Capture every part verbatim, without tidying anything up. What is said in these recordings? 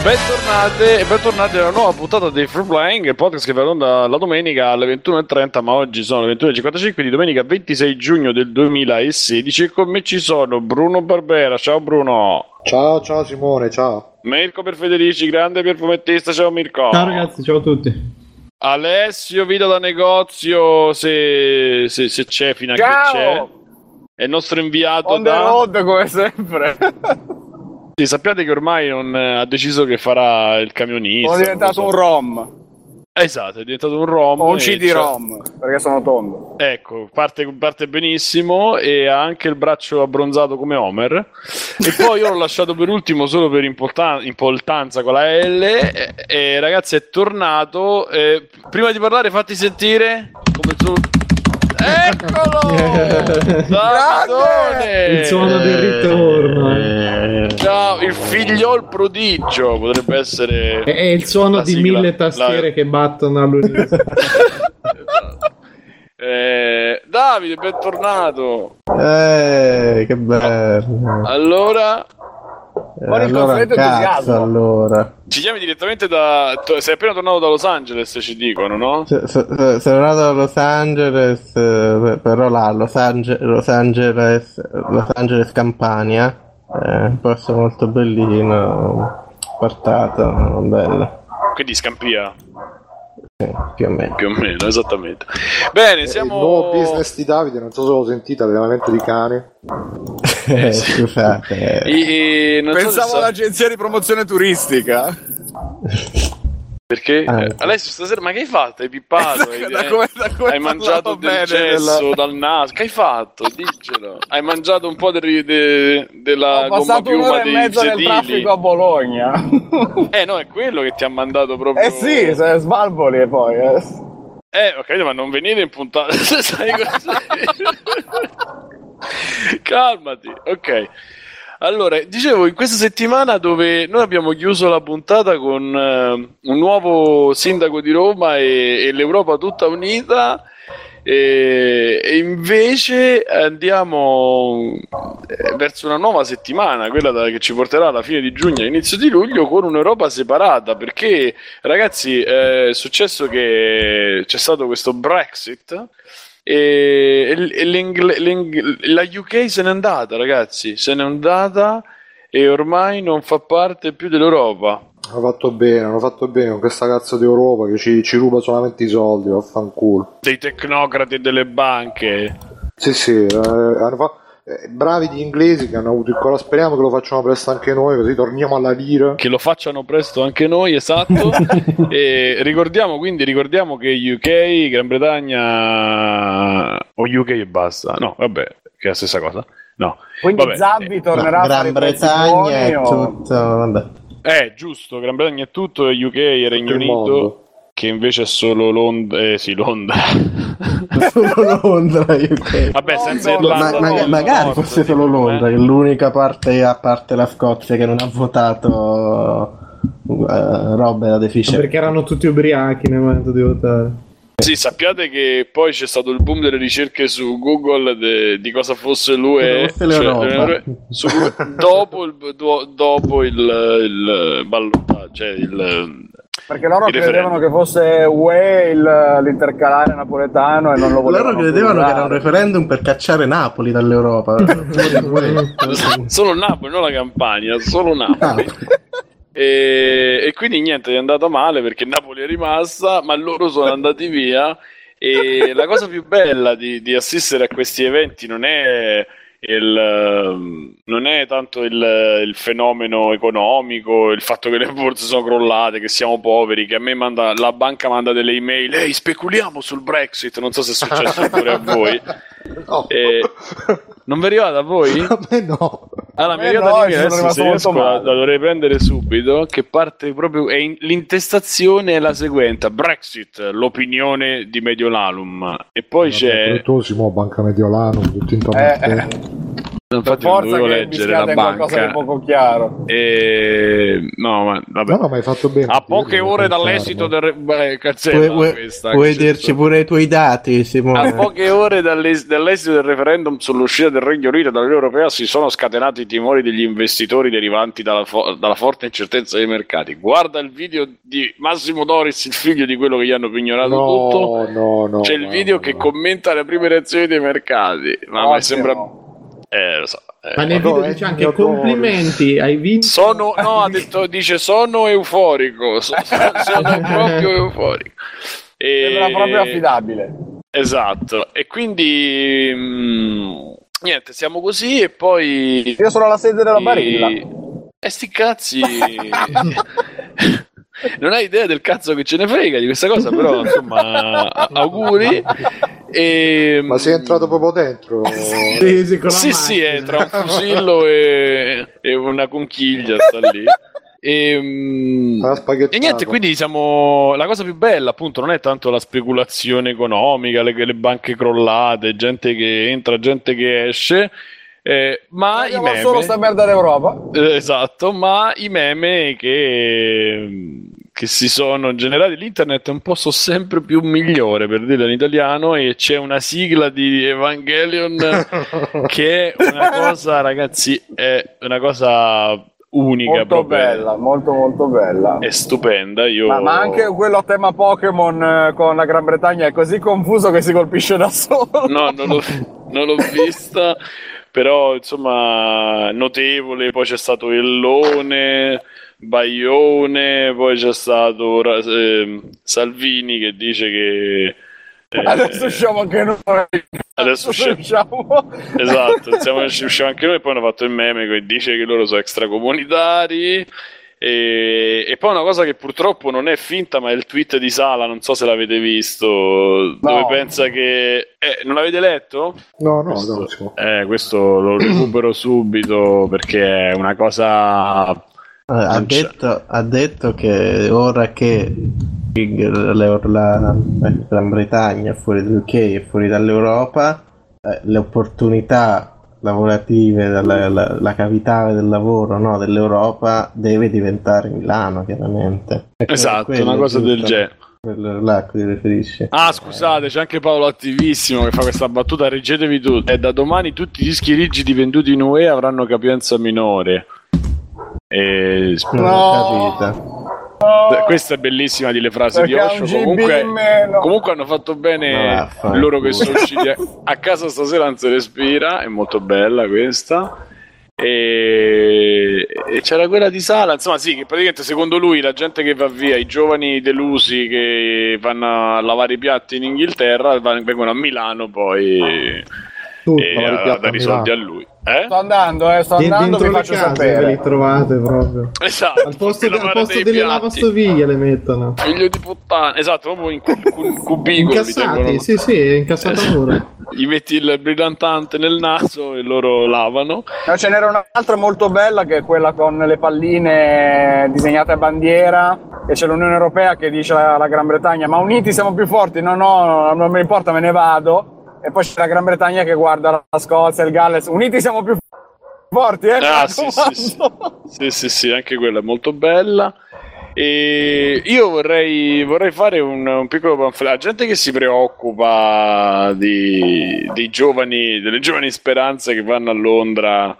Bentornate e bentornati alla nuova puntata di Free Playing, il podcast che va in onda la domenica alle ventuno e trenta, ma oggi sono le ventuno e cinquantacinque di domenica ventisei giugno del duemilasedici e con me ci sono Bruno Barbera. Ciao Bruno. Ciao, ciao Simone, ciao. Mirko Perfederici, grande perfumettista. Ciao Mirko. Ciao ragazzi, ciao a tutti. Alessio, Vita da negozio, se, se, se c'è fino a ciao. Che c'è. È il nostro inviato on da... the road come sempre. Sì, sappiate che ormai non ha deciso che farà il camionista. Sono diventato so. un rom. Esatto, è diventato un rom. O un C D cioè... rom, perché sono tondo. Ecco, parte, parte benissimo e ha anche il braccio abbronzato come Homer. E poi io l'ho lasciato per ultimo solo per importanza, importanza con la L. E, e ragazzi, è tornato. E, prima di parlare, fatti sentire come sono... Eccolo! Davidone! Il suono del ritorno. Ciao, il figliol prodigio potrebbe essere. È il suono di sigla, mille tastiere la... che battono all'unisono. eh, Davide, bentornato. Eh, che bello. Allora, eh, allora cazzo, allora. Ci chiami direttamente da... Sei appena tornato da Los Angeles, ci dicono, no? S- s- sono nato a Los Angeles, eh, però là, Los, Ange- Los Angeles, Los Angeles Campania, eh, un posto molto bellino, portato, bello. Quindi Scampia. Sì, più o meno. Più o meno, esattamente. Bene, siamo... Il nuovo business di Davide, non so se l'ho sentito, l'allenamento di cani. Eh, scusate. E, e, non Pensavo so all'agenzia di promozione turistica. Perché? Ah, eh, Alessio stasera, ma che hai fatto? Hai pippato? Hai, da come, da come hai mangiato del bene cesso della... dal naso? Che hai fatto? Dicelo. Hai mangiato un po' de, de, della Ho gomma passato piuma un'ora e dei mezzo nel sedili. traffico a Bologna. Eh no, è quello che ti ha mandato proprio... Eh sì, se svalvoli e poi... Eh, eh ho capito, ma non venire in puntata. Sai cosa? Calmati, ok. Allora, dicevo, in questa settimana dove noi abbiamo chiuso la puntata con uh, un nuovo sindaco di Roma e, e l'Europa tutta unita, e, e invece andiamo eh, verso una nuova settimana, quella da, che ci porterà alla fine di giugno e inizio di luglio, con un'Europa separata, perché ragazzi eh, è successo che c'è stato questo Brexit. E, e l'Ingle, l'Ingle, la U K se n'è andata, ragazzi, se n'è andata e ormai non fa parte più dell'Europa. Hanno fatto bene, hanno fatto bene con questa cazzo di Europa che ci, ci ruba solamente i soldi, vaffanculo. Dei tecnocrati delle banche. Sì, sì, eh, hanno fatto... Eh, bravi gli inglesi che hanno avuto il coraggio, speriamo che lo facciano presto anche noi, così torniamo alla lira. Che lo facciano presto anche noi, esatto. E ricordiamo quindi, ricordiamo che U K, Gran Bretagna o U K e basta. No, vabbè, che è la stessa cosa. No. quindi vabbè. Zabbi tornerà a fare Gran Bretagna è o... tutto, vabbè. Eh, giusto, Gran Bretagna è tutto, U K e Regno Unito. Che invece è solo Londra, eh sì, Londra. Solo Londra, U K. Vabbè, senza Londra, Irlanda. Ma, ma, no, magari no, fosse no, solo Londra, eh. che è l'unica parte, a parte la Scozia, che non ha votato uh, robe da deficiente. Perché erano tutti ubriachi nel momento di votare. Sì, sappiate che poi c'è stato il boom delle ricerche su Google de, di cosa fosse l'U E, Cosa fosse l'Europa. cioè, su, dopo il, do, dopo il, il ballottaggio, cioè il Perché loro il credevano che fosse U E il, l'intercalare napoletano e non lo volevano. Loro credevano curare. che era un referendum per cacciare Napoli dall'Europa. solo Napoli, non la Campania, solo Napoli. E, e quindi niente, è andata male perché Napoli è rimasta, ma loro sono andati via. E la cosa più bella di, di assistere a questi eventi non è il, non è tanto il, il fenomeno economico, il fatto che le borse sono crollate, che siamo poveri, che a me manda, la banca manda delle email, ehi, speculiamo sul Brexit, non so se è successo pure a voi. No. E, non vi è arrivata a voi? A me no. Allora, mi è Eh arrivata no, l'email, ci sono adesso rimasto se riesco molto la, male. la dovrei prendere subito, che parte proprio, è in, l'intestazione è la seguente: Brexit, l'opinione di Mediolanum, e poi c'è Tu Simo, Banca Mediolanum, tutti intorno Eh, a te. eh. infatti per non forza dovevo che leggere mischiate la qualcosa banca di poco chiaro. e... no ma vabbè, No, no, ma hai fatto bene. a dirlo, poche ore pensarlo. dall'esito del re... Beh, Puoi, cazzella vuoi- questa, puoi che senso- dirci pure i tuoi dati, a Simone? poche ore dall'es- dall'esito del referendum sull'uscita del Regno Unito dall'Unione Europea si sono scatenati i timori degli investitori derivanti dalla, fo- dalla forte incertezza dei mercati. Guarda il video di Massimo Doris, il figlio di quello che gli hanno pignorato tutto. No, no, no. C'è il no, video no, che no. commenta le prime reazioni dei mercati. Ma, ma Ottimo. sembra... Eh, lo so. eh. Ma nel Ma no, video è dice anche mio complimenti, hai vinto. Sono, no, ha detto, dice sono euforico, so- sono proprio euforico. E- Sembra proprio affidabile. Esatto, e quindi mh, niente, siamo così e poi... Io sono alla sede della Barilla. E sti cazzi... Non hai idea del cazzo che ce ne frega di questa cosa, però insomma, auguri. E, Ma sei entrato proprio dentro? Sì, sì, con la Sì, sì, macchina. entra un fusillo e, e una conchiglia sta lì. E, mm, Sarà spaghettato. e niente, quindi siamo. La cosa più bella, appunto, non è tanto la speculazione economica, le, le banche crollate, gente che entra, gente che esce. Eh, ma i Abbiamo meme, solo sta merda d'Europa. eh, esatto, ma i meme che, che si sono generati, l'internet è un posto sempre più migliore, per dirlo in italiano, e c'è una sigla di Evangelion che è una cosa, ragazzi, è una cosa unica, Molto proprio. bella, molto molto bella. È stupenda. Io... Ma, ma anche quello a tema Pokémon eh, con la Gran Bretagna è così confuso che si colpisce da solo. No, non l'ho, non l'ho vista, però insomma notevole. Poi c'è stato Ellone, Baione, poi c'è stato eh, Salvini che dice che eh, Adesso usciamo anche noi. adesso usci- usciamo. esatto, siamo, usciamo anche noi. E poi hanno fatto il meme che dice che loro sono extracomunitari. E, e poi una cosa che purtroppo non è finta, ma è il tweet di Sala, non so se l'avete visto, dove pensa che eh, non l'avete letto? No, no, questo, no, si può. eh, questo lo recupero subito perché è una cosa. Eh, ha, Non c'è. detto, ha detto che ora che la, la Gran Bretagna è fuori dall'U K e fuori dall'Europa, eh, le opportunità lavorative, la, la, la capitale del lavoro, no, dell'Europa deve diventare Milano, chiaramente. E Esatto, quello, una cosa del giusto? genere. Quello là a cui ti riferisci. Ah, scusate, c'è anche Paolo Attivissimo che fa questa battuta, reggetevi tutti. E da domani tutti i dischi rigidi venduti in U E avranno capienza minore. E... Non No. ho capito. Questa è bellissima di le frasi Perché di ha un Osho. G B Comunque, in meno. comunque hanno fatto bene Ma vaffanculo. loro che sono usciti a, a casa stasera, non si respira. È molto bella questa. E... e c'era quella di Sala, insomma, sì, che praticamente secondo lui la gente che va via, i giovani delusi che vanno a lavare i piatti in Inghilterra, van- vengono a Milano poi Tu, e lavare i a piatti a dare i soldi a Milano. lui. Eh? Sto andando, eh, sto di- andando, vi dentro le faccio case ve sapere. li trovate proprio. Esatto, Al posto, per al lavare posto dei delle piatti. lavastoviglie le mettono. Figlio di puttana, esatto, proprio in cu- cu- cubicoli. Incassati, tengono- sì, sì, è incassata pure. Gli metti il brillantante nel naso e loro lavano. No, ce n'era un'altra molto bella che è quella con le palline disegnate a bandiera e c'è l'Unione Europea che dice alla Gran Bretagna ma uniti siamo più forti, no no, non mi importa, me ne vado. E poi c'è la Gran Bretagna che guarda la Scozia e il Galles, uniti siamo più forti, eh? Ah, sì, sì, sì. sì, sì, sì, anche quella è molto bella. E io vorrei, vorrei fare un, un piccolo pamphlet. La gente che si preoccupa di, dei giovani, delle giovani speranze che vanno a Londra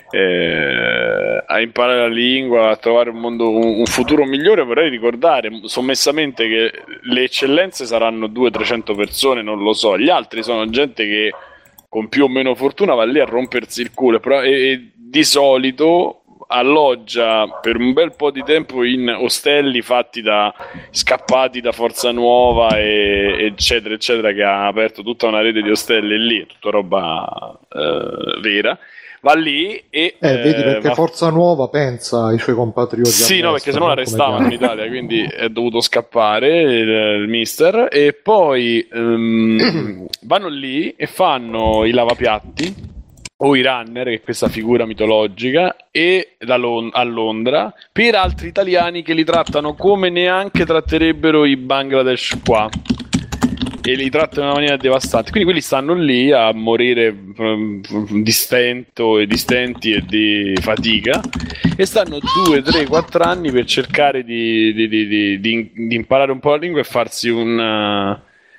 eh, a imparare la lingua, a trovare un mondo, un, un futuro migliore, vorrei ricordare sommessamente che le eccellenze saranno duecento trecento persone, non lo so. Gli altri sono gente che con più o meno fortuna va lì a rompersi il culo, però e, e di solito alloggia per un bel po' di tempo in ostelli fatti da scappati da Forza Nuova e, eccetera eccetera, che ha aperto tutta una rete di ostelli lì, tutta roba eh, vera. Va lì e Eh, vedi, perché va... Forza Nuova pensa ai suoi compatrioti. Sì, no, perché sennò all'estero, l'arrestavano in come Italia, quindi è dovuto scappare il, il mister. E poi ehm, vanno lì e fanno i lavapiatti o i runner, che è questa figura mitologica, e da Lon- a Londra per altri italiani che li trattano come neanche tratterebbero i Bangladesh qua. e li trattano in una maniera devastante. Quindi quelli stanno lì a morire di stento e di stenti e di fatica, e stanno due, tre, quattro anni per cercare di, di, di, di, di, di imparare un po' la lingua e farsi un...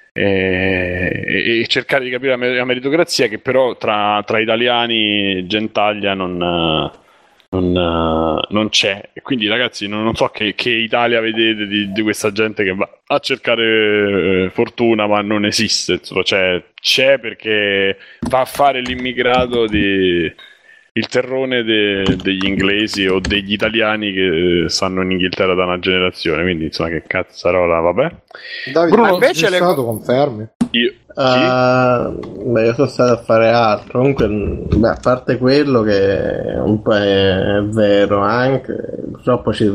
E, e cercare di capire la meritocrazia, che però tra, tra italiani e Gentaglia non, non, non c'è. E quindi ragazzi non, non so che, che Italia vedete di, di questa gente che va a cercare fortuna ma non esiste, insomma. Cioè, c'è perché fa fare l'immigrato di il terrone de, degli inglesi o degli italiani che stanno in Inghilterra da una generazione. Quindi insomma, che cazzarola, vabbè. Davide, Bruno, invece sei le... stato, confermi? Io Uh, beh, io sono stato a fare altro. Comunque, beh, a parte quello che un po' è, è vero anche, purtroppo ci,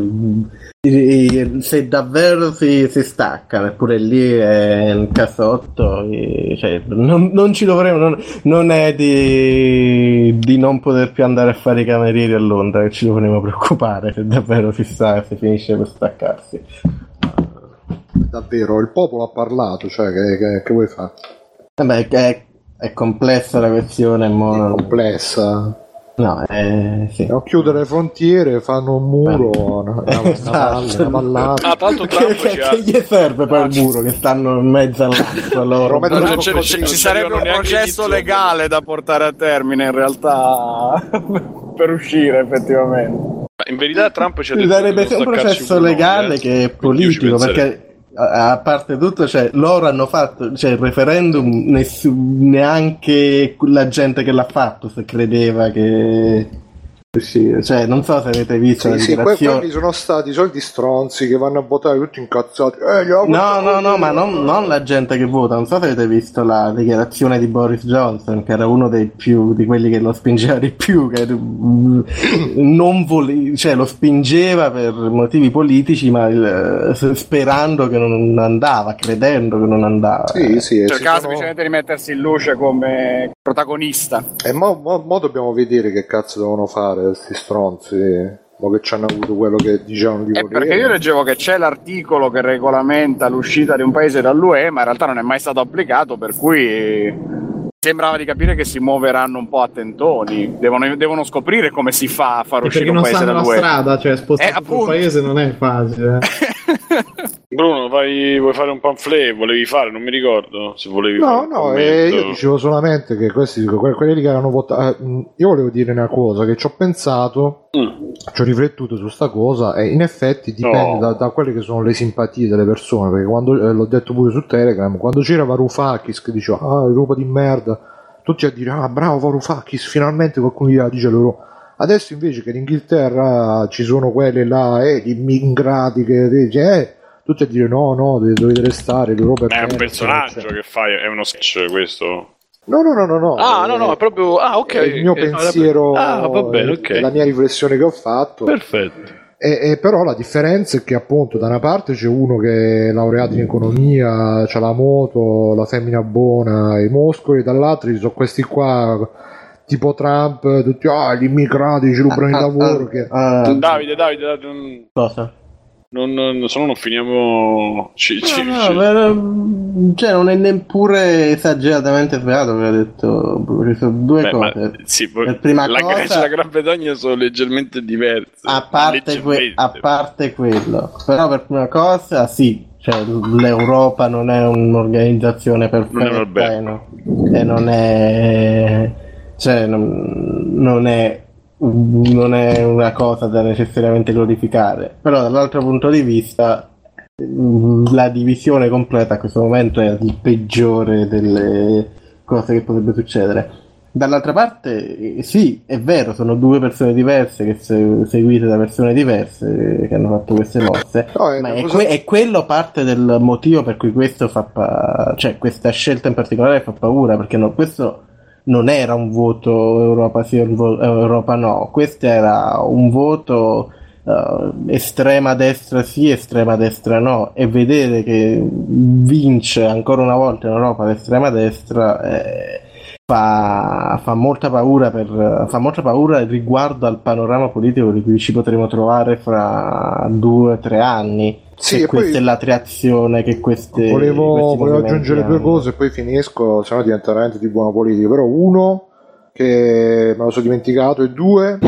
se davvero si, si staccano, eppure lì è un casotto, cioè, non, non ci dovremmo, non, non è di, di non poter più andare a fare i camerieri a Londra che ci dovremmo preoccupare, se davvero si sta, si finisce per staccarsi. Davvero, il popolo ha parlato, cioè che, che, che vuoi fare? Vabbè, è, è complessa la questione, mo... È complessa. No, è... sì. No, chiudere le frontiere, fanno un muro, una, una, Esatto. una, una pallata. Ah, tra l'altro Trump che, ci che, ha... che gli serve poi il muro che stanno in mezzo all'acqua loro? Però Non Ci, c'è- ci- non ci ci sarebbe un arrivano neanche processo gli legale da portare a termine in realtà per uscire effettivamente. In verità Trump ci ha Ci detto sarebbe che sia un non staccarci processo un nome, legale eh. che è Quindi io ci politico, penserei. perché a a parte tutto, cioè, loro hanno fatto, cioè, il referendum, nessun- neanche la gente che l'ha fatto se credeva che uscire. Cioè, non so se avete visto la Sì, sì, que- dichiarazione. quelli sono stati i soliti stronzi che vanno a votare tutti incazzati. Eh, gliela No, facciamo no, no, io. ma non, non la gente che vota. Non so se avete visto la dichiarazione di Boris Johnson, che era uno dei più di quelli che lo spingeva di più, che mm, non vole- cioè lo spingeva per motivi politici, ma il- sperando che non andava, credendo che non andava. Sì, sì, eh, Cercava si sono- semplicemente di mettersi in luce come protagonista. E mo, mo, mo dobbiamo vedere che cazzo devono fare questi stronzi, mo che ci hanno avuto quello che dicevano di Eh, volere. perché io leggevo che c'è l'articolo che regolamenta l'uscita di un paese dall'U E, ma in realtà non è mai stato applicato, per cui sembrava di capire che si muoveranno un po' a tentoni. Devono, devono scoprire come si fa a far E uscire perché un non paese sanno la dall'U E. strada, cioè spostare Eh, tutto il appunto. paese non è facile. Bruno, vai, vuoi fare un pamphlet? Volevi fare? Non mi ricordo se volevi No, fare un no, eh, commento. io dicevo solamente che questi, que- quelli lì che hanno votato, eh, io volevo dire una cosa, che ci ho pensato, Mm. ci ho riflettuto su sta cosa e in effetti dipende No. da, da quelle che sono le simpatie delle persone, perché quando, eh, l'ho detto pure su Telegram, quando c'era Varoufakis che diceva, ah, Europa di merda, tutti a dire, ah, bravo Varoufakis, finalmente qualcuno gli dice l'Europa. Adesso invece che in Inghilterra ci sono quelle là, eh, gli immigrati che dice, eh, tutti a dire no, no, dovete, dovete restare, l'Europa È un merda, personaggio eccetera. che fai, è uno sketch questo. No, no, no, no, no. Ah, no, no, è proprio... Ah, ok. È il mio Eh, pensiero, Ah, va bene, ok. la mia riflessione che ho fatto. Perfetto. E, e però la differenza è che appunto da una parte c'è uno che è laureato in economia, c'ha la moto, la femmina buona, i muscoli, dall'altro ci sono questi qua tipo Trump, tutti ah, gli immigrati ci rubano il Ah, lavoro. ah, che... ah, Davide, Davide, Davide, non, cosa? non, non, se no non finiamo... Ci, ci, No, ci- no, beh, cioè non è neppure esageratamente svelato, aveva detto, ci sono due Beh, ma- cose. sì, Per prima la cosa- Grecia e la Gran Bretagna sono leggermente diverse. A parte, que- Leggermente. a parte quello, però per prima cosa sì, cioè, l'Europa non è un'organizzazione Non è un perfetta albergo. e, no- e non è, cioè, non, non è non è una cosa da necessariamente glorificare, però dall'altro punto di vista mh, la divisione completa a questo momento è il peggiore delle cose che potrebbe succedere. Dall'altra parte, eh, sì, è vero, sono due persone diverse che se- seguite da persone diverse eh, che hanno fatto queste mosse, No, è ma una è, cosa- que- è quello parte del motivo per cui questo fa pa- cioè questa scelta in particolare fa paura, perché no, questo non era un voto Europa sì o un vo- Europa no, questo era un voto eh, estrema destra sì, estrema destra no, e vedere che vince ancora una volta in Europa l'estrema destra eh, fa, fa molta paura per, fa molta paura riguardo al panorama politico di cui ci potremo trovare fra due o tre anni. Sì, se e questa poi è la creazione che queste volevo, questi volevo movimenti aggiungere due hanno. cose e poi finisco, se no diventa veramente di buona politica. Però uno, che me lo sono dimenticato, e due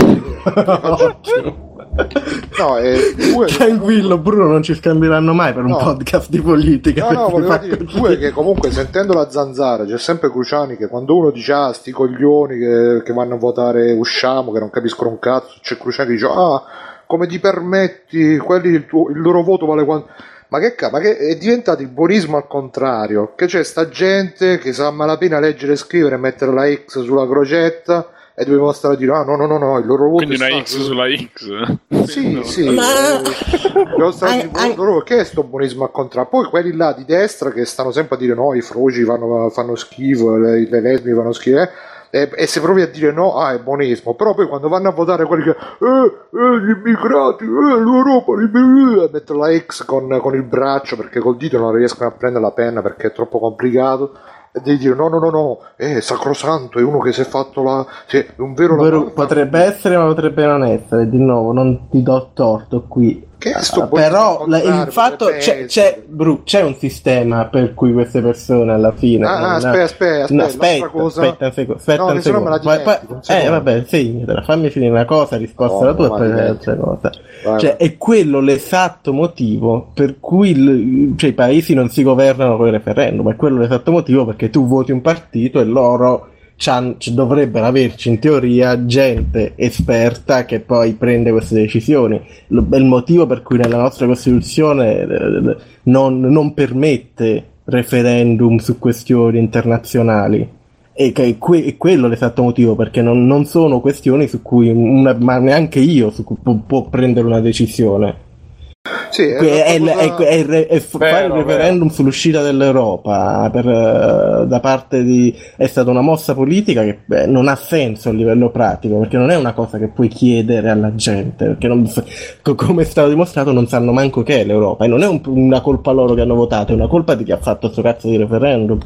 no, e due Tranquillo, Bruno, non ci scambieranno mai per un No. podcast di politica. No, no, perché volevo fa dire così. due, che comunque sentendo la zanzara c'è sempre Cruciani che quando uno dice ah sti coglioni che, che vanno a votare usciamo, che non capiscono un cazzo, c'è Cruciani che dice ah come ti permetti, quelli il, tuo, il loro voto vale quanto. Ma che cazzo, ma che è diventato il buonismo al contrario, che c'è sta gente che sa a malapena leggere e scrivere e mettere la X sulla crocetta e dobbiamo stare a dire ah no no no no il loro voto Quindi è una stato- X sulla X. sì, No. sì, Ma- eh, devo stare a Ai- dire, ai- loro, che è sto buonismo al contrario? Poi quelli là di destra che stanno sempre a dire no, i froci fanno, fanno schifo, le, le lesbiche fanno schifo, eh, e, e se provi a dire no, ah, è buonismo. Però poi quando vanno a votare quelli che eh, eh, gli immigrati, eh, l'Europa, gli, eh, mettono la X con, con il braccio perché col dito non riescono a prendere la penna perché è troppo complicato. E devi dire no no no no è sacrosanto, è uno che si è fatto la sì, è un vero Vero- lavoro. potrebbe essere, ma potrebbe non essere. Di nuovo, non ti do torto qui. Che è sto Ah, buonismo però al la- contrario, il fatto potrebbe c'è, c'è, essere. Bru, c'è un sistema per cui queste persone alla fine. Ah, non- ah, aspetta, aspetta, aspetta, no, l'altra aspetta, cosa- aspetta un secondo, aspetta No, un che se no me la secondo. Poi- poi- dimentico, un eh, secondo. vabbè, segnatela, fammi finire una cosa, risposta Oh, la tua e ma poi dimentico. l'altra cosa. Vai, Cioè, vai. è quello l'esatto motivo per cui il- cioè, i paesi non si governano con il referendum. È quello l'esatto motivo perché tu voti un partito e loro c'han- c- dovrebbero averci in teoria gente esperta che poi prende queste decisioni. Lo- è il motivo per cui nella nostra Costituzione eh, non, non permette referendum su questioni internazionali. E che è, que- è quello l'esatto motivo, perché non, non sono questioni su cui una, ma neanche io su cui può, può prendere una decisione. Sì, è Que- È, una è- cosa- è- è- è f- Vero, fare il referendum sull'uscita dell'Europa per, eh, da parte di è stata una mossa politica che beh, non ha senso a livello pratico, perché non è una cosa che puoi chiedere alla gente, perché non, co- come è stato dimostrato non sanno manco che è l'Europa, e non è un- una colpa loro che hanno votato, è una colpa di chi ha fatto sto cazzo di referendum.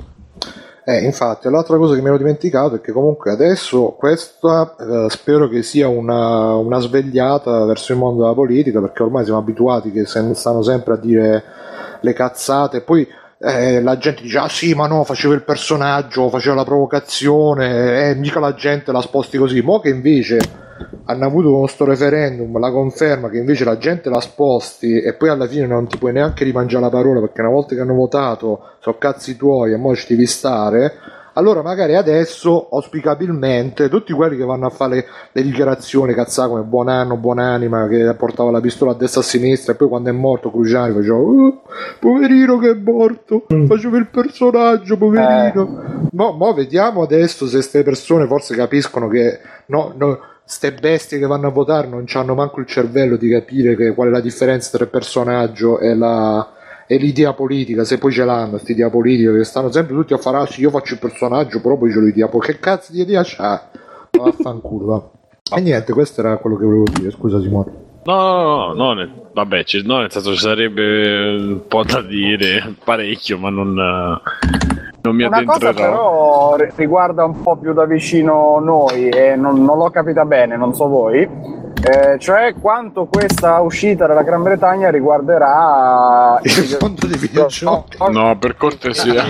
Eh, infatti, l'altra cosa che mi ero dimenticato è che comunque adesso questa eh, spero che sia una, una svegliata verso il mondo della politica, perché ormai siamo abituati che se- stanno sempre a dire le cazzate e poi eh, la gente dice ah sì ma no faceva il personaggio, faceva la provocazione, eh, mica la gente la sposti così. Mo che invece hanno avuto con sto referendum la conferma che invece la gente la sposti e poi alla fine non ti puoi neanche rimangiare la parola perché una volta che hanno votato so cazzi tuoi e mo ci devi stare, allora magari adesso auspicabilmente tutti quelli che vanno a fare le, le dichiarazioni cazzate come buon anno, buonanima, che portava la pistola a destra e a sinistra e poi quando è morto Cruciani faceva oh, poverino che è morto, faceva il personaggio poverino. Mo, mo vediamo adesso se queste persone forse capiscono che no, no, ste bestie che vanno a votare non hanno manco il cervello di capire che, qual è la differenza tra il personaggio e, la, e l'idea politica, se poi ce l'hanno questa idea politica che stanno sempre tutti a fare ah sì io faccio il personaggio però poi ce l'ho l'idea politica, che cazzo di idea c'ha? Ma vaffanculo va. E niente, questo era quello che volevo dire, scusa Simone. No, no, no, no, nel- vabbè, ci- no, nel senso ci sarebbe un po' da dire, parecchio, ma non, eh, non mi Una cosa addentrerò. però ri- riguarda un po' più da vicino noi e non, non l'ho capita bene, non so voi, eh, cioè quanto questa uscita della Gran Bretagna riguarderà Il mondo dei videogiochi. No, per cortesia.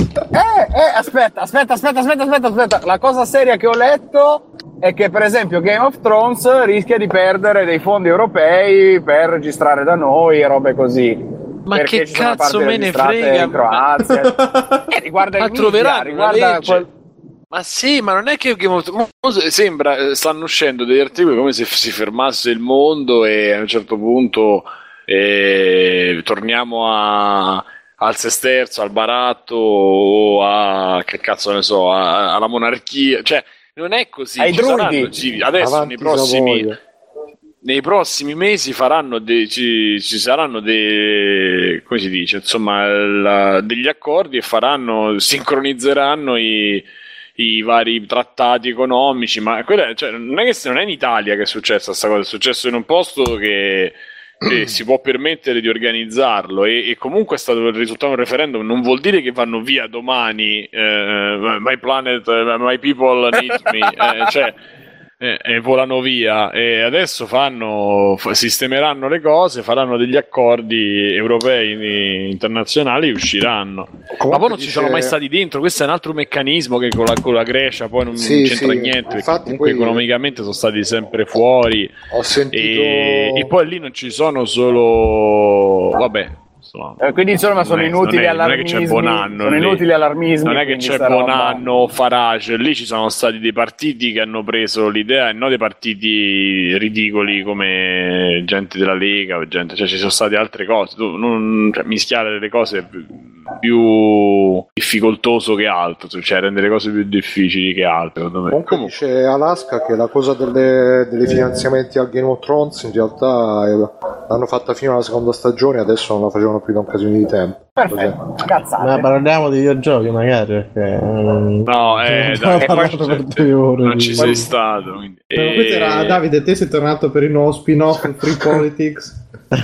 Eh, eh, aspetta, aspetta, aspetta, aspetta, aspetta, aspetta. La cosa seria che ho letto è che, per esempio, Game of Thrones rischia di perdere dei fondi europei per registrare da noi e robe così. Ma Perché che ci sono cazzo parti me ne registrate frega? in Croazia. Eh, riguarda Ma il media, troveranno una riguarda legge. quel- Ma sì, ma non è che Game of Thrones- sembra, eh, stanno uscendo degli articoli come se si fermasse il mondo e a un certo punto eh, torniamo a, al sesterzo, al baratto o a che cazzo ne so, a- alla monarchia, cioè non è così. Ai Ci saranno- druidi. ci- adesso Avanti nei prossimi Savoia. nei prossimi mesi faranno dei, ci, ci saranno dei, come si dice, insomma, la- degli accordi e faranno, sincronizzeranno i, i vari trattati economici, ma quella, cioè, non è che non è in Italia che è successa questa cosa, è successo in un posto che, che si può permettere di organizzarlo e, e comunque è stato il risultato di un referendum, non vuol dire che vanno via domani, eh, my planet, my people need me, eh, cioè e, e volano via, e adesso fanno f- sistemeranno le cose, faranno degli accordi europei internazionali e usciranno. Comunque ma poi non dice... ci sono mai stati dentro, questo è un altro meccanismo che con la, con la Grecia poi non Sì, c'entra sì, niente, infatti comunque poi... economicamente sono stati sempre fuori. Ho sentito... e, e poi lì non ci sono solo vabbè insomma, Eh, quindi insomma sono non è- inutili non è- non è che allarmismi. c'è Bonanno sono lì. inutili allarmismi. Non è che quindi c'è sta roba- Bonanno o Farage, lì ci sono stati dei partiti che hanno preso l'idea e non dei partiti ridicoli come gente della Lega o gente, cioè ci sono state altre cose. Tu non cioè, mischiare le cose è più difficoltoso che altro, cioè rende le cose più difficili che altre, secondo me. Comunque Comunque, dice Alaska che la cosa delle, delle finanziamenti al Game of Thrones in realtà è- l'hanno fatta fino alla seconda stagione, adesso non la facevano più da un casino di tempo. Perfetto, Ma cazzate. parliamo di videogiochi magari perché mm, no, eh, abbiamo dai, parlato poi- per due ore non di- ci sei stato. Quindi. Ma questo era E- Davide, te sei tornato per il nuovo spin-off Free Politics.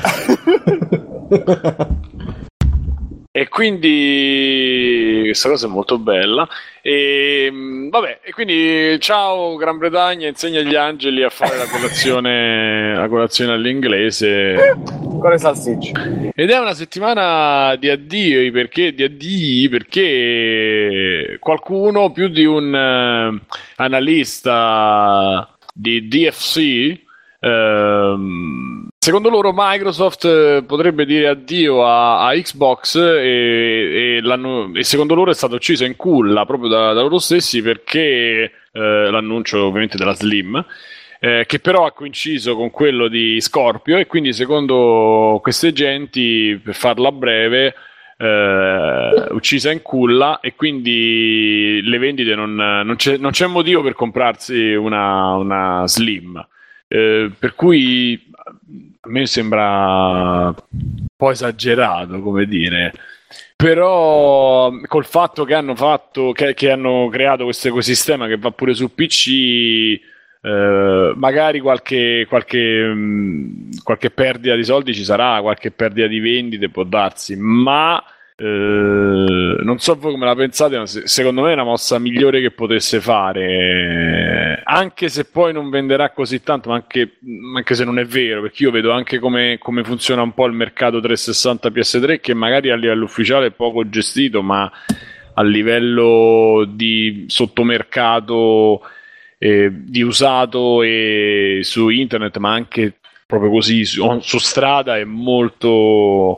E quindi questa cosa è molto bella. E mh, vabbè, e quindi ciao Gran Bretagna, insegna agli angeli a fare la colazione, la colazione all'inglese. Con le salsicce. Ed è una settimana di addii perché di addii perché qualcuno più di un eh, analista di D F C ehm, secondo loro Microsoft eh, potrebbe dire addio a, a Xbox e, e, l'hanno- e secondo loro è stato ucciso in culla proprio da, da loro stessi perché eh, l'annuncio ovviamente della Slim eh, che però ha coinciso con quello di Scorpio e quindi secondo queste genti, per farla breve, eh, uccisa in culla e quindi le vendite non, non, c'è, non c'è motivo per comprarsi una, una Slim. Eh, per cui a me sembra un po' esagerato, come dire, però col fatto che hanno fatto che, che hanno creato questo ecosistema che va pure su P C, eh, magari qualche, qualche, mh, qualche perdita di soldi ci sarà, qualche perdita di vendite può darsi, ma eh, non so voi come la pensate, ma se- secondo me è una mossa migliore che potesse fare, anche se poi non venderà così tanto, ma anche, anche se non è vero, perché io vedo anche come, come funziona un po' il mercato trecentosessanta P S tre, che magari a livello ufficiale è poco gestito, ma a livello di sottomercato, eh, di usato e su internet, ma anche proprio così su, su strada è molto...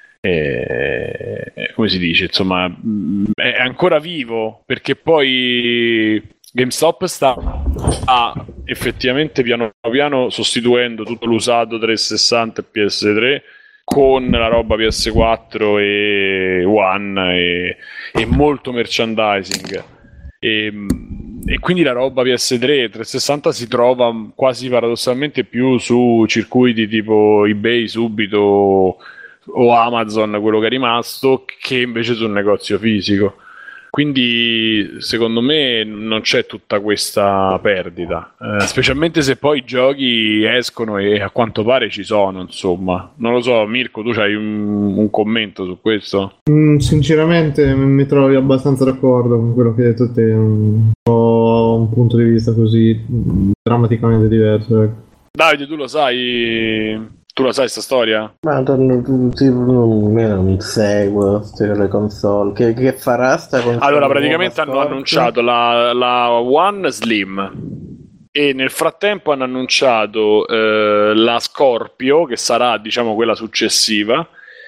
Eh, come si dice, insomma, mh, è ancora vivo perché poi GameStop sta, sta effettivamente piano piano sostituendo tutto l'usato trecentosessanta e P S tre con la roba P S quattro e One e, e molto merchandising. E, e quindi la roba P S tre e trecentosessanta si trova quasi paradossalmente più su circuiti tipo eBay, Subito o Amazon, quello che è rimasto, che invece sul negozio fisico. Quindi secondo me non c'è tutta questa perdita, eh, specialmente se poi i giochi escono e a quanto pare ci sono, insomma. Non lo so, Mirko, tu c'hai un, un commento su questo? Mm, sinceramente mi trovi abbastanza d'accordo con quello che hai detto te. Mm, ho un punto di vista così mm, drammaticamente diverso. Ecco. Davide, tu lo sai? Tu la sai sta storia? Ma non, non, non seguo queste le console. Che, che farà sta console? Allora, praticamente hanno Scorpio? annunciato la, la One Slim e nel frattempo hanno annunciato eh, la Scorpio, che sarà diciamo quella successiva,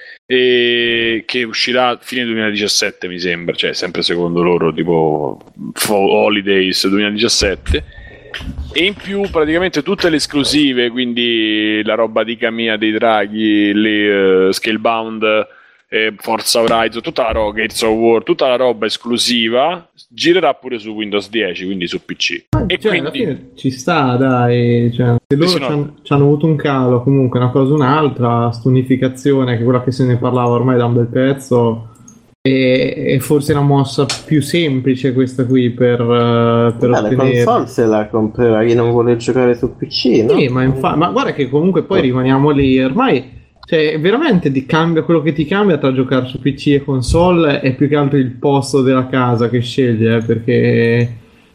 e che uscirà a fine duemiladiciassette, mi sembra, cioè sempre secondo loro, tipo Fall Holidays duemiladiciassette. E in più praticamente tutte le esclusive, quindi la roba di Kamiya dei draghi, le uh, Scalebound, eh, Forza Horizon, tutta la roba, Gates of War, tutta la roba esclusiva girerà pure su Windows dieci, quindi su P C. E Cioè, alla quindi fine ci sta, dai. Cioè, se loro sì, no. c'han- c'hanno avuto un calo, comunque una cosa o un'altra, sta unificazione, che è quella che se ne parlava ormai da un bel pezzo. E, e forse una mossa più semplice questa qui per, uh, per Ah, le ottenere. console se la comprerà chi non vuole giocare su P C, no? Sì, ma, infa- ma guarda che comunque poi rimaniamo lì. Ormai, cioè, veramente ti cambia quello che ti cambia tra giocare su P C e console è più che altro il posto della casa che scegli, eh, perché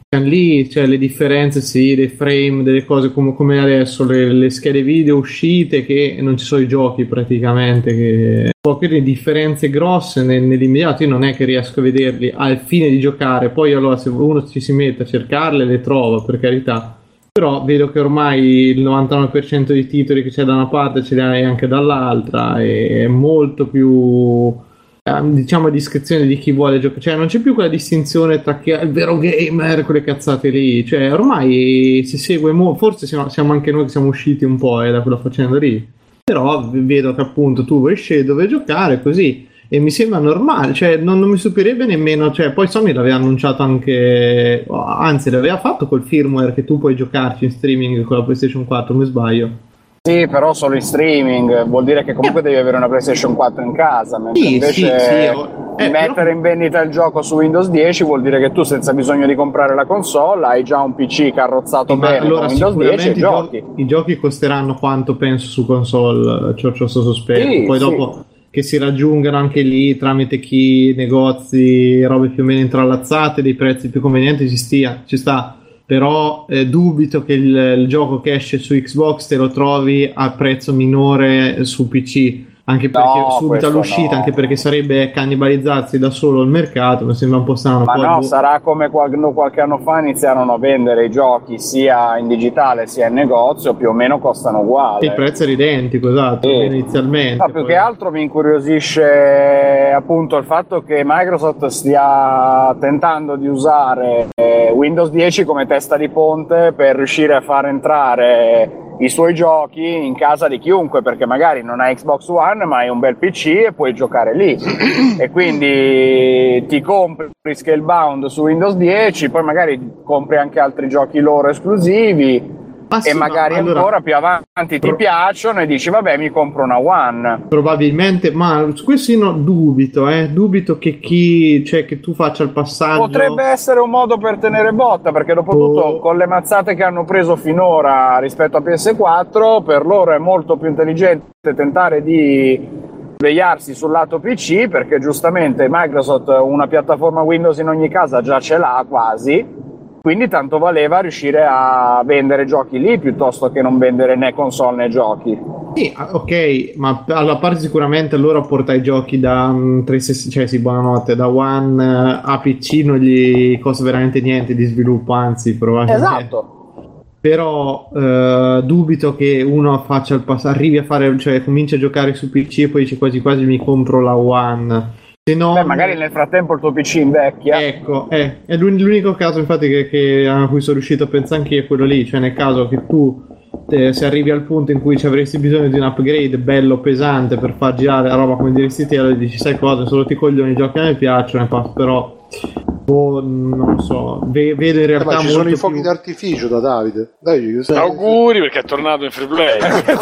lì c'è le differenze, sì, dei frame, delle cose come, come adesso, le, le schede video uscite che non ci sono i giochi praticamente, che quindi differenze grosse nel, nell'immediato. Io non è che riesco a vederli al fine di giocare, poi allora se uno ci si mette a cercarle le trova, per carità, però vedo che ormai il novantanove per cento dei titoli che c'è da una parte ce li hai anche dall'altra, e è molto più, diciamo, a discrezione di chi vuole giocare, cioè non c'è più quella distinzione tra chi è il vero gamer, quelle cazzate lì, cioè ormai si segue mo- forse siamo, siamo anche noi che siamo usciti un po' eh, da quella faccenda lì, però vedo che appunto tu vuoi scegliere dove giocare così, e mi sembra normale, cioè non, non mi stupirebbe nemmeno, cioè poi Sony l'aveva annunciato anche, anzi l'aveva fatto col firmware che tu puoi giocarci in streaming con la PlayStation quattro, mi sbaglio? Sì, però solo in streaming, vuol dire che comunque devi avere una PlayStation quattro in casa, mentre Sì, invece sì, sì, eh, mettere però- in vendita il gioco su Windows dieci vuol dire che tu senza bisogno di comprare la console hai già un P C carrozzato Sì, ma bene allora con Windows dieci e sicuramente i, giochi. gio- i giochi costeranno quanto penso su console, c'ho, c'ho sto sospetto, Sì, poi sì. dopo che si raggiungano anche lì tramite chi, negozi, robe più o meno intralazzate, dei prezzi più convenienti ci, stia, ci sta, però eh, dubito che il, il gioco che esce su Xbox te lo trovi a prezzo minore su P C, anche perché No, subito questo all'uscita, no. anche perché sarebbe cannibalizzarsi da solo il mercato, mi sembra un po' strano. Ma Poi, no, boh, sarà come quando qualche anno fa iniziarono a vendere i giochi sia in digitale sia in negozio, più o meno costano uguale. il prezzo era identico, esatto, Sì. inizialmente. No, più poi- che altro mi incuriosisce appunto il fatto che Microsoft stia tentando di usare eh, Windows dieci come testa di ponte per riuscire a far entrare i suoi giochi in casa di chiunque, perché magari non hai Xbox One ma hai un bel P C e puoi giocare lì e quindi ti compri Scalebound su Windows dieci, poi magari compri anche altri giochi loro esclusivi. Ah, E sì, ma magari allora- ancora più avanti ti piacciono e dici vabbè mi compro una One. Probabilmente, ma su questo io no, dubito, eh, dubito che chi, cioè che tu faccia il passaggio. Potrebbe essere un modo per tenere botta, perché dopo tutto Oh. con le mazzate che hanno preso finora rispetto a P S quattro, per loro è molto più intelligente tentare di svegliarsi sul lato P C, perché giustamente Microsoft una piattaforma Windows in ogni casa già ce l'ha quasi, quindi tanto valeva riuscire a vendere giochi lì piuttosto che non vendere né console né giochi. Sì, ah, ok, ma alla parte sicuramente allora porta i giochi da um, trecentosessanta, cioè sì, buonanotte, da One eh, a P C non gli costa veramente niente di sviluppo, anzi probabilmente. Esatto. Però eh, dubito che uno faccia il passo, arrivi a fare, cioè comincia a giocare su P C e poi dice quasi quasi mi compro la One. Se no, Beh, magari nel frattempo il tuo P C invecchia. ecco, eh, è l'un- l'unico caso infatti che, che- a cui sono riuscito a pensare anche io è quello lì, cioè nel caso che tu eh, se arrivi al punto in cui ci avresti bisogno di un upgrade bello pesante per far girare la roba come diresti te, allora dici sai cosa, solo ti coglioni i giochi a me piacciono e basta, però boh, non lo so, ve- vedo in Eh, realtà ma ci sono molto i fuochi più- d'artificio da Davide. Dai, ci- Auguri perché è tornato in free play.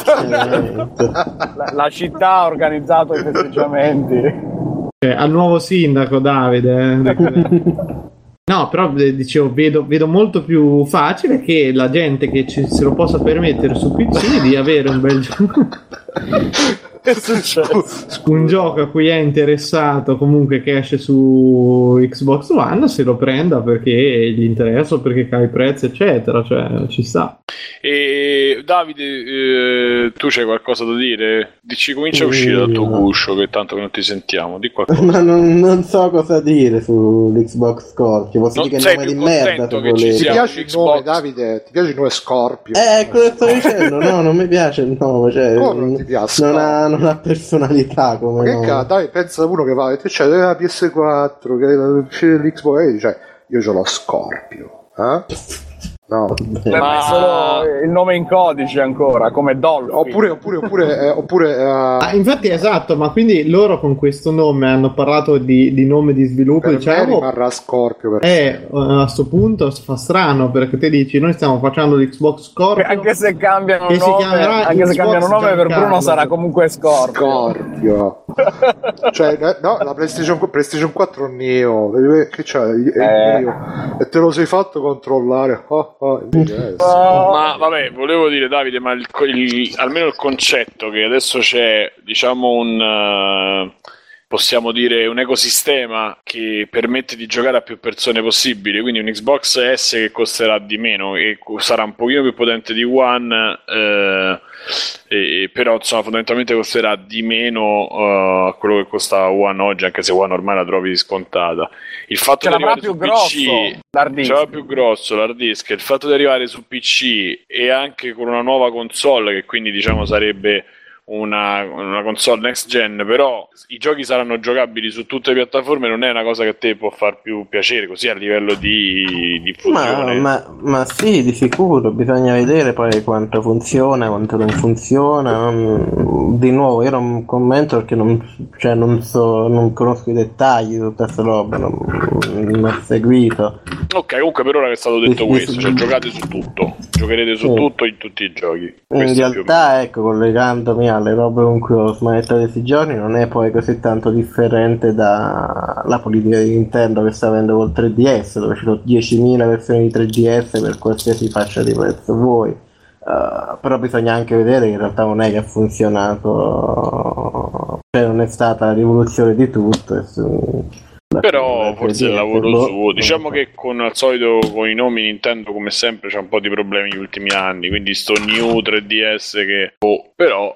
La, la città ha organizzato i festeggiamenti. cioè, al nuovo sindaco Davide eh. No, però eh, dicevo, vedo, vedo molto più facile che la gente che ci, se lo possa permettere su P C di avere un bel gioco, Che è successo? un gioco a cui è interessato comunque che esce su Xbox One, se lo prenda perché gli interessa o perché cade i prezzi eccetera, cioè ci sta. E Davide, eh, tu c'hai qualcosa da dire? Dici, comincia a uscire dal tuo guscio, che tanto che non ti sentiamo. Di qualcosa. Ma non, non so cosa dire sull'Xbox Scorpio. Posso Non dire che sei è un nome più di merda contento se che ci volete. Ti sia piace il Xbox? nome, Davide? Ti piace il nome Scorpio? Eh, quello che sto dicendo, no, non mi piace il nome, cioè, Come non ti piace? non ha, non ha personalità come Ma che nome. cazzo, dai, pensa a uno che va e te c'è la P S quattro, che c'è l'Xbox e dice io c'ho lo Scorpio, eh? No. Beh, Ma- ma è solo il nome in codice ancora, come Dolphin. Oppure, oppure, oppure, eh, oppure eh, Ah, infatti esatto, ma quindi loro con questo nome hanno parlato di, di nome di sviluppo, per me diciamo. rimarrà Scorpio per Eh, a sto punto fa strano perché te dici noi stiamo facendo l'Xbox Scorpio, Anche se cambiano Che si nome, chiamerà anche se Xbox cambiano nome per Giancarlo. Bruno sarà comunque Scorpio. Scorpio. Cioè, eh, no, la PlayStation, PlayStation quattro Neo, che c'è? È Eh. Neo. E te lo sei fatto controllare. Oh, oh, invece, eh, Oh, Ma vabbè, volevo dire Davide, ma il, il- almeno il concetto che adesso c'è, diciamo, un, uh, possiamo dire un ecosistema che permette di giocare a più persone possibili, quindi un Xbox S che costerà di meno e sarà un pochino più potente di One, eh, e, però insomma fondamentalmente costerà di meno a uh, quello che costa One oggi, anche se One ormai la trovi scontata. Il fatto Ce di arrivare più su grosso, P C, l'hard disk. ce l'ha più grosso l'hard disk, il fatto di arrivare su P C e anche con una nuova console, che quindi diciamo sarebbe Una, una console next gen, però i giochi saranno giocabili su tutte le piattaforme, non è una cosa che a te può far più piacere così a livello di diffusione. Ma, ma, ma sì, di sicuro, bisogna vedere poi quanto funziona, quanto non funziona. Non... Di nuovo, io non commento perché non, cioè non so, non conosco i dettagli di tutta questa roba, non, non ho seguito. Ok, comunque per ora che è stato detto Sì, questo, sì, cioè sì. giocate su tutto, giocherete su Sì. tutto in tutti i giochi. In Questo è più o realtà, ecco, collegandomi alle robe con cui ho smanettato questi giorni, non è poi così tanto differente dalla politica di Nintendo che sta avendo col tre D S, dove ci sono diecimila versioni di tre D S per qualsiasi fascia di prezzo vuoi. Uh, però bisogna anche vedere che in realtà non è che ha funzionato, cioè non è stata la rivoluzione di tutto. E su, Però forse il lavoro boh, suo, diciamo che con al solito con i nomi Nintendo come sempre c'ha un po' di problemi negli ultimi anni, quindi sto New tre D S che boh, però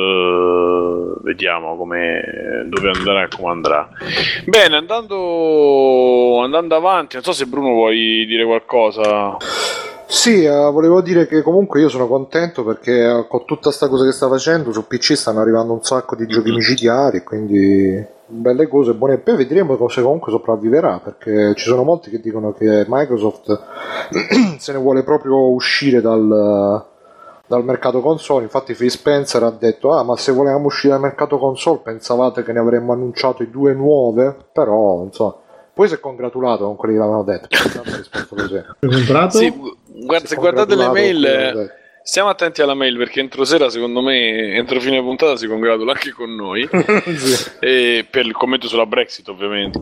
eh, vediamo come dove andrà e come andrà. Bene, andando andando avanti, non so se Bruno vuoi dire qualcosa. Sì, uh, volevo dire che comunque io sono contento perché uh, con tutta sta cosa che sta facendo su P C stanno arrivando un sacco di giochi micidiali, quindi belle cose, buone. E poi vedremo se comunque sopravviverà, perché ci sono molti che dicono che Microsoft se ne vuole proprio uscire dal, dal mercato console. Infatti Phil Spencer ha detto ah ma se volevamo uscire dal mercato console pensavate che ne avremmo annunciato i due nuove, però insomma. Poi si è congratulato con quelli che l'avevano detto. Ha risposto così. comprato? Sì, guarda, se guardate le mail, stiamo attenti alla mail perché entro sera, secondo me, entro fine puntata si congratula anche con noi. Sì. E per il commento sulla Brexit, ovviamente.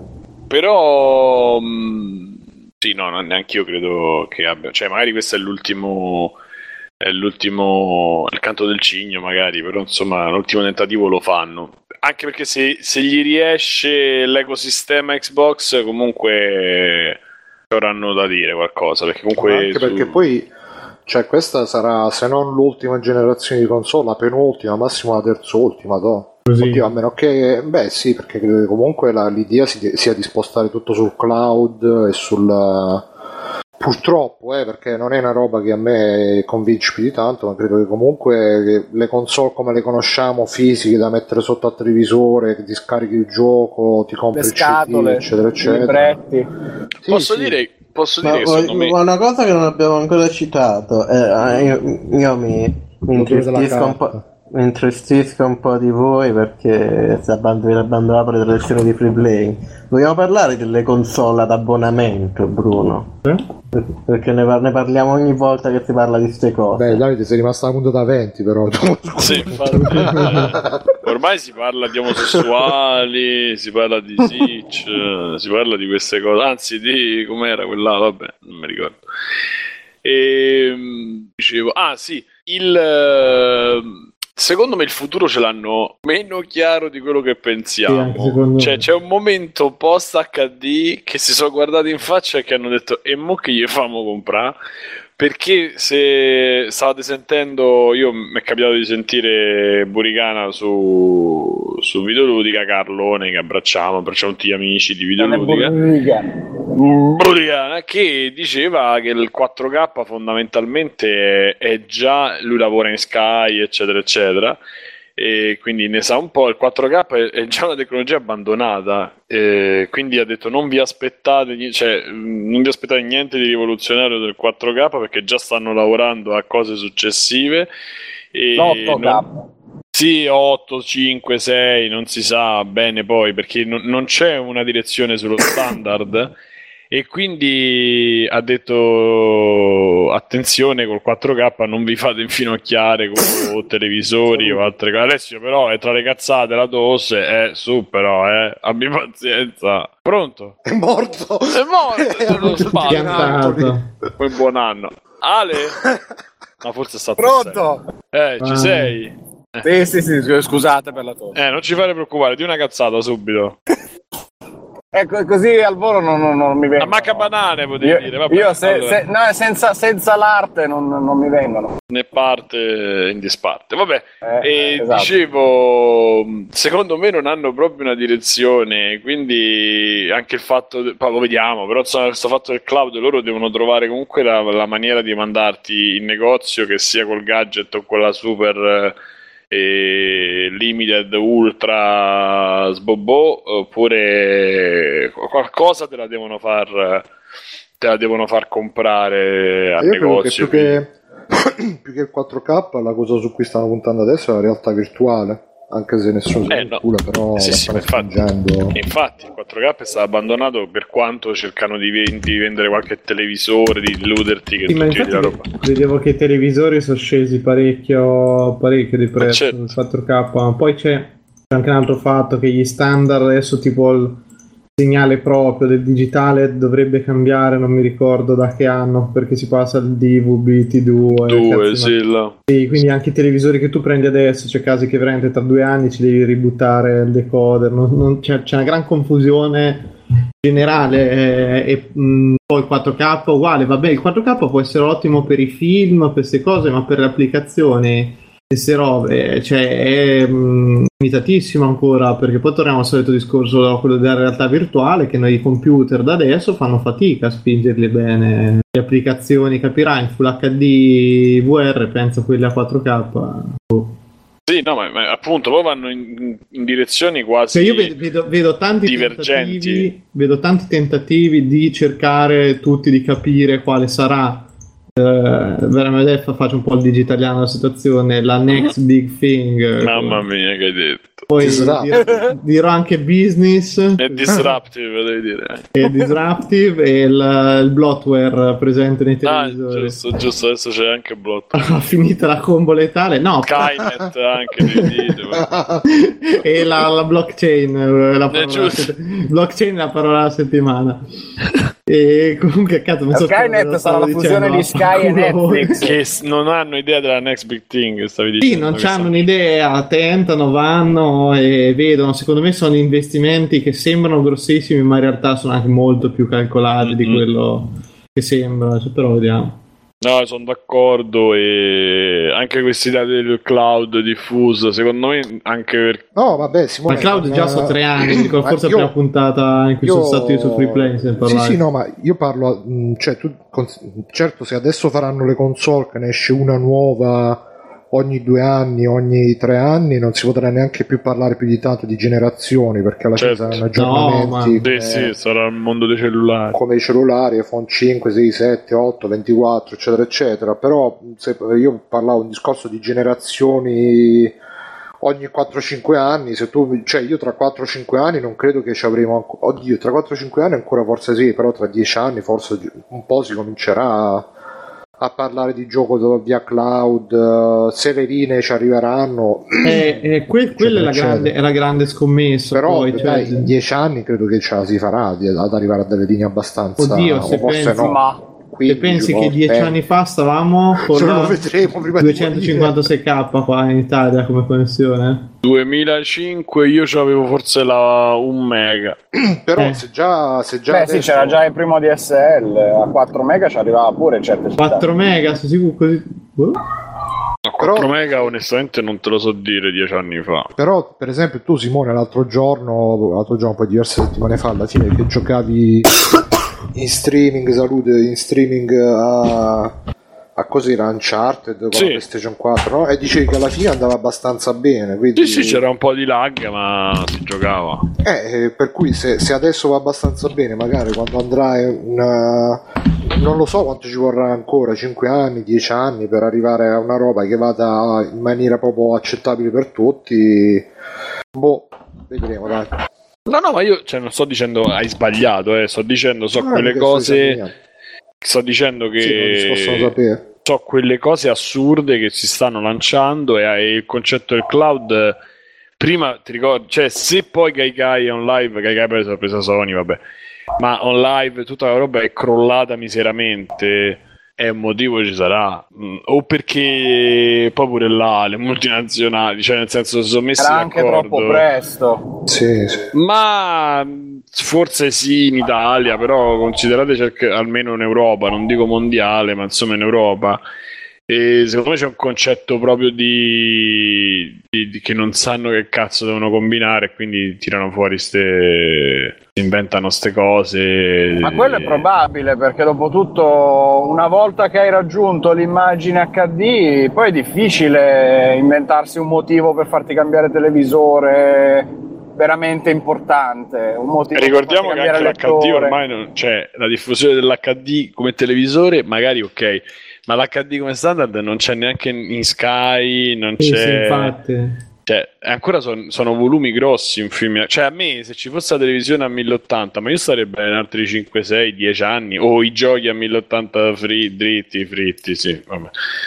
Però, mh, sì, no, neanche io credo che abbia. Cioè, magari questo è l'ultimo. È l'ultimo. Il canto del cigno, magari. Però, insomma, l'ultimo tentativo lo fanno. Anche perché se, se gli riesce l'ecosistema Xbox, comunque avranno da dire qualcosa. Perché comunque. Anche su... perché poi. Cioè, questa sarà, se non l'ultima generazione di console, la penultima, massimo la terz'ultima, no? Così. Oddio, a meno che, beh, sì, perché credo che comunque la, l'idea sia, sia di spostare tutto sul cloud e sul. Purtroppo, eh, perché non è una roba che a me convince più di tanto, ma credo che comunque che le console come le conosciamo, fisiche da mettere sotto al televisore, che ti scarichi il gioco, ti compri Le il scatole, C D, eccetera, i eccetera. libretti. Sì, Posso sì. dire. Posso Ma, dire che secondo me. ma una cosa che non abbiamo ancora citato, eh, io, io mi, mi intristisco un po'. Mi intristisco un po' di voi perché si abband- viene abbandonato le tradizioni di free play. Vogliamo parlare delle console ad abbonamento, Bruno? Eh? Perché ne, par- ne parliamo ogni volta che si parla di ste cose. Beh, Davide, sei rimasta alla punta da venti, però. Sì, infatti, ormai si parla di omosessuali, si parla di Sitch, si parla di queste cose, anzi di com'era quella, vabbè, non mi ricordo. E dicevo, ah sì, il secondo me il futuro ce l'hanno meno chiaro di quello che pensiamo. Sì, cioè c'è un momento post acca di che si sono guardati in faccia e che hanno detto e mo che gli famo comprare? Perché se stavate sentendo, io mi è capitato di sentire Buricana su, su Videoludica, Carlone che abbracciamo, abbracciamo tutti gli amici di Videoludica, Buricana, che diceva che il quattro K fondamentalmente è già, lui lavora in Sky eccetera eccetera, e quindi ne sa un po'. Il quattro K è già una tecnologia abbandonata, e quindi ha detto non vi aspettate, cioè non vi aspettate niente di rivoluzionario del quattro K perché già stanno lavorando a cose successive. E l'otto K non... sì, otto, cinque, sei, non si sa bene poi perché non, non c'è una direzione sullo standard. E quindi ha detto attenzione col quattro K, non vi fate infinocchiare con televisori o altre cose. Adesso però è tra le cazzate la dose, eh, su però, eh, abbi pazienza. Pronto? È morto! È morto! È uno spazio. Poi buon anno. Ale? Ma forse è stato pronto? Eh, ci ah. sei? Sì, sì, sì, scusate per la tosse. Eh, non ci fare preoccupare, di una cazzata subito. Ecco, così al volo non, non, non mi vengono. La macca banale potevi Io, dire, vabbè. io se, Allora, se, no, senza, senza l'arte non, non mi vengono. né parte in disparte. Vabbè, Eh, e esatto. dicevo, secondo me non hanno proprio una direzione, quindi anche il fatto, poi lo vediamo, però insomma, questo fatto del cloud, loro devono trovare comunque la, la maniera di mandarti in negozio, che sia col gadget o con la super eh, limited ultra sbobò, oppure qualcosa te la devono far te la devono far comprare al Io credo che negozio. più che, più che il quattro K, la cosa su cui stanno puntando adesso è la realtà virtuale, anche se nessuno si Eh, no. calcola, però Sì, la sì, stanno infatti, spingendo. infatti il quattro K è stato abbandonato per quanto cercano di, ven- di vendere qualche televisore, di illuderti che Sì, ma tutti vedi la roba. infatti vedevo che i televisori sono scesi parecchio, parecchio di prezzo certo. sul quattro K, ma poi c'è, c'è anche un altro fatto che gli standard adesso, tipo il segnale proprio del digitale dovrebbe cambiare, non mi ricordo da che anno, perché si passa al D V B T due. Due, cazzo, sì, ma- là. sì, quindi anche i televisori che tu prendi adesso, c'è casi che veramente tra due anni ci devi ributtare il decoder, non- non- c'è, c'è una gran confusione generale, eh, e mh, poi il quattro K uguale, vabbè, il quattro K può essere ottimo per i film, per queste cose, ma per le applicazioni, queste robe, cioè è mh, limitatissimo ancora, perché poi torniamo al solito discorso, quello della realtà virtuale, che noi i computer da adesso fanno fatica a spingerli bene, le applicazioni, capirai, in Full H D V R, penso quelle a quattro K. boh. Sì, no, ma, ma appunto poi vanno in, in direzioni quasi Cioè io vedo, vedo, vedo tanti divergenti. tentativi, vedo tanti tentativi di cercare tutti di capire quale sarà, eh, veramente faccio un po' il digitaliano della situazione, la next big thing. eh, Mamma mia, che hai detto. Poi Disrupt. dirò, dirò anche business È disruptive, devi dire. e disruptive e il, il bloatware presente nei Ah, televisori. giusto, giusto, adesso c'è anche Blot. Ha finita la combo letale? No. Skynet anche, devi dire. ma- E la, la blockchain, eh, la parola, giusto. blockchain è la parola della settimana. E comunque, cazzo, mi so Skynet cosa sarà la stavo fusione dicendo, di Sky e vaffanculo. Netflix. Che s- non hanno idea della next big thing, stavi Sì, dicendo. non che hanno sta- un'idea, tentano, vanno e vedono. Secondo me sono investimenti che sembrano grossissimi, ma in realtà sono anche molto più calcolati di Mm. quello che sembra. Cioè, però vediamo. No, sono d'accordo, e anche questa idea del cloud diffuso, secondo me anche per... No, vabbè, Ma Simone. il cloud non- già sono tre anni, dico, Ma forse io- la prima puntata in cui io- sono stato io su Free Play. Se Sì, parlare. sì, no, ma io parlo, mh, cioè, tu, cons- certo, se adesso faranno le console, che ne esce una nuova ogni due anni, ogni tre anni, non si potrà neanche più parlare più di tanto di generazioni, perché alla fine Certo. saranno aggiornamenti No, ma- Sì, come, sì, sarà il mondo dei cellulari. come i cellulari, iPhone cinque, sei, sette, otto, ventiquattro, eccetera, eccetera. Però se io parlavo un discorso di generazioni ogni quattro cinque anni, se tu, cioè io tra quattro cinque anni non credo che ci avremo ancora, oddio, tra quattro cinque anni ancora forse sì, però tra dieci anni forse un po' si comincerà a, a parlare di gioco via cloud, uh, serverine ci arriveranno, Eh, eh, que- quella è la, eccetera. grande, è la grande scommessa. però poi, dai, cioè, in dieci anni credo che ce la si farà di- ad arrivare a delle linee abbastanza, Oddio, o se forse pensi- no. Ma se quindici, pensi che forse, dieci eh. anni fa stavamo con Ce lo la vedremo prima di duecentocinquantasei K qua in Italia come connessione. duemilacinque io avevo forse la un mega. però Eh. se già, se già beh, sì, adesso- c'era già il primo D S L a quattro mega, ci arrivava pure in certe città. quattro mega, sei sicuro così? Boh. No, Però- quattro mega onestamente non te lo so dire dieci anni fa. Però, per esempio, tu, Simone, l'altro giorno, l'altro giorno, poi diverse settimane fa, alla fine, che giocavi in streaming, salute, in streaming a, a cos'era, Uncharted con Sì. la PlayStation quattro, no? E dicevi che alla fine andava abbastanza bene. Quindi, Sì, sì, c'era un po' di lag, ma si giocava. Eh, per cui se, se adesso va abbastanza bene, magari quando andrà una... non lo so quanto ci vorrà ancora, cinque anni, dieci anni per arrivare a una roba che vada in maniera proprio accettabile per tutti. Boh, vedremo, dai. No, no, ma io cioè, non sto dicendo hai sbagliato, eh, sto dicendo so No, quelle perché sto cose, dicendo niente. sto dicendo che Sì, non si possono sapere. so quelle cose assurde che si stanno lanciando, e, e il concetto del cloud, eh, prima ti ricordo, cioè se poi Gaikai on live, Gaikai poi si è presa Sony, vabbè, ma on live tutta la roba è crollata miseramente, è un motivo ci sarà, mm, o perché poi pure là le multinazionali, cioè nel senso si sono messi era d'accordo. anche troppo presto. Sì, sì. Ma forse sì in Italia, però considerate cerca- almeno in Europa, non dico mondiale, ma insomma in Europa. E secondo me c'è un concetto proprio di, di, di che non sanno che cazzo devono combinare, e quindi tirano fuori ste, inventano ste cose. Ma quello è probabile, perché dopo tutto, una volta che hai raggiunto l'immagine acca di, poi è difficile inventarsi un motivo per farti cambiare televisore veramente importante. Un motivo Ricordiamo per che farti anche cambiare l'H D lettore. ormai non, cioè la diffusione dell'H D come televisore magari ok, ma l'H D come standard non c'è neanche in Sky, non Sì, c'è, sì, infatti. cioè ancora son, sono volumi grossi in film, cioè a me se ci fosse la televisione a mille ottanta, ma io starei bene in altri cinque, sei, dieci anni, o i giochi a mille ottanta free, dritti, fritti, sì, vabbè.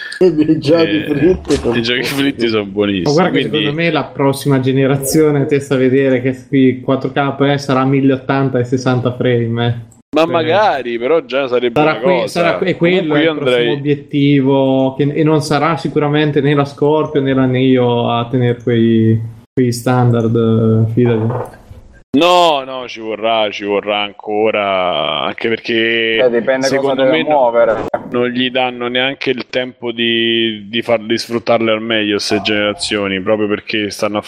I giochi Eh, fritti sono i giochi fritti sono buonissimi. Ma guarda che quindi- secondo me la prossima generazione testa a vedere che qui quattro K eh, sarà mille ottanta e sessanta frame. eh. ma Cioè, magari, però già sarebbe sarà, una que- cosa. sarà que- quello Comunque è io il prossimo andrei. obiettivo che- e non sarà sicuramente né la Scorpio né la Neo a tenere quei, quei standard, eh, fidati. No, no, ci vorrà, ci vorrà ancora, anche perché Eh, dipende cosa secondo deve me no- muovere. non gli danno neanche il tempo di, di farli sfruttarle al meglio queste generazioni, proprio perché stanno a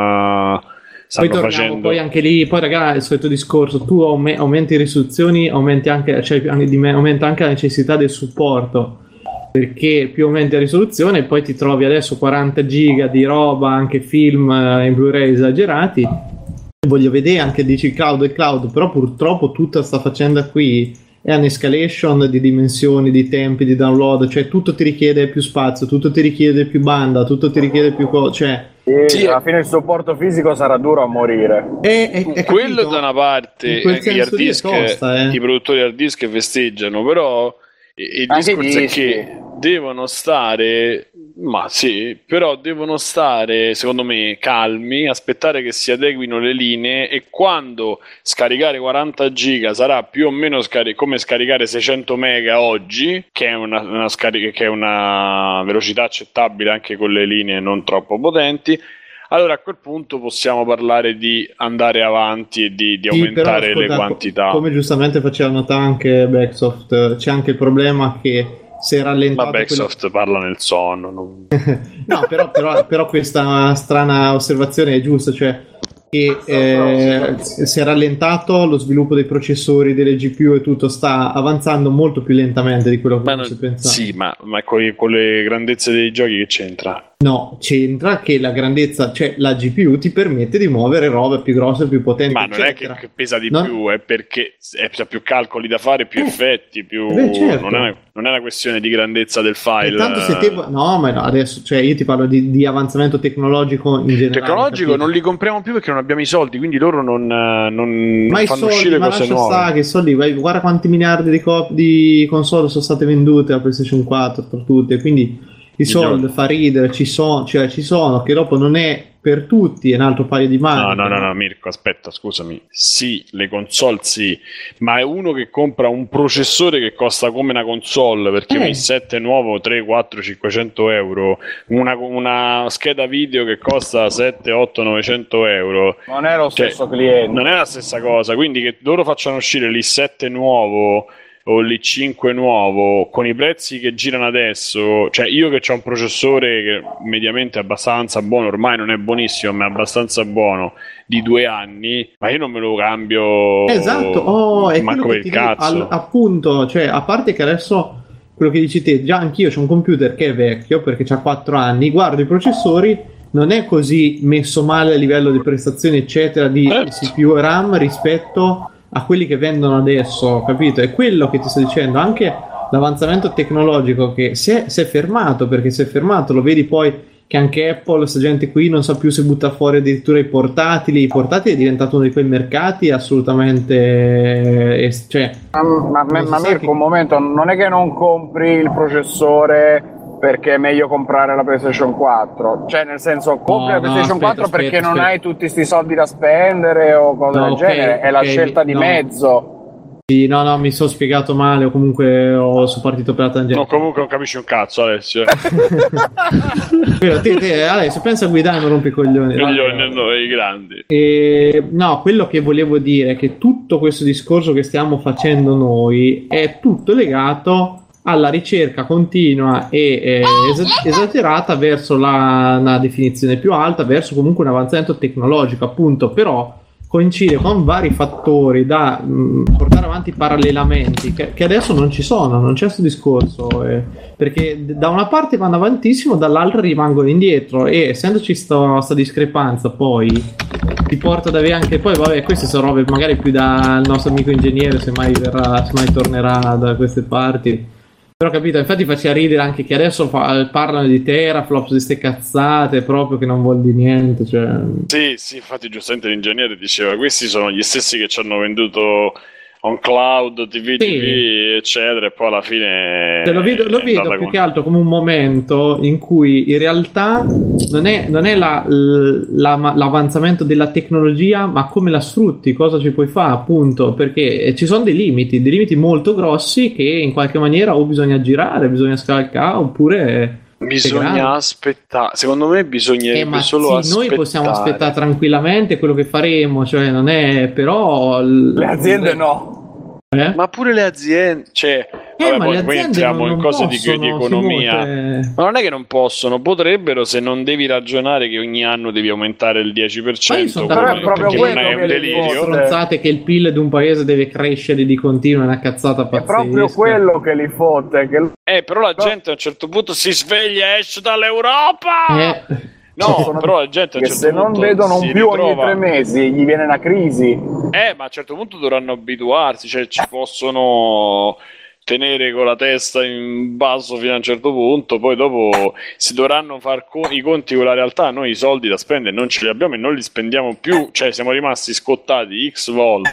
fa Poi stanno torniamo facendo poi anche lì, poi raga, il solito discorso, tu aume- aumenti le risoluzioni, aumenti anche, cioè, anche di me- aumenta anche la necessità del supporto, perché più aumenti la risoluzione poi ti trovi adesso quaranta giga di roba, anche film eh, in Blu-ray esagerati. Voglio vedere anche, dici cloud e cloud, però purtroppo tutta sta faccenda qui è un'escalation di dimensioni, di tempi, di download, cioè tutto ti richiede più spazio, tutto ti richiede più banda, tutto ti richiede più co- cioè Sì, Sì. alla fine il supporto fisico sarà duro a morire. è, è, è quello capito? da una parte, In quel eh, gli senso hard lì disk, costa, eh. i produttori hard disk festeggiano, però il il Anche i discorso è dischi. che devono stare, ma sì, però devono stare, secondo me, calmi, aspettare che si adeguino le linee, e quando scaricare quaranta giga sarà più o meno scari- come scaricare seicento mega oggi, che è una, una scarica, che è una velocità accettabile anche con le linee non troppo potenti, allora a quel punto possiamo parlare di andare avanti e di, di Sì, aumentare però, le ascolta, quantità. come giustamente faceva notare anche Backsoft, c'è anche il problema che se rallentato Ma Backsoft parla nel sonno. non- No, però, però, però questa strana osservazione è giusta, cioè che eh, si è rallentato lo sviluppo dei processori, delle G P U e tutto sta avanzando molto più lentamente di quello che Ma non non- si pensava. sì, ma, ma con, i- con le grandezze dei giochi che c'entra? No, c'entra che la grandezza, cioè la G P U ti permette di muovere robe più grosse, più potenti, Ma non è che, eccetera. che pesa di Non- più, è perché è- c'è più calcoli da fare, più Eh, effetti, più... beh, certo. non, è una, non è una questione di grandezza del E file. tanto se te... No, ma no, adesso, cioè io ti parlo di, di avanzamento tecnologico in generale. Tecnologico capito? non li compriamo più perché non abbiamo i soldi, quindi loro non, eh, non, Ma non i fanno soldi, uscire ma cose lascia nuove. stare che i soldi, vai, guarda quanti miliardi di, cop- di console sono state vendute alla PlayStation quattro per tutte, quindi i soldi Milioni. fa ridere, ci sono, cioè ci sono, che dopo non è per tutti, è un altro paio di mani. No, no, no, no, Mirko, aspetta, scusami. Sì, le console sì, ma è uno che compra un processore che costa come una console, perché Eh. un i sette nuovo tre, quattro, cinquecento euro, una, una scheda video che costa sette, otto, novecento euro. Non è lo Cioè, stesso cliente. non è la stessa cosa, quindi che loro facciano uscire l'i sette nuovo o l'i cinque nuovo con i prezzi che girano adesso, cioè io che ho un processore che mediamente è abbastanza buono, ormai non è buonissimo ma è abbastanza buono, di due anni, ma io non me lo cambio Esatto, oh, è manco quello per che il ti dico, cazzo. al- appunto, cioè a parte che adesso quello che dici te, già anch'io c'ho un computer che è vecchio perché c'ha quattro anni, guardo i processori, non è così messo male a livello di prestazioni eccetera di Certo. C P U e RAM rispetto a quelli che vendono adesso, capito? È quello che ti sto dicendo, anche l'avanzamento tecnologico che si è, si è fermato, perché si è fermato, lo vedi poi che anche Apple, questa gente qui non sa più se butta fuori addirittura i portatili, i portatili è diventato uno di quei mercati assolutamente eh, cioè, Ma, ma, non si ma sa Mirko, che- un momento, non è che non compri il processore perché è meglio comprare la PlayStation quattro, cioè nel senso compri No, la no, PlayStation aspetta, quattro perché aspetta, non aspetta. hai tutti sti soldi da spendere o cose No, del ok, genere, è la ok, scelta di no. mezzo. Sì, no, no, mi sono spiegato male o comunque ho sono partito per la tangente. No, comunque non capisci un cazzo, Alessio. Però te, te, Alessio, pensa a guidare e non rompi i coglioni. Coglioni, no, i grandi. E, no, quello che volevo dire è che tutto questo discorso che stiamo facendo noi è tutto legato alla ricerca continua e eh, es- esagerata verso la, una definizione più alta, verso comunque un avanzamento tecnologico, appunto, però coincide con vari fattori da mh, portare avanti parallelamenti che, che adesso non ci sono, non c'è questo discorso, eh, perché d- da una parte vanno avantissimo, dall'altra rimangono indietro, e essendoci questa discrepanza poi ti porta ad avere anche, poi vabbè, queste sono robe magari più dal nostro amico ingegnere, se mai verrà, se mai tornerà da queste parti. Però capito, infatti faceva ridere anche che adesso fa, parlano di teraflops, di ste cazzate, proprio che non vuol dire niente, cioè... Sì, sì, infatti giustamente l'ingegnere diceva questi sono gli stessi che ci hanno venduto on cloud, T V, sì. T V, eccetera, e poi alla fine... Cioè, lo vedo, lo vedo più con... che altro come un momento in cui in realtà non è, non è la, la, l'avanzamento della tecnologia, ma come la sfrutti, cosa ci puoi fare, appunto, perché ci sono dei limiti, dei limiti molto grossi che in qualche maniera o bisogna girare, bisogna scalcare, oppure... Bisogna aspettare, secondo me bisognerebbe eh, ma solo sì, aspettare. Noi possiamo aspettare tranquillamente quello che faremo, cioè non è, però... Le aziende no. Eh? Ma pure le aziende, cioè, eh, vabbè, ma poi, le poi aziende entriamo non, in non cose possono, di, di economia. Simone, ma non è che non possono, potrebbero, se non devi ragionare che ogni anno devi aumentare il dieci per cento, come, però è proprio perché non è quello un che delirio. Stronzate che il P I L di un paese deve crescere di continuo, è una cazzata pazzesca. È proprio quello che li fotte, che... Eh, però la gente a un certo punto si sveglia, esce dall'Europa. Eh. No, sono però la gente a un certo se non punto vedono si più ritrova... ogni tre mesi gli viene una crisi. Eh, ma a un certo punto dovranno abituarsi, cioè ci possono tenere con la testa in basso fino a un certo punto, poi dopo si dovranno fare co- i conti con la realtà. Noi i soldi da spendere non ce li abbiamo e non li spendiamo più, cioè siamo rimasti scottati X volte.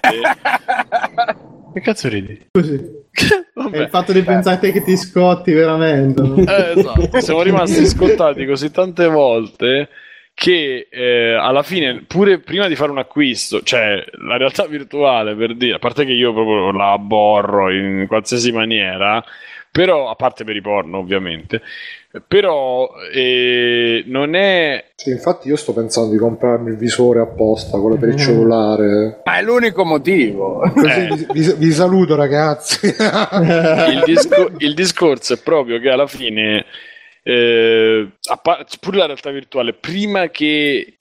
Che cazzo ridi? Così. È il fatto di pensare a te che ti scotti veramente. Eh, esatto, siamo rimasti scottati così tante volte che eh, alla fine, pure prima di fare un acquisto, cioè la realtà virtuale, per dire, a parte che io proprio la aborro in qualsiasi maniera, però a parte per i porno ovviamente, però eh, non è... Sì, infatti io sto pensando di comprarmi il visore apposta, quello per il cellulare. Ma è l'unico motivo. Così Eh. vi, vi, vi saluto ragazzi. il, disco- il discorso è proprio che alla fine eh, a par- pure la realtà virtuale, prima che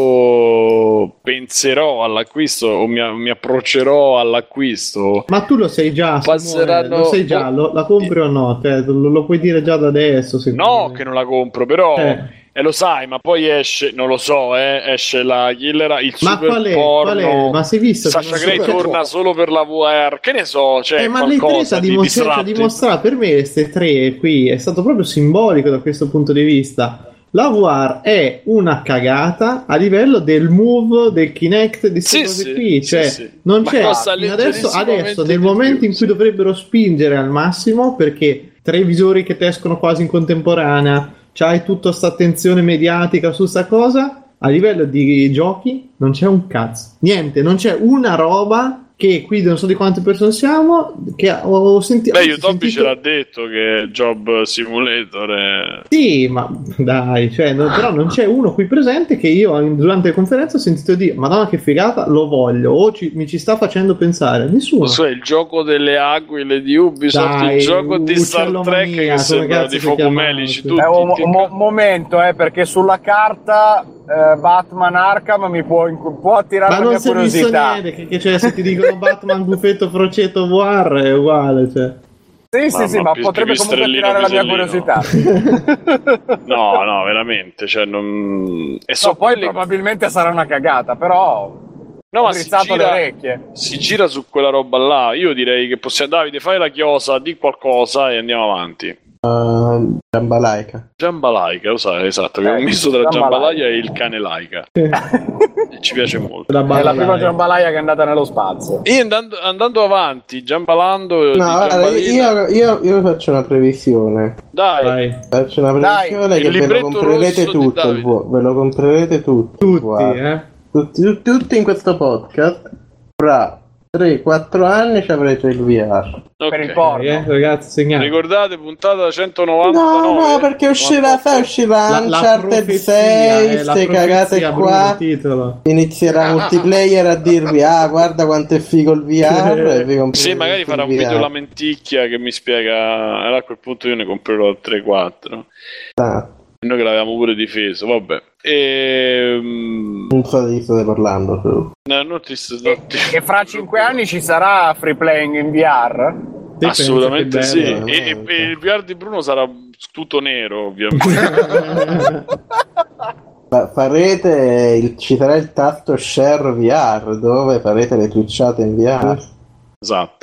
io penserò all'acquisto o mi, mi approccerò all'acquisto, ma tu lo sai già, passeranno... Simone, lo sai già, lo, la compri o no? Te, lo, lo puoi dire già da adesso? No, che non la compro, però eh. E lo sai, ma poi esce, non lo so, eh, esce la killer, il ma super qual è, porno. qual è? Ma sei visto? Sasha Grey torna solo per la V R, che ne so, cioè eh, ma qualcosa l'E tre di dimostra- disruptive. dimostrare per me queste tre qui è stato proprio simbolico da questo punto di vista. La V R è una cagata a livello del Move, del Kinect, di queste Sì, cose sì, qui, cioè sì, sì. non Ma c'è costa adesso, leggerissimamente adesso nel di momento più, in cui sì. dovrebbero spingere al massimo, perché tre visori che ti escono quasi in contemporanea, c'hai tutta sta attenzione mediatica su sta cosa, a livello di giochi non c'è un cazzo, niente, non c'è una roba che qui non so di quante persone siamo, che ho sentito... Beh, Yotobi ce l'ha detto che è Job Simulator è... Sì, ma dai, cioè, no, però non c'è uno qui presente che io durante le conferenze ho sentito dire madonna che figata, lo voglio, o ci, mi ci sta facendo pensare, nessuno. So, il gioco delle aquile di Ubisoft, Dai, il gioco di Star Trek Uccellomania, che sembra come di cazzo si fuoco chiamava? melici Sì. tutti. È un Che mo- ca- momento, eh, perché sulla carta eh, Batman Arkham mi può, può attirare Ma la non mia si è visto curiosità. niente, che, che cioè, se ti dicono Batman buffetto froceto V R è uguale, cioè. Sì, sì, Ma- sì, ma ma pi- potrebbe comunque pipistrellino, attirare la mia pisellino. curiosità. No, no, veramente, cioè non... E so No, poi quelle- probabilmente sarà una cagata, però No, ho ma si drizzato le gira, orecchie. si gira su quella roba là. Io direi che possiamo... Davide, fai la chiosa, di qualcosa e andiamo avanti. Uh, Jambalaica. Jambalaica, lo sai, esatto, che è un Eh, misto tra Jambalaya. Jambalaya e il cane laica. Ci piace molto. La È la balalaia. prima jambalaya che è andata nello spazio. E andando, andando avanti, Jambalando... di No, guarda, Jambalina- io, io, io faccio una previsione. Dai, Dai, Faccio una Dai, previsione il che ve lo libretto comprerete rosso di tutto. Il Davide. vuo- ve lo comprerete tutto. il tutti, vuoto. eh. Tutti, tutti in questo podcast fra tre quattro anni ci avrete il V R. Okay. Per il porno. Eh, ragazzi, segnate. Ricordate, puntata centonovantanove. No, no, perché uscirà, sai, uscirà La- la Uncharted profezia, sei, eh, la ste profezia, cagate Bruno, qua. il titolo. Inizierà multiplayer a dirvi, ah, guarda quanto è figo il V R. e vi comprerete Sì, magari farà un il V R. video lamenticchia che mi spiega. Allora a quel punto io ne comprerò tre quattro. Ah, Noi che l'avevamo pure difeso, vabbè. E... non so di chi state parlando. tu. No, non ti sto... E, e fra cinque anni ci sarà free playing in V R? Sì, Assolutamente penso sì. che bello. E, e- e il V R di Bruno sarà tutto nero, ovviamente. Fa- farete il, ci sarà il tasto share V R dove farete le twitchate in V R. Esatto.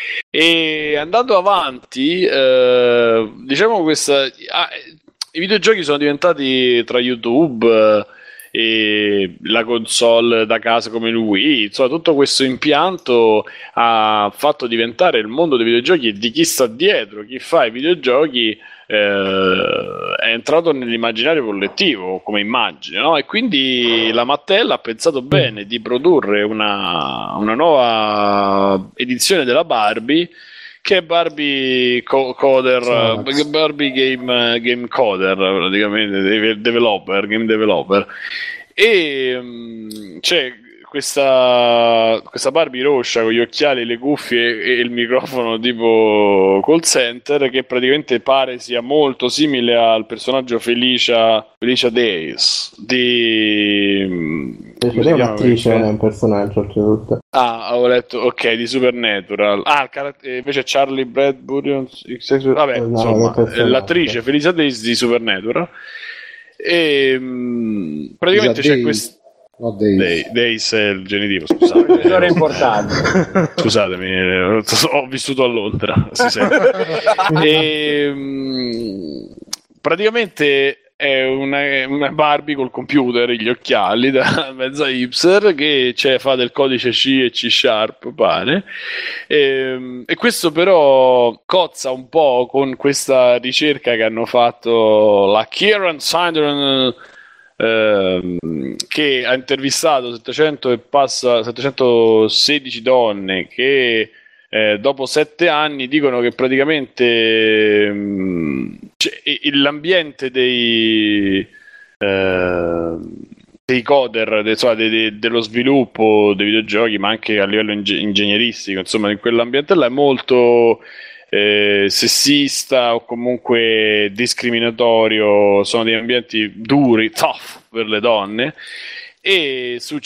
E andando avanti, eh, diciamo questa... ah, i videogiochi sono diventati tra YouTube eh, e la console da casa come il Wii, insomma tutto questo impianto ha fatto diventare il mondo dei videogiochi e di chi sta dietro, chi fa i videogiochi eh, è entrato nell'immaginario collettivo come immagine, no? E quindi la Mattel ha pensato bene di produrre una, una nuova edizione della Barbie, che è Barbie Co- Coder, Sonax. Barbie Game, Game Coder, praticamente, de- developer, game developer. E um, c'è questa, questa Barbie rossa con gli occhiali, le cuffie e il microfono tipo call center, che praticamente pare sia molto simile al personaggio Felicia, Felicia Days di... Cioè, lei è un'attrice, non è un personaggio oltretutto. Ah, avevo letto, ok, di Supernatural. Ah, il car- eh, invece Charlie Bradbury, vabbè, No, insomma, che personaggio. l'attrice Felicia Days di Supernatural. E mh, praticamente Felicia c'è Days. questo No, Days. Day, Days è il genitivo, scusate. È importante. Scusatemi, eh, ho vissuto a Londra, si sente. E, mh, praticamente è una, una Barbie col computer, gli occhiali da mezza hipster che c'è, fa del codice C e C Sharp, pare. E, e questo però cozza un po' con questa ricerca che hanno fatto la Kieran Sanders, ehm, che ha intervistato settecento e passa settecentosedici donne che eh, dopo sette anni dicono che praticamente mh, cioè, l'ambiente dei eh, dei coder, de, insomma, de, de, dello sviluppo dei videogiochi, ma anche a livello inge- ingegneristico, insomma, in quell'ambiente là è molto eh, sessista o comunque discriminatorio, sono degli ambienti duri, tough per le donne. E su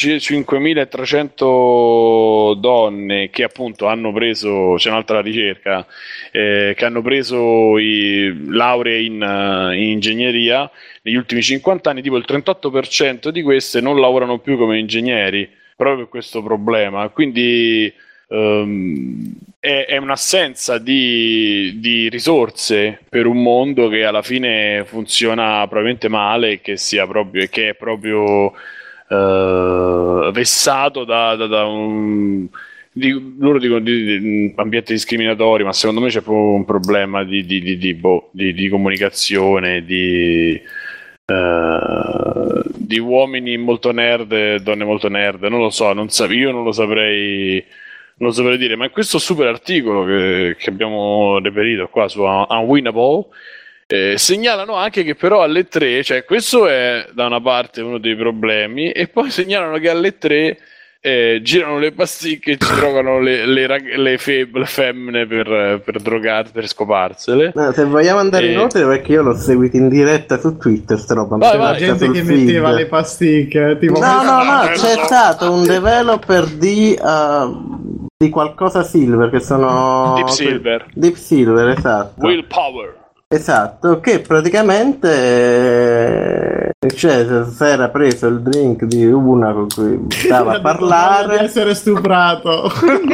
cinquemilatrecento donne che appunto hanno preso, c'è un'altra ricerca, eh, che hanno preso i lauree in, uh, in ingegneria negli ultimi cinquanta anni, tipo il trentotto per cento di queste non lavorano più come ingegneri proprio per questo problema. Quindi um, è, è un'assenza di, di risorse per un mondo che alla fine funziona probabilmente male e che sia proprio, che è proprio uh, vessato da, da, da un di, loro dicono di, di ambiente discriminatori, ma secondo me c'è proprio un problema di, di, di, di, boh, di, di comunicazione, di Uh, di uomini molto nerd e donne molto nerd, non lo so, non sa- io non lo saprei non lo saprei dire, ma in questo super articolo che, che abbiamo reperito qua su Un- Unwinnable eh, segnalano anche che però alle tre, cioè questo è da una parte uno dei problemi, e poi segnalano che alle tre eh, girano le pasticche e ci trovano le, le, rag- le, fe- le femmine per, per drogare, per scoparsele. No, se vogliamo andare Eh. in ordine, perché io l'ho seguito in diretta su Twitter, sta roba. Vai, mi vai. La passa gente sul che feed. metteva le pasticche, tipo No, no, no, Ah, c'è no. stato un developer di, uh, di qualcosa Silver, che sono... Deep Silver. Deep Silver, esatto. Willpower. Esatto, che praticamente eh, cioè, si era preso il drink di una con cui stava a di parlare essere stuprato.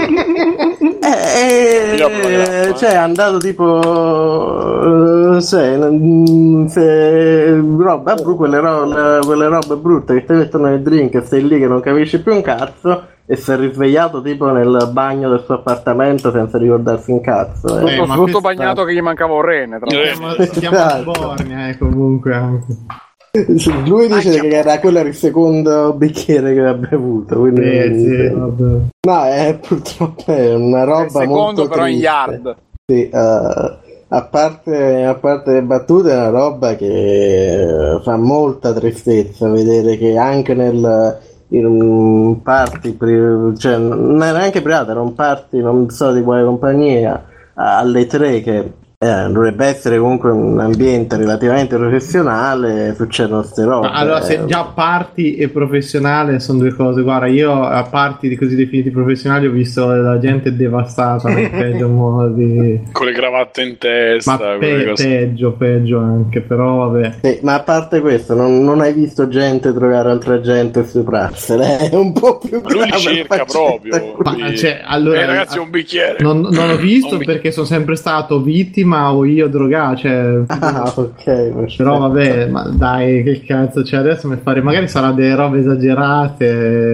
e, Io apro la grappa, eh. cioè è andato tipo eh, cioè, mm, se, roba, bru, quelle, ro- quelle robe brutte che ti mettono nel drink e stai lì che non capisci più un cazzo, e si è risvegliato tipo nel bagno del suo appartamento senza ricordarsi un cazzo. Eh, eh. Tutto, ma tutto questo- bagnato che gli mancava un rene. Tra Eh. l'altro. Si chiama Borgna, eh, comunque anche. Lui dice che era quello era il secondo bicchiere che ha bevuto, quindi Eh, sì, vabbè. no, è purtroppo è una roba Il secondo molto però in triste. yard. Sì, uh, a parte a parte le battute è una roba che fa molta tristezza vedere che anche nel in un party pri- cioè non era neanche privato, era un party non so di quale compagnia alle tre che Eh, dovrebbe essere comunque un ambiente relativamente professionale, succedono ste robe. Ma allora, se già party e professionale sono due cose, guarda, io a party di così definiti professionali ho visto la gente devastata nel peggio modo di... con le cravatte in testa, ma quelle pe- cose. peggio, peggio anche, però vabbè. Sì, ma a parte questo, non, non hai visto gente trovare altra gente e stuprarsela, è un po' più Ma lui li grave il cerca faccetta. proprio. Ma, lui- cioè, allora, Eh, ragazzi, un bicchiere. Non, non ho visto Un perché sono sempre stato vittima o io drogato, cioè... Ah, ok, perfetto. Però vabbè, ma dai, che cazzo c'è adesso per fare? Magari sarà delle robe esagerate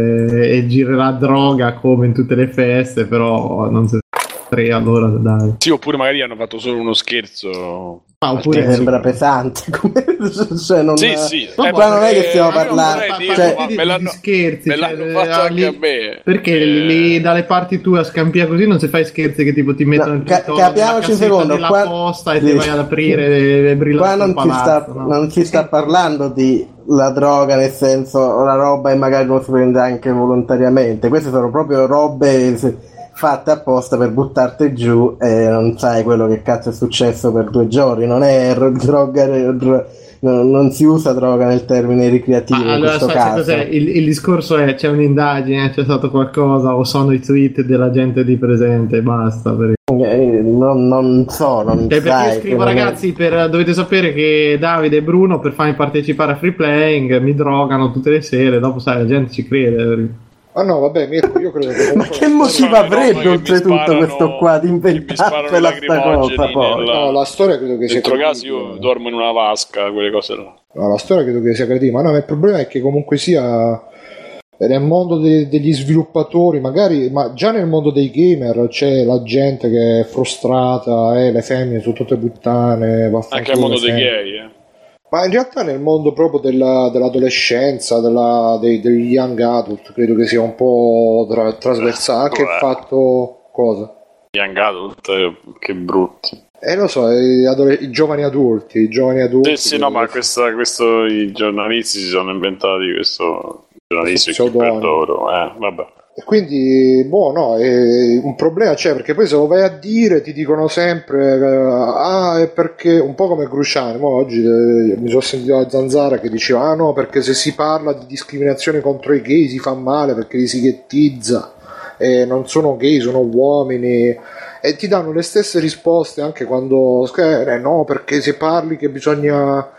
e, e girerà droga come in tutte le feste, però non si tre allora dai. Sì, oppure magari hanno fatto solo uno scherzo. Ah, Mi oppure sembra pesante come... cioè non Sì, sì. ma Eh, qua non è che eh, stiamo io non parlando vorrei dirlo, cioè, ma di- me l'hanno- di scherzi, me cioè, l'hanno fatto ah, anche lì- a me. perché Eh, lì dalle parti tue a Scampia così non si fa i scherzi che tipo ti mettono No, il ca- pittore capiamoci nella un cassetta secondo, della qua- posta e sì. ti vai ad aprire le, le brillante qua non, palazzo, si sta, no? non si sta parlando di la droga nel senso la roba e magari non si prende anche volontariamente, queste sono proprio robe se- fatte apposta per buttarti giù e non sai quello che cazzo è successo per due giorni, non è r- droga r- non, non si usa droga nel termine ricreativo Ma in allora, questo sai caso. cos'è? Il, il discorso è c'è un'indagine, c'è stato qualcosa o sono i tweet della gente di presente, basta. Per... Eh, non, non so, non Cioè, perché sai io che scrivo non è- ragazzi, per, dovete sapere che Davide e Bruno per farmi partecipare a Free Playing mi drogano tutte le sere, dopo sai la gente ci crede. Ah no, vabbè, Mirko, io credo che Ma comunque che la motivo storia- Sono le avrebbe robe che mi oltretutto sparano- questo qua di che mi inventartela sparano i sta cosa lacrimogeni poi? nella- No, la storia credo che sia Dentro casa credibile. io dormo in una vasca, quelle cose là. No, la storia credo che sia credibile, ma no, ma il problema è che comunque sia nel mondo de- degli sviluppatori, magari, ma già nel mondo dei gamer c'è la gente che è frustrata, eh, le femmine sono tutte puttane, vaffanculo Anche al mondo le dei femmine. gay, eh. Ma in realtà nel mondo proprio della- dell'adolescenza, della- dei, degli young adult, credo che sia un po' tra- trasversale, anche il Vabbè. fatto cosa? Young adult, eh, che brutti. Eh lo so, i, adole- i giovani adulti, i giovani adulti. Sì, sì, no, ma questa, questo, i giornalisti si sono inventati questo giornalisti che Pseudonimo. per loro, eh, vabbè. E quindi, boh, no, è un problema c'è, perché poi se lo vai a dire ti dicono sempre, eh, ah, è perché, un po' come Cruciani, mo oggi eh, mi sono sentito la Zanzara che diceva, ah no, perché se si parla di discriminazione contro i gay si fa male, perché li si ghettizza, e non sono gay, sono uomini, e ti danno le stesse risposte anche quando, eh, no, perché se parli che bisogna...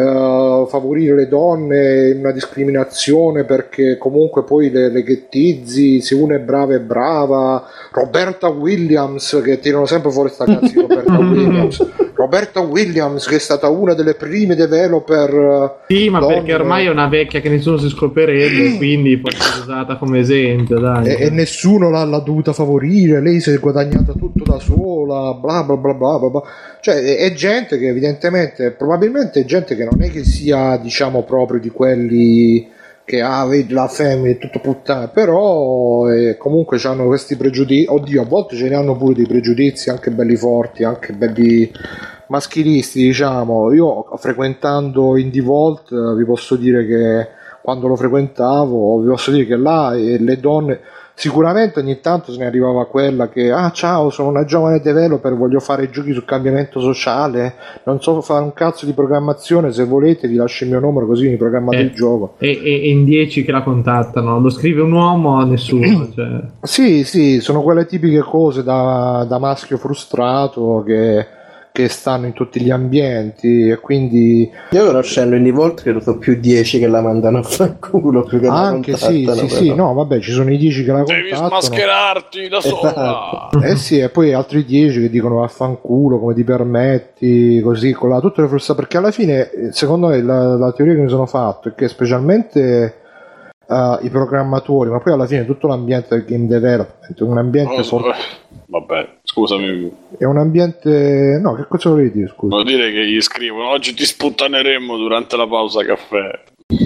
Uh, favorire le donne, una discriminazione perché comunque poi le, le ghettizzi, se uno è brava è brava. Roberta Williams, che tirano sempre fuori sta cazzo di Roberta Williams. Roberta Williams che è stata una delle prime developer. Sì, ma donne. perché ormai è una vecchia che nessuno si scoperebbe, quindi può essere usata come esempio, dai. e, e nessuno l'ha, l'ha dovuta favorire, lei si è guadagnata tutto da sola, bla bla bla bla bla, bla. Cioè è, è gente che evidentemente, probabilmente è gente che non è che sia, diciamo, proprio di quelli che ah vedi la femmina è tutto puttana, però eh, comunque hanno questi pregiudizi, oddio, a volte ce ne hanno pure dei pregiudizi anche belli forti, anche belli maschilisti, diciamo. Io frequentando Indie Vault eh, vi posso dire che quando lo frequentavo vi posso dire che là eh, le donne sicuramente ogni tanto se ne arrivava quella che ah ciao, sono una giovane developer, voglio fare giochi sul cambiamento sociale, non so fare un cazzo di programmazione, se volete vi lascio il mio numero così mi programmate Eh. il gioco. E, e- e in dieci che la contattano, lo scrive un uomo a nessuno, cioè. Sì, sì, sono quelle tipiche cose da, da maschio frustrato che, che stanno in tutti gli ambienti e quindi Io conoscendo Indie Vault credo sono più dieci che la mandano a fanculo più che la anche sì, contattano, sì, però. sì, no, vabbè, ci sono i dieci che la Devi contattano. smascherarti da sola. Eh sì, e poi altri dieci che dicono vaffanculo, come ti permetti, così, con la, tutte le frustrazioni, perché alla fine, eh, secondo me, la, la teoria che mi sono fatto è che specialmente uh, i programmatori, ma poi alla fine tutto l'ambiente del game development è un ambiente Oh, sorto. Vabbè, Scusami. È un ambiente... No, che cosa volevi dire, scusa? Vuol dire che gli scrivono oggi ti sputtaneremo durante la pausa caffè.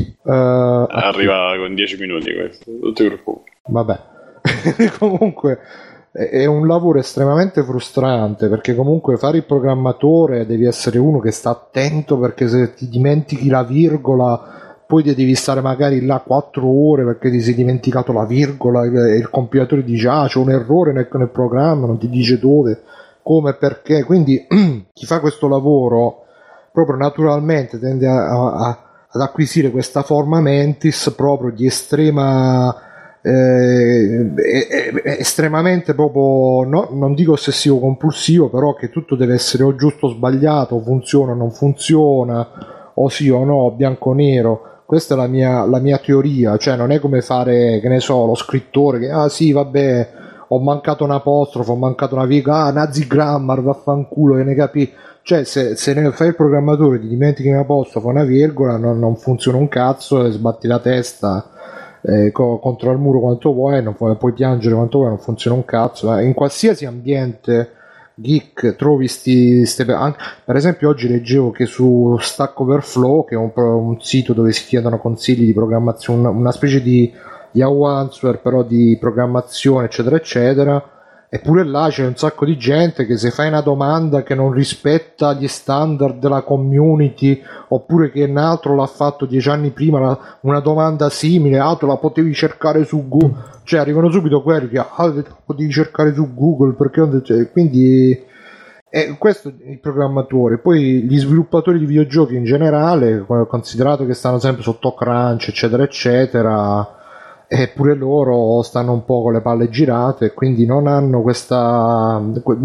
Uh, Arriva con dieci minuti questo. Non ti preoccupare. Vabbè. Comunque è un lavoro estremamente frustrante, perché comunque fare il programmatore devi essere uno che sta attento, perché se ti dimentichi la virgola poi devi stare magari là quattro ore perché ti sei dimenticato la virgola e il compilatore dice ah c'è un errore nel, nel programma, non ti dice dove, come, perché. Quindi chi fa questo lavoro proprio naturalmente tende a, a, ad acquisire questa forma mentis proprio di estrema eh, estremamente proprio, no, non dico ossessivo compulsivo, però che tutto deve essere o giusto o sbagliato, funziona o non funziona, o sì o no, bianco o nero. Questa è la mia, la mia teoria, cioè non è come fare, che ne so, lo scrittore che ah sì vabbè ho mancato un apostrofo, ho mancato una virgola, ah nazi grammar, vaffanculo, che ne capi. Cioè se, se ne fai il programmatore ti dimentichi un apostrofo, una virgola, non, non funziona un cazzo e sbatti la testa eh, co- contro il muro quanto vuoi, non puoi, puoi piangere quanto vuoi, non funziona un cazzo. Eh. In qualsiasi ambiente geek trovi sti, ste, anche, per esempio oggi leggevo che su Stack Overflow, che è un, un sito dove si chiedono consigli di programmazione, una, una specie di Yahoo Answer però di programmazione eccetera eccetera, eppure là c'è un sacco di gente che se fai una domanda che non rispetta gli standard della community, oppure che un altro l'ha fatto dieci anni prima la, una domanda simile, ah tu la potevi cercare su Google, cioè arrivano subito quelli che ah, la potevi cercare su Google perché non te... quindi eh, questo è il programmatore. Poi gli sviluppatori di videogiochi in generale, considerato che stanno sempre sotto crunch eccetera eccetera, eppure loro stanno un po' con le palle girate, quindi non hanno questa,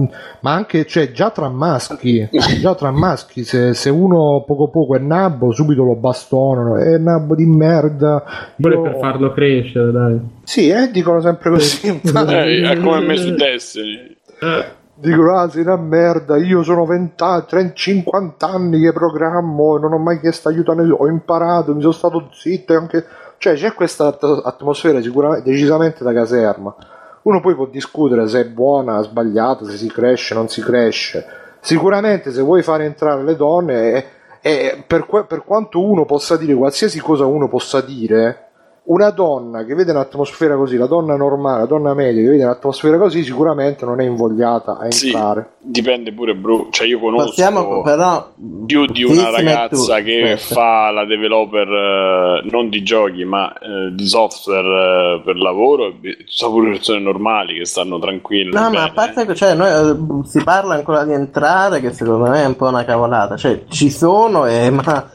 ma anche cioè già tra maschi già tra maschi se, se uno poco poco è nabbo subito lo bastonano, è nabbo di merda. Pure Io... per farlo crescere, dai. Sì, eh, dicono sempre così. Eh, è come me su Destiny. Dicono ah sei una merda, io sono venti, trenta, cinquanta anni che programmo e non ho mai chiesto aiuto a nessuno, ho imparato, mi sono stato zitto e anche... Cioè c'è questa atmosfera sicuramente decisamente da caserma. Uno poi può discutere se è buona, sbagliata, se si cresce, non si cresce. Sicuramente se vuoi fare entrare le donne, e, e per, per quanto uno possa dire qualsiasi cosa uno possa dire, una donna che vede un'atmosfera così, la donna normale, la donna media che vede un'atmosfera così, sicuramente non è invogliata a entrare. Sì, dipende pure, bro. Cioè io conosco Possiamo, però, più di una ragazza tu, che aspetta. fa la developer eh, non di giochi ma eh, di software eh, per lavoro, e sono pure persone normali che stanno tranquille. No, bene. ma a parte che cioè, noi, eh, si parla ancora di entrare, che secondo me è un po' una cavolata. Cioè, ci sono, e ma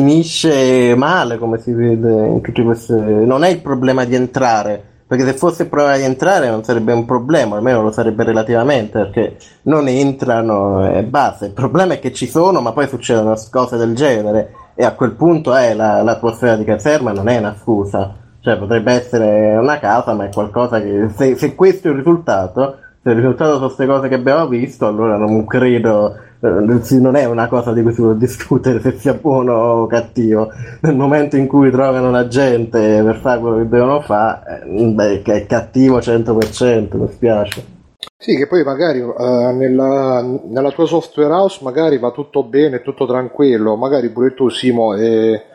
finisce male, come si vede in tutte queste... Non è il problema di entrare, perché se fosse il problema di entrare non sarebbe un problema, almeno lo sarebbe relativamente, perché non entrano e basta. Il problema è che ci sono, ma poi succedono cose del genere, e a quel punto è la, l'atmosfera di caserma non è una scusa. Cioè potrebbe essere una casa, ma è qualcosa che... Se, se questo è il risultato, se il risultato sono queste cose che abbiamo visto, allora non credo... non è una cosa di cui si può discutere se sia buono o cattivo. Nel momento in cui trovano la gente per fare quello che devono fare, beh, che è cattivo cento per cento, mi spiace. Sì, che poi magari uh, nella, nella tua software house magari va tutto bene, tutto tranquillo, magari pure tu Simo e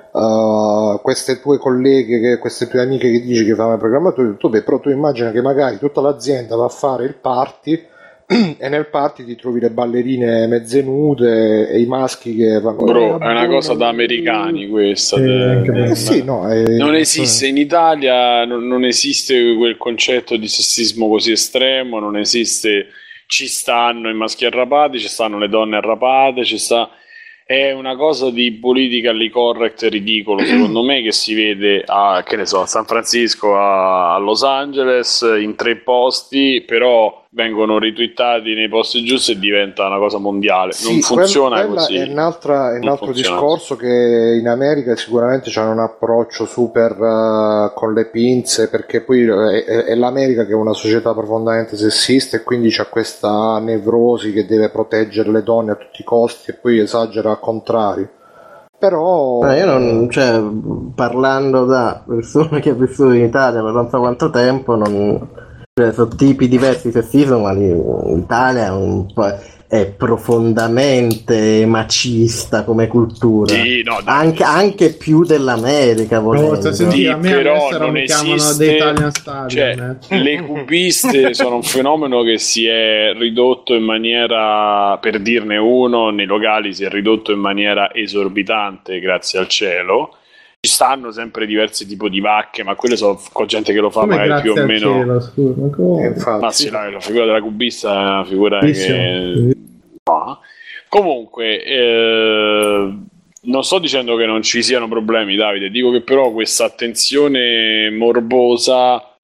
uh, queste tue colleghe, che, queste tue amiche che dici che fanno il programmatore, tutto bene, però tu immagina che magari tutta l'azienda va a fare il party e nel party ti trovi le ballerine mezze nude e i maschi che vanno... Bro, è una cosa da americani questa. Eh, de- anche de- Eh sì, no, è... non esiste in Italia, non, non esiste quel concetto di sessismo così estremo, non esiste, ci stanno i maschi arrapati, ci stanno le donne arrapate, ci sta... È una cosa di politically correct ridicolo, secondo me, che si vede a, che ne so, a San Francisco, a, a Los Angeles, in tre posti, però vengono ritwittati nei posti giusti e diventa una cosa mondiale. Sì, non funziona quella così. È, un'altra, è un Non altro funziona discorso che in America sicuramente hanno un approccio super uh, con le pinze, perché poi è, è, è l'America che è una società profondamente sessista e quindi c'ha questa nevrosi che deve proteggere le donne a tutti i costi e poi esagera al contrario. Però No, io non, cioè, parlando da persona che ha vissuto in Italia per non so quanto tempo, non, cioè, sono tipi diversi di sessismo, ma l'Italia è un po'... è profondamente macista come cultura, sì, no, anche, anche più dell'America, volendo. No, senti, a me però all'estero non mi chiamano esiste, The Italian Stallion, cioè, eh. le cubiste sono un fenomeno che si è ridotto in maniera, per dirne uno, nei locali si è ridotto in maniera esorbitante, grazie al cielo. Ci stanno sempre diversi tipi di vacche, ma quelle sono con gente che lo fa Come magari più o meno. Cielo, scusa, ma come? Eh, infatti, Ma sì, la, la figura della cubista è una figura Bellissimo. che no. Comunque eh, non sto dicendo che non ci siano problemi, Davide, dico che però questa attenzione morbosa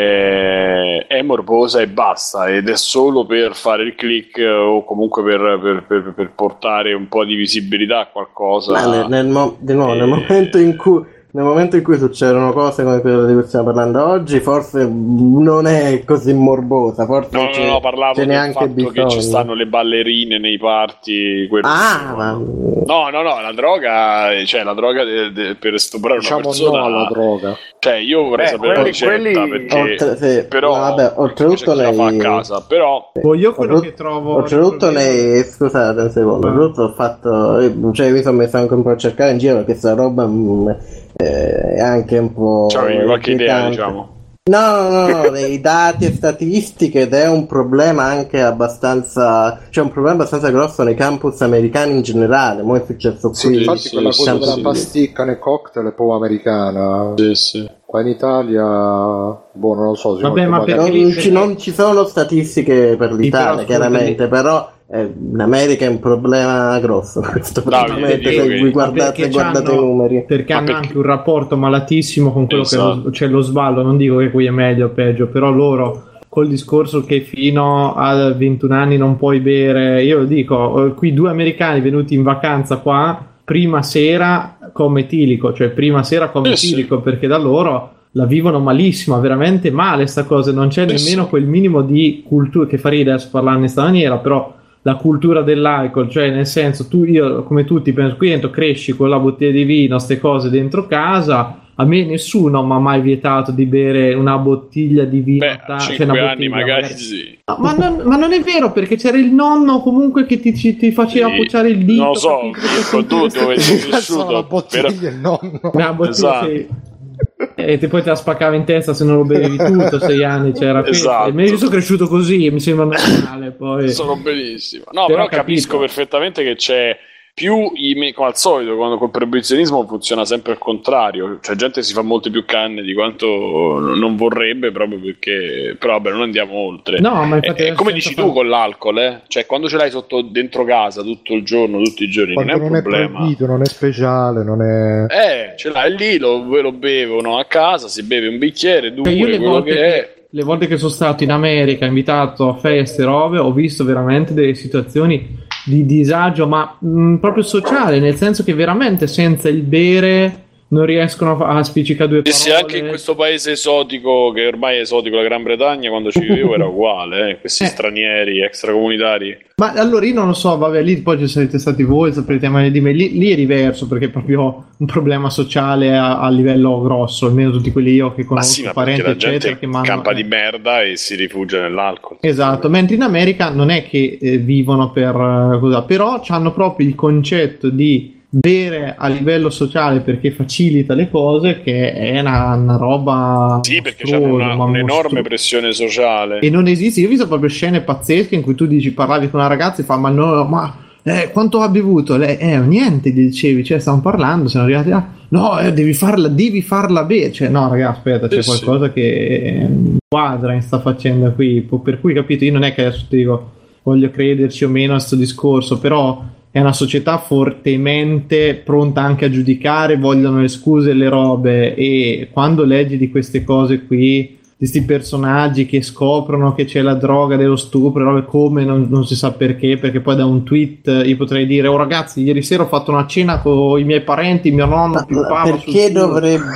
eh, è morbosa e basta, ed è solo per fare il click o comunque per, per, per, per portare un po' di visibilità a qualcosa. Ma nel, nel mo- di nuovo, Eh, nel momento in cui nel momento in cui succedono cose come quelle di cui stiamo parlando oggi, forse non è così morbosa, forse No, c'è, no, no, parlavo c'è del neanche fatto bisogno. che ci stanno le ballerine nei party. quello- Ah, ma No, no, no, la droga, cioè la droga de- de- per stuprare diciamo una persona. no alla droga. Cioè, io vorrei Beh, sapere la quelli- ricetta quelli- perché Oltre- sì, però no, vabbè, oltretutto c'è chi la fa a lei- casa, però Poi io quello Oltre- che trovo oltretutto lei, scusate un secondo, Ah. oltretutto ho fatto, cioè mi sono messo anche un po' a cercare in giro perché questa roba mm, eh, è anche un po' c'avevi qualche idea, inquietante. diciamo. No, no, no, no, dei dati e statistiche, ed è un problema anche abbastanza, cioè un problema abbastanza grosso nei campus americani in generale. Mo' è successo Sì, qui. infatti sì, quella sì, cosa sì, della sì. pasticca nel cocktail è proprio americana. Sì, sì. Qua in Italia, boh, non lo so. si Vabbè, molto ma magari- perché Non lì- ci, non ci sono statistiche per l'Italia, però, chiaramente, scusa, però eh, in America è un problema grosso questo, Davide, praticamente, dico se che- voi guardate, perché guardate c'hanno- i numeri. perché Ma hanno perché- anche un rapporto malatissimo con quello Esatto. che è lo, cioè lo sballo. Non dico che qui è meglio o peggio, però loro col discorso che fino a ventuno anni non puoi bere, io lo dico, eh, qui due americani venuti in vacanza qua prima sera con metilico, cioè prima sera con Eh, sì. metilico, perché da loro la vivono malissimo, veramente male sta cosa, non c'è Eh, nemmeno sì. quel minimo di cultura, che fa ridere adesso parlare in questa maniera, però la cultura dell'alcol, cioè nel senso, tu, io come tutti penso, qui dentro cresci con la bottiglia di vino, ste cose dentro casa. A me nessuno mi ha mai vietato di bere una bottiglia di vino. Beh, ta- a cioè cinque una anni bottiglia, magari sì. No, ma, non, ma non è vero, perché c'era il nonno comunque che ti, ci- ti faceva Sì. pucciare il dito. Non lo so, capito? Mirko, tu dove sei Cazzo, la cresciuto? bottiglia Però- e il nonno. Una bottiglia, Esatto. sì. E te poi te la spaccava in testa se non lo bevevi tutto, sei anni c'era questo. Esatto. E me io sono cresciuto così e mi sembra normale poi. Sono benissimo. No, Però però, ho capisco capito. perfettamente che c'è più i me- come al solito quando col proibizionismo funziona sempre al contrario, cioè gente si fa molte più canne di quanto non vorrebbe, proprio perché però vabbè, non andiamo oltre. No, ma infatti Eh, adesso come senza dici tu fare- con l'alcol, eh? Cioè quando ce l'hai sotto dentro casa tutto il giorno, tutti i giorni, Quando non è non un è problema. proibito, non è speciale, non è... Eh, ce l'hai lì, lo, lo bevono a casa, si beve un bicchiere, due, Cioè, io le quello volte, che è. che, le volte che sono stato in America, invitato a feste, robe, ho visto veramente delle situazioni di disagio, ma mh, proprio sociale, nel senso che veramente senza il bere non riescono a, fa- a spiccicare due E parole. se anche in questo paese esotico, che ormai è esotico, la Gran Bretagna, quando ci vivevo era uguale, eh? Questi Eh. stranieri, extracomunitari. Ma allora io non lo so, vabbè, lì poi ci siete stati voi, saprete meglio di me, lì, lì è diverso perché è proprio un problema sociale a, a livello grosso, almeno tutti quelli io che Ma conosco, sì, ma perché parenti la eccetera, gente che mandano... campa di eh. merda e si rifugia nell'alcol. Esatto, mentre in America non è che eh, vivono per eh, cosa, però hanno proprio il concetto di bere a livello sociale perché facilita le cose, che è una, una roba Sì, perché c'è mostruosa, una, ma un'enorme mostruosa. pressione sociale. E non esiste. Io ho visto proprio scene pazzesche in cui tu dici, parlavi con una ragazza e fa, ma no, ma eh, quanto ha bevuto? Lei, eh, niente, gli dicevi, cioè stavamo parlando, siamo arrivati là, no, eh, devi farla, devi farla bere, cioè no, ragazzi, aspetta, c'è Sì, qualcosa che eh, quadra in sta facendo qui, per cui capito, io non è che adesso ti dico voglio crederci o meno a questo discorso, però è una società fortemente pronta anche a giudicare, vogliono le scuse e le robe, e quando leggi di queste cose qui, di questi personaggi che scoprono che c'è la droga dello stupro, robe come non, non si sa perché, perché poi da un tweet io potrei dire, oh ragazzi, ieri sera ho fatto una cena con i miei parenti, mio nonno pippava sul Perché stupro. dovrebbe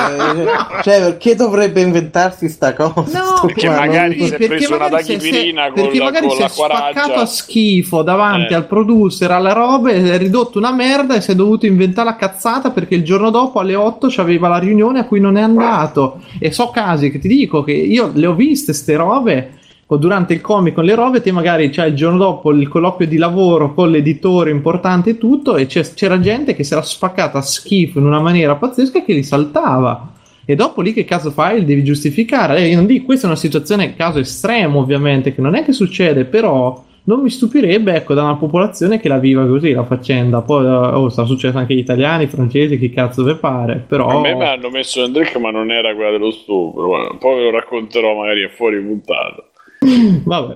cioè perché dovrebbe inventarsi sta cosa? No, Sto Perché qua, magari non- si è perché preso una magari si è- tachipirina se- con perché la- magari con si è l'acqua spaccato raggia. a schifo davanti Eh. al producer, alla roba, e è ridotto una merda e si è dovuto inventare la cazzata perché il giorno dopo alle otto c'aveva la riunione a cui non è andato. E so casi che ti dico comico, che io le ho viste ste robe, o durante il comico le robe, te magari c'hai il giorno dopo il colloquio di lavoro con l'editore importante e tutto, e c'era gente che si era spaccata a schifo in una maniera pazzesca che li saltava. E dopo lì che caso fai? Devi giustificare. Io non dico, questa è una situazione, caso estremo ovviamente, che non è che succede, però non mi stupirebbe, ecco, da una popolazione che la viva così la faccenda. Poi oh, sta successo anche agli italiani, francesi, chi cazzo ve pare, però a me mi hanno messo nel drink, ma non era quella dello stupro, poi ve lo racconterò magari a fuori puntata. Vabbè.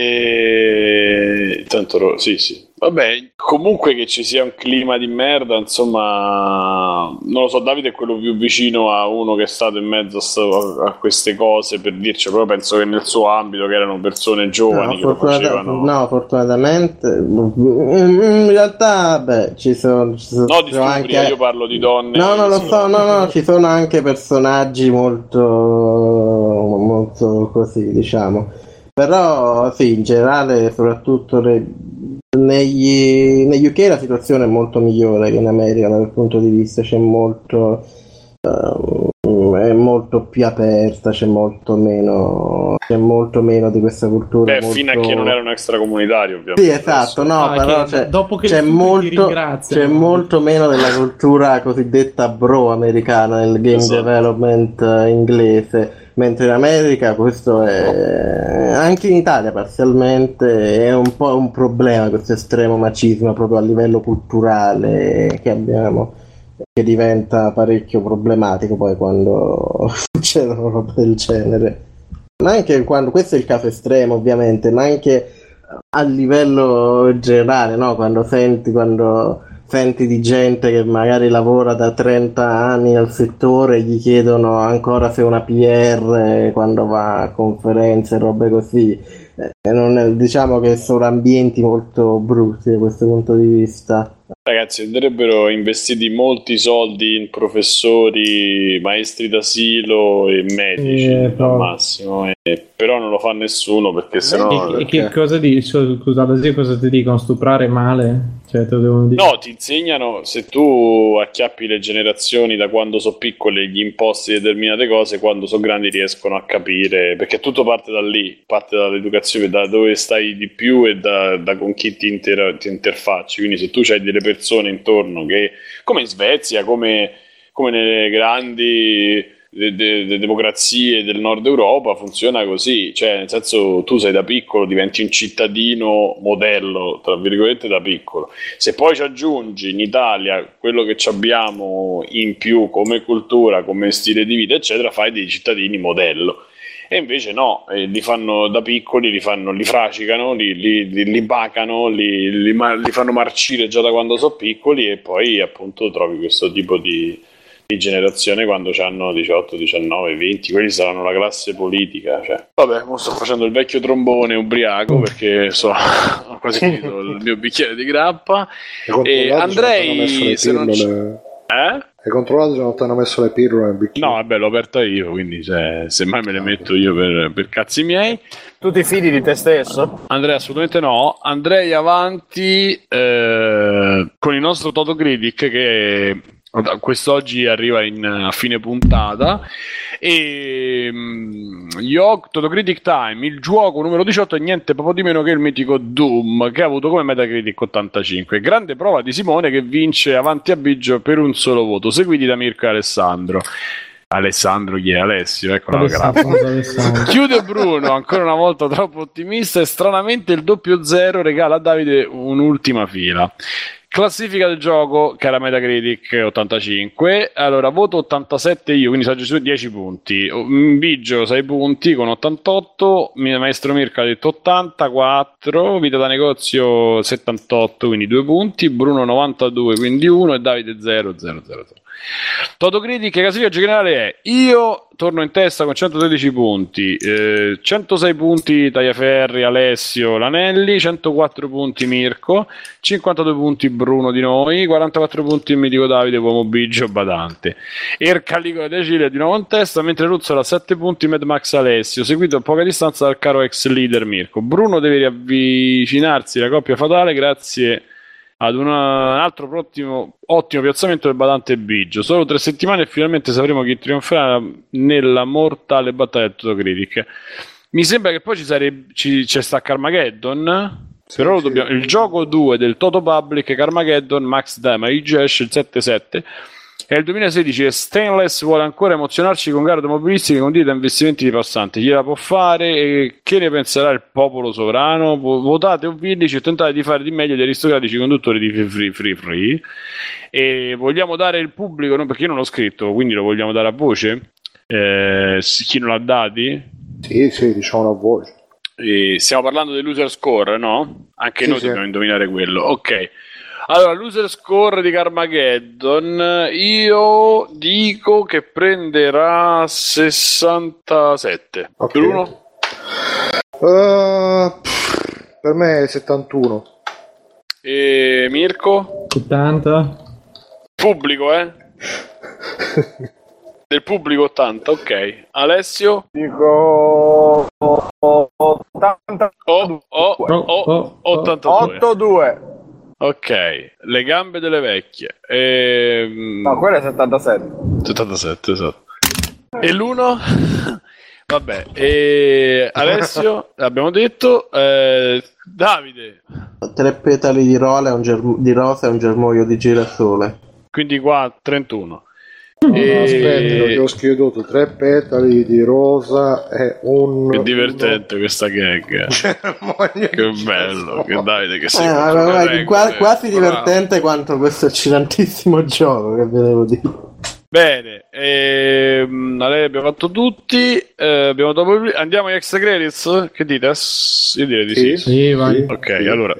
E tanto sì sì vabbè, comunque che ci sia un clima di merda, insomma, non lo so. Davide è quello più vicino a uno che è stato in mezzo a, a queste cose per dirci, però penso che nel suo ambito, che erano persone giovani, No, che lo facevano. No, fortunatamente in realtà beh, ci sono, ci sono no, di stupri, anche... io parlo di donne. No, non lo so, no, no, ci sono anche personaggi molto molto così, diciamo. Però sì, in generale, soprattutto le, negli, negli U K la situazione è molto migliore che in America dal punto di vista, c'è molto um, è molto più aperta, c'è molto meno c'è molto meno di questa cultura. Beh, molto... fino a che non erano extracomunitari, ovviamente. Sì, esatto, no, ah, però che, c'è, dopo che c'è, molto, c'è no? molto meno della cultura cosiddetta bro americana nel game esatto. development inglese. Mentre in America questo è, anche in Italia parzialmente, è un po' un problema, questo estremo macismo proprio a livello culturale che abbiamo, che diventa parecchio problematico poi quando succedono robe del genere. Ma anche quando, questo è il caso estremo ovviamente, ma anche a livello generale, no? Quando senti, quando senti di gente che magari lavora da trenta anni nel settore e gli chiedono ancora se è una P R quando va a conferenze e robe così, e non è, diciamo che sono ambienti molto brutti da questo punto di vista. Ragazzi, andrebbero investiti molti soldi in professori, maestri d'asilo e medici eh, al massimo, e, però non lo fa nessuno perché sennò... E, e che cosa dici? Scusate, cosa ti dicono? Stuprare male? Cioè, te lo devono dire. No, ti insegnano, se tu acchiappi le generazioni da quando sono piccole, gli imposti di determinate cose, quando sono grandi riescono a capire, perché tutto parte da lì, parte dall'educazione, da dove stai di più e da, da con chi ti, inter- ti interfacci. Quindi se tu hai delle persone intorno che, come in Svezia, come, come nelle grandi de- de- de- democrazie del nord Europa, funziona così, cioè nel senso, tu sei da piccolo, diventi un cittadino modello, tra virgolette, da piccolo. Se poi ci aggiungi in Italia quello che abbiamo in più come cultura, come stile di vita eccetera, fai dei cittadini modello. E invece no, eh, li fanno da piccoli, li fanno, li fracicano, li, li, li, li bacano, li, li, li fanno marcire già da quando sono piccoli, e poi appunto trovi questo tipo di, di generazione quando hanno diciotto, diciannove, venti, quelli saranno la classe politica. Cioè. Vabbè, mo sto facendo il vecchio trombone ubriaco perché so, ho quasi finito il mio bicchiere di grappa. E andrei, se non c- eh? Hai controllato se non ti hanno messo le pirro nel bicchiere? No, vabbè, l'ho aperta io, quindi cioè, semmai me le metto io per, per cazzi miei. Tu ti fidi di te stesso? Andrei assolutamente no. Andrei avanti eh, con il nostro Toto Critic, che quest'oggi arriva in, a fine puntata, e io Toto Critic Time, il gioco numero diciotto è niente proprio di meno che il mitico Doom, che ha avuto come Metacritic ottantacinque. Grande prova di Simone, che vince avanti a Biggio per un solo voto, seguiti da Mirko e Alessandro. Alessandro chi è? Alessio, ecco la graffa. Chiude Bruno, ancora una volta troppo ottimista, e stranamente il doppio zero regala a Davide un'ultima fila. Classifica del gioco, cara Metacritic ottantacinque, allora voto ottantasette io, quindi saggio su dieci punti, Biggio sei punti con ottantotto, Maestro Mirko ha detto ottantaquattro, Vita da negozio settantotto, quindi due punti, Bruno novantadue, quindi uno, e Davide zero zero zero zero. Toto Critic, classifica generale è: io torno in testa con centotredici punti, eh, centosei punti Tagliaferri, Alessio, Lanelli, centoquattro punti Mirko, cinquantadue punti Bruno di noi, quarantaquattro punti il mitico Davide, uomo Biggio badante. Ercalico De Cile di nuovo in testa, mentre Ruzzola sette punti Mad Max Alessio, seguito a poca distanza dal caro ex leader Mirko. Bruno deve riavvicinarsi alla coppia fatale grazie ad una, un altro ottimo, ottimo piazzamento del badante Biggio. Solo tre settimane e finalmente sapremo chi trionferà nella mortale battaglia del Totocritic. Mi sembra che poi ci sarebbe ci, c'è sta Carmageddon. Sì, però sì, dobbiamo, il gioco due del Toto Public, Carmageddon, Max Damage, esce il sette sette. E nel duemilasedici e Stainless vuole ancora emozionarci con gare automobilistiche condite da investimenti di passanti. Gliela può fare? E che ne penserà il popolo sovrano? Votate o vindici e tentate di fare di meglio gli aristocratici conduttori di free free free. E vogliamo dare il pubblico, no? Perché io non l'ho scritto, quindi lo vogliamo dare a voce. Eh, chi non l'ha dati? Sì, sì, diciamo a voce. E stiamo parlando del loser score, no? Anche sì, noi sì. dobbiamo indovinare quello. Ok. Allora, loser score di Carmageddon, io dico che prenderà sessantasette. Okay. Per uno? Uh, per me è settantuno. E Mirko? ottanta. Pubblico, eh? Del pubblico ottanta, ok. Alessio? Dico ottanta. Oh, oh, oh, oh, ottantadue. otto due. Ok, le gambe delle vecchie. Ehm... No, quello è settantasette. settantasette, esatto. E l'uno? Vabbè, e Alessio, abbiamo detto. Eh, Davide. Tre petali di, rola, un germ- di rosa e un germoglio di girasole. Quindi qua trentuno. No, e... no, aspetta, che ho scritto tre petali di rosa e un... Che divertente uno... questa gag. Che bello, che Davide che sei. Eh, vabbè, qua, quasi divertente quanto questo accilantissimo gioco che vedevo dire. Bene, ehm, abbiamo fatto tutti, eh, abbiamo dopo... andiamo agli extra credits? Che dite? Io direi di sì. Sì, sì, vai. Ok, sì. Allora...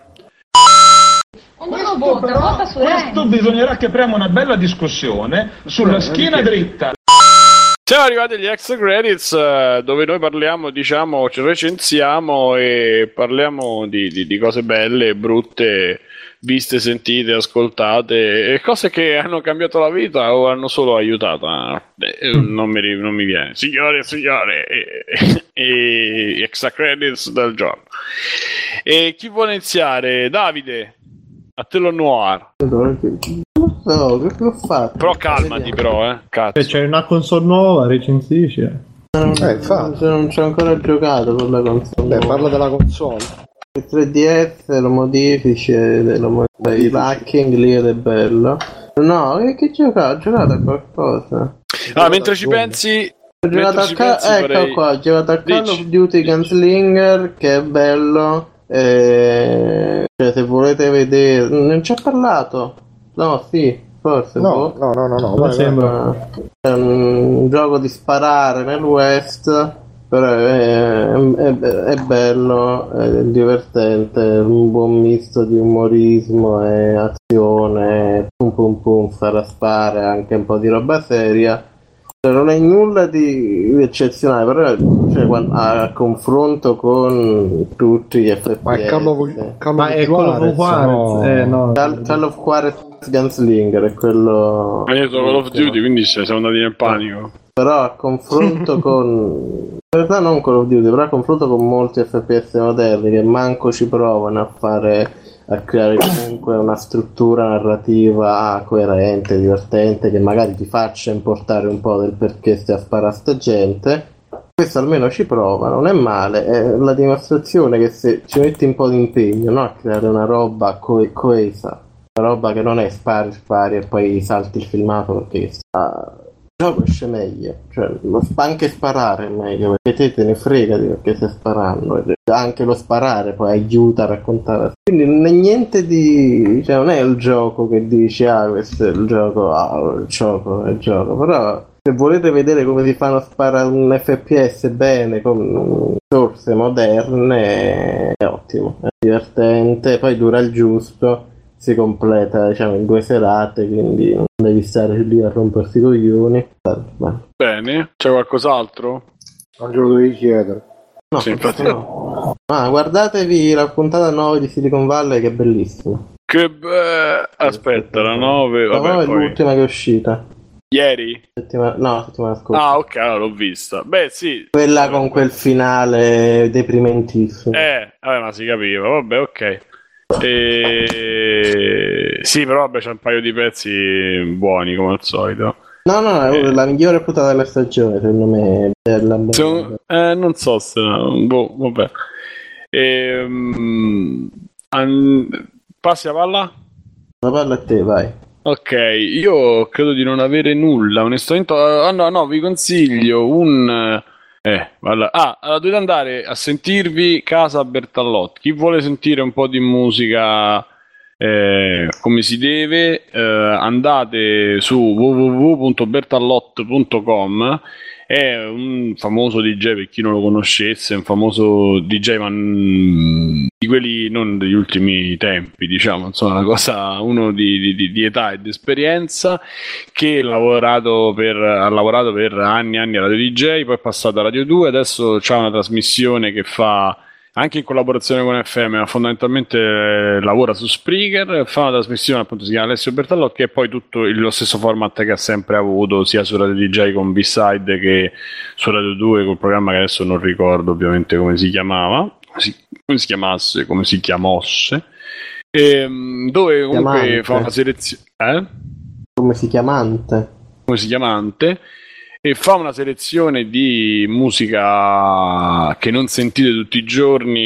Questo, però, questo bisognerà che apriamo una bella discussione sulla schiena dritta. Siamo arrivati agli extra credits, dove noi parliamo, diciamo, ci recensiamo e parliamo di, di, di cose belle, brutte, viste, sentite, ascoltate, e cose che hanno cambiato la vita o hanno solo aiutato. Beh, non, mi, non mi viene. Signore e signore, e, e, e extra credits del giorno. E chi vuole iniziare? Davide. A te lo noir. Non so, che ho fatto? Però calmati, però, eh. Cazzo. Se c'è una console nuova, recensisci. Eh, eh infatti. Non ci ho ancora giocato con la console. Beh, parla della console. Il tre D S lo modifici, lo modifici. Il hacking lì ed è bello. No, che, che giocato? Ho giocato a qualcosa. Ah, mentre ci pensi. Ho giocato a Ca- ecco farei... qua, ho giocato a Call of Duty Gunslinger, che è bello. Eh, cioè, se volete vedere, non ci ho parlato. No, sì, forse. No, no, no, no, no. Vai, sembra. È un gioco di sparare nel West, però è, è, è bello, è divertente, è un buon misto di umorismo e azione, pum pum pum, farà spare anche un po' di roba seria. Non è nulla di, di eccezionale, però cioè, quando, a confronto con tutti gli F P S. Ma è Call of, Call Ma è Call of Juarez, no. Eh, no. Call, Call of Juarez Gunslinger è quello. Ma io sono Call of Duty, quindi siamo andati nel panico. Però a confronto con. In realtà non Call of Duty, però a confronto con molti F P S moderni che manco ci provano a fare. A creare comunque una struttura narrativa coerente, divertente, che magari ti faccia importare un po' del perché stai a sparare a sta gente. Questo almeno ci prova, non è male, è la dimostrazione che se ci metti un po' di impegno, no, a creare una roba co- coesa, una roba che non è spari, spari e poi salti il filmato perché sta... il gioco esce meglio, cioè anche sparare è meglio, perché te te ne frega di perché stai sparando, anche lo sparare poi aiuta a raccontare, quindi non è niente di, cioè non è il gioco che dici ah questo è il gioco, ah il gioco è il gioco, però se volete vedere come si fanno sparare un F P S bene con risorse moderne è ottimo, è divertente, poi dura il giusto, si completa diciamo in due serate, quindi non devi stare lì a rompersi i coglioni. Bene, c'è qualcos'altro? Non glielo dovevi chiedere. No, sì, infatti no. Ah, guardatevi la puntata nove di Silicon Valley che è bellissima. Che be... aspetta, la nove, la vabbè, nove è poi... l'ultima che è uscita. Ieri? Settimana... No, settimana scorsa. Ah, ok, allora l'ho vista. Beh, sì. Quella con quel finale deprimentissimo. Eh, vabbè, ma si capiva, vabbè, ok. E... Sì, però vabbè, c'è un paio di pezzi buoni come al solito. No, no, è Eh. la migliore puntata della stagione, secondo me. Della... Secondo- Eh, non so se... Boh, vabbè. Ehm, an- Passi la palla? La palla a te, vai. Ok, io credo di non avere nulla, onestamente. Ah, no, no, vi consiglio un... Eh, guarda. Ah, allora dovete andare a sentirvi Casa Bertallotti. Chi vuole sentire un po' di musica eh, come si deve, eh, andate su w w w punto bertallot punto com. È un famoso D J, per chi non lo conoscesse, un famoso D J, ma mm, di quelli non degli ultimi tempi, diciamo, insomma, una cosa, uno di, di, di età e di esperienza, che ha lavorato per, ha lavorato per anni e anni a Radio D J, poi è passato a Radio due, adesso c'ha una trasmissione che fa anche in collaborazione con F M, ma fondamentalmente eh, lavora su Spreaker, fa una trasmissione, appunto si chiama Alessio Bertallotti, che è poi tutto il- lo stesso format che ha sempre avuto sia su Radio D J con B-Side che su Radio due col programma che adesso non ricordo ovviamente come si chiamava, come si, come si chiamasse, come si chiamasse, ehm, dove comunque Chiamante. fa una selezione, eh? Come si chiamante? come si chiamante, e fa una selezione di musica che non sentite tutti i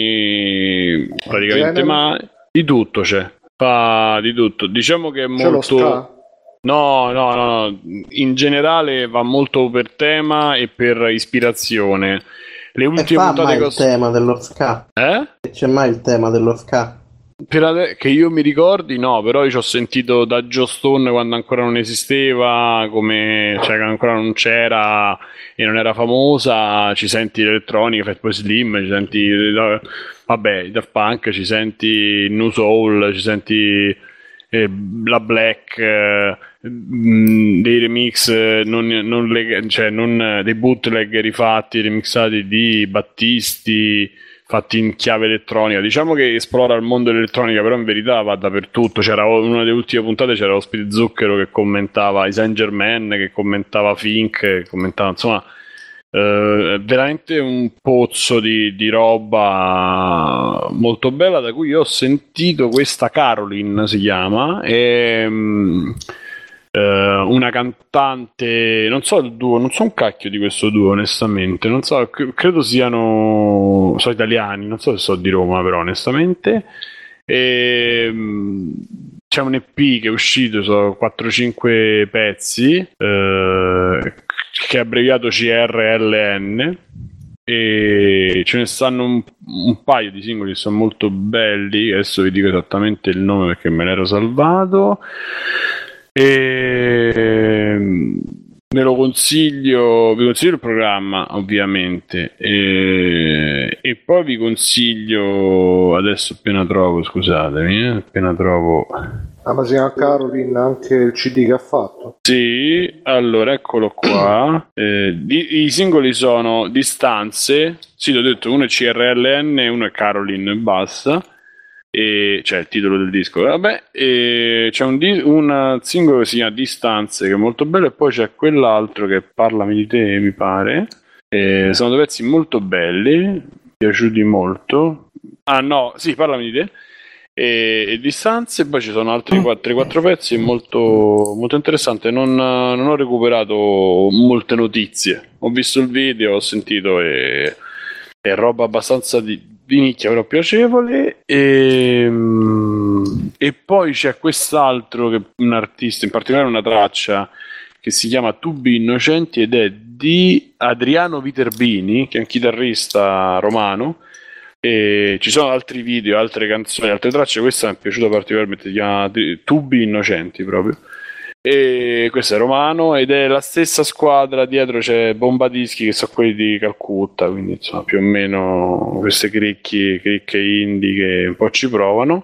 giorni, praticamente Genere? mai, di tutto c'è, fa di tutto, diciamo che è C'è lo molto... ska? No, no, no, no, in generale va molto per tema e per ispirazione. Le E ultime fa puntate mai che ho... il tema dello ska? Eh? E c'è mai il tema dello ska? Per ade- che io mi ricordi, no, però io ci ho sentito da Joe Stone quando ancora non esisteva, come, cioè che ancora non c'era e non era famosa, ci senti l'elettronica, Fatboy Slim, ci senti, vabbè, i Daft Punk, ci senti New Soul, ci senti eh, la Black, eh, mh, dei remix, eh, non, non leg- cioè non, dei bootleg rifatti, remixati di Battisti, fatti in chiave elettronica. Diciamo che esplora il mondo dell'elettronica, però in verità va dappertutto. C'era una delle ultime puntate, c'era Ospite Zucchero che commentava i Saint Germain, che commentava Fink, che commentava, insomma, eh, veramente un pozzo di, di roba molto bella, da cui io ho sentito questa Caroline, si chiama, e, mm, eh, una cantante, non so il duo, non so un cacchio di questo duo onestamente, non so, c- credo siano, so italiani, non so se so di Roma però onestamente, e, mm, c'è un E P che è uscito, sono quattro cinque pezzi, eh, che è abbreviato C R L N, e ce ne stanno un, un paio di singoli che sono molto belli, adesso vi dico esattamente il nome perché me l'ero salvato, e ve lo consiglio, vi consiglio il programma ovviamente, e, e poi vi consiglio, adesso appena trovo, scusatemi, eh, appena trovo... Ah, ma si chiama Caroline anche il C D che ha fatto? Sì, allora eccolo qua. Eh, di- i singoli sono Distanze, sì, l'ho detto, uno è C R L N, uno è Caroline e basta, e c'è il titolo del disco, vabbè, e c'è un, di- un singolo che si chiama Distanze che è molto bello, e poi c'è quell'altro che Parlami di te, mi pare. E sono due pezzi molto belli, piaciuti molto. Ah no, sì, Parlami di te e, e Distanze, poi ci sono altri quattro pezzi molto, molto interessanti. Non, non ho recuperato molte notizie, ho visto il video, ho sentito e è roba abbastanza di, di nicchia però piacevole, e, e poi c'è quest'altro che un artista, in particolare una traccia che si chiama Tubi Innocenti ed è di Adriano Viterbini, che è un chitarrista romano. E ci sono altri video, altre canzoni, altre tracce. Questa mi è piaciuta particolarmente, si chiama Tubi Innocenti proprio, e questo è romano ed è la stessa squadra, dietro c'è Bombadischi che sono quelli di Calcutta, quindi insomma più o meno queste cricche, cricche indie che un po' ci provano.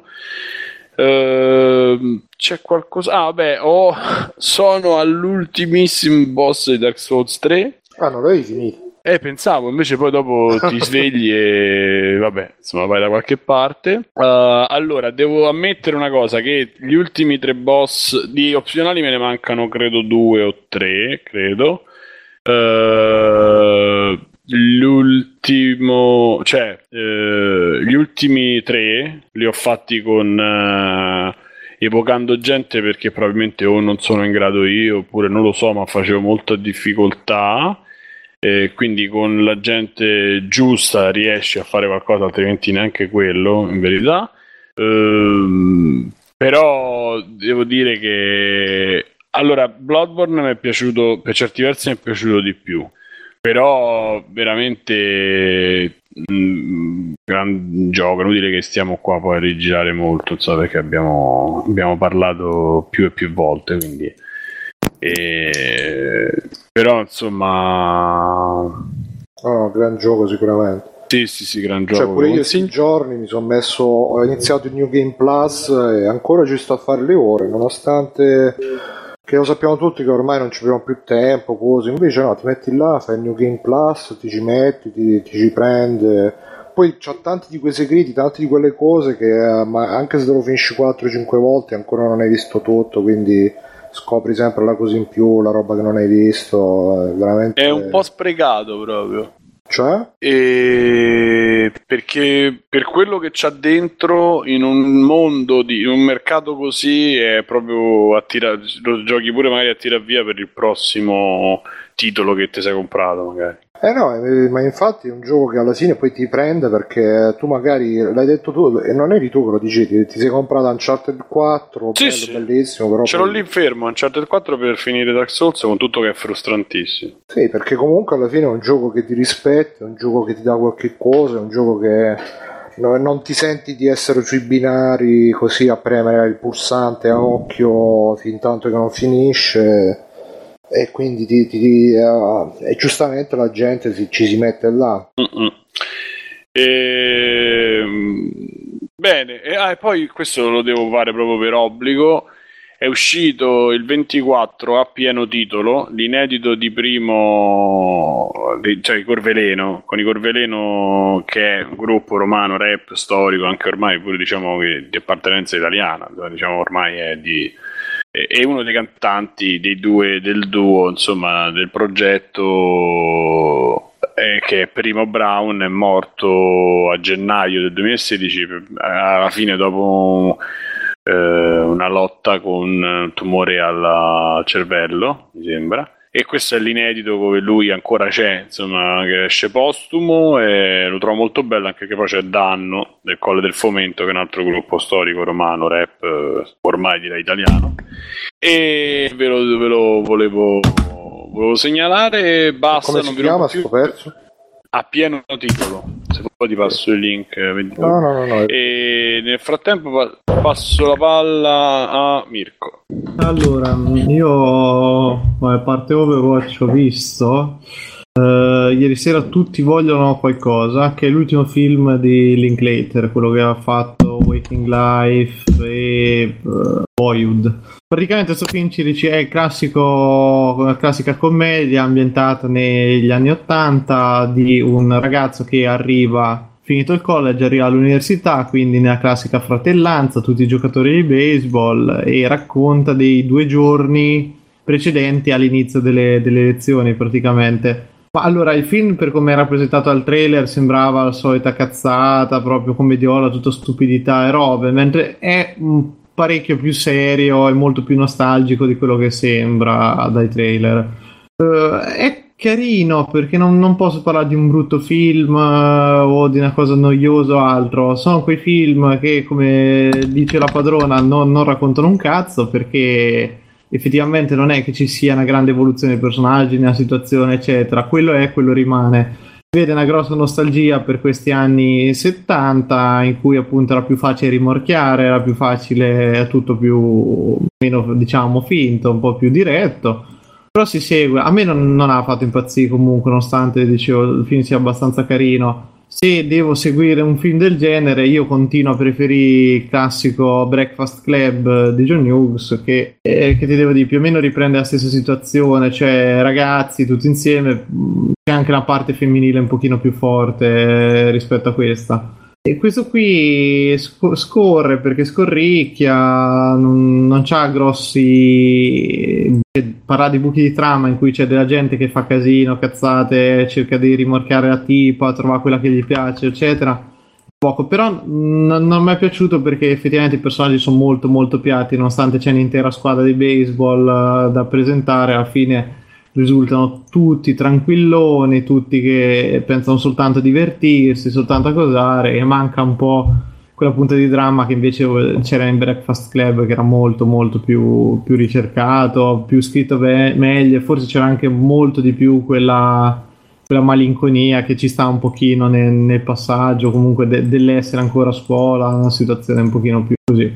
Uh, c'è qualcosa, ah vabbè, oh, sono all'ultimissimo boss di Dark Souls tre. Ah, non l'avevi finito? Eh, pensavo, invece poi dopo ti svegli e vabbè, insomma, vai da qualche parte. Uh, allora, devo ammettere una cosa, che gli ultimi tre boss di opzionali me ne mancano, credo, due o tre, credo. Uh, l'ultimo, cioè, uh, gli ultimi tre li ho fatti con eh, evocando gente perché probabilmente o non sono in grado io oppure non lo so, ma facevo molta difficoltà, e quindi con la gente giusta riesci a fare qualcosa, altrimenti neanche quello in verità. Ehm, però devo dire che allora Bloodborne mi è piaciuto, per certi versi mi è piaciuto di più, però veramente mh, gran gioco, non dire che stiamo qua poi a rigirare molto, so, perché abbiamo, abbiamo parlato più e più volte, quindi e... però insomma no, gran gioco sicuramente. Sì, sì, sì, gran gioco. Cioè, pure io questi giorni mi sono messo, ho iniziato il New Game Plus e ancora ci sto a fare le ore, nonostante che lo sappiamo tutti che ormai non ci abbiamo più tempo, così. Invece no, ti metti là, fai il New Game Plus, ti ci metti, ti, ti ci prende. Poi c'ha tanti di quei segreti, tante di quelle cose che eh, ma anche se te lo finisci quattro cinque volte ancora non hai visto tutto, quindi scopri sempre la cosa in più, la roba che non hai visto, è veramente... È un po' sprecato proprio. Cioè? E perché per quello che c'ha dentro in un mondo di in un mercato così è proprio attira, lo giochi pure magari a tira via per il prossimo titolo che ti sei comprato magari. Eh no, ma infatti è un gioco che alla fine poi ti prende perché tu magari l'hai detto tu e non eri tu che lo dici, ti, ti sei comprato Uncharted quattro, sì, bello, sì. bellissimo, però ce poi... l'ho lì fermo Uncharted quattro per finire Dark Souls, con tutto che è frustrantissimo. Sì, perché comunque alla fine è un gioco che ti rispetta, è un gioco che ti dà qualche cosa, è un gioco che no, non ti senti di essere sui binari così a premere il pulsante a occhio fin tanto che non finisce. E quindi ti, ti, ti, uh, e giustamente la gente si, ci si mette là. E... bene, e, ah, e poi questo lo devo fare proprio per obbligo. È uscito il ventiquattro a pieno titolo l'inedito di Primo, cioè i Corveleno, con i Corveleno, che è un gruppo romano rap storico, anche ormai pure diciamo che di appartenenza italiana, diciamo ormai è di è uno dei cantanti dei due del duo, insomma, del progetto, eh, che è Primo Brown, è morto a gennaio del duemilasedici, alla fine dopo eh, una lotta con un tumore al cervello, mi sembra. E questo è l'inedito dove lui ancora c'è, insomma, che esce postumo, e lo trovo molto bello, anche che poi c'è Danno del Colle del Fomento, che è un altro gruppo storico romano rap, ormai direi italiano, e ve lo, ve lo volevo, volevo segnalare. Basta. Come non si vi chiama più. sto pezzo? A pieno titolo, se poi ti passo il link. No, no, no, no. E nel frattempo passo la palla a Mirko. Allora, io a parte Overwatch ho visto uh, ieri sera Tutti vogliono qualcosa, che è l'ultimo film di Linklater, quello che ha fatto Waking Life e uh, Boyhood. Praticamente questo film ci dice è il classico, una classica commedia ambientata negli anni ottanta di un ragazzo che arriva, finito il college, arriva all'università, quindi nella classica fratellanza, tutti i giocatori di baseball, e racconta dei due giorni precedenti all'inizio delle, delle lezioni praticamente. Ma allora il film, per come è rappresentato al trailer, sembrava la solita cazzata, proprio commediola, tutta stupidità e robe, mentre è un parecchio più serio e molto più nostalgico di quello che sembra dai trailer. Uh, è carino perché non, non posso parlare di un brutto film uh, o di una cosa noiosa o altro. Sono quei film che, come dice la padrona, non, non raccontano un cazzo, perché effettivamente non è che ci sia una grande evoluzione dei personaggi, nella situazione eccetera. Quello è, quello rimane. Vede una grossa nostalgia per questi anni settanta, in cui appunto era più facile rimorchiare, era più facile, tutto più meno, diciamo, finto, un po' più diretto, però si segue. A me non, non ha fatto impazzire comunque, nonostante dicevo il film sia abbastanza carino. Se devo seguire un film del genere, io continuo a preferire il classico Breakfast Club di John Hughes, che, eh, che ti devo dire, più o meno riprende la stessa situazione, cioè ragazzi tutti insieme. C'è anche una parte femminile un pochino più forte eh, rispetto a questa. E questo qui sc- scorre perché scorricchia, non, non c'ha grossi... Parla di buchi di trama in cui c'è della gente che fa casino, cazzate, cerca di rimorchiare la tipa, trova quella che gli piace, eccetera. poco, però n- non mi è piaciuto perché effettivamente i personaggi sono molto molto piatti, nonostante c'è un'intera squadra di baseball uh, da presentare, alla fine risultano tutti tranquilloni, tutti che pensano soltanto a divertirsi, soltanto a cosare, e manca un po' quella punta di dramma che invece c'era in Breakfast Club, che era molto molto più, più ricercato, più scritto be- meglio, forse c'era anche molto di più quella, quella malinconia che ci sta un pochino nel, nel passaggio comunque de- dell'essere ancora a scuola, una situazione un pochino più così.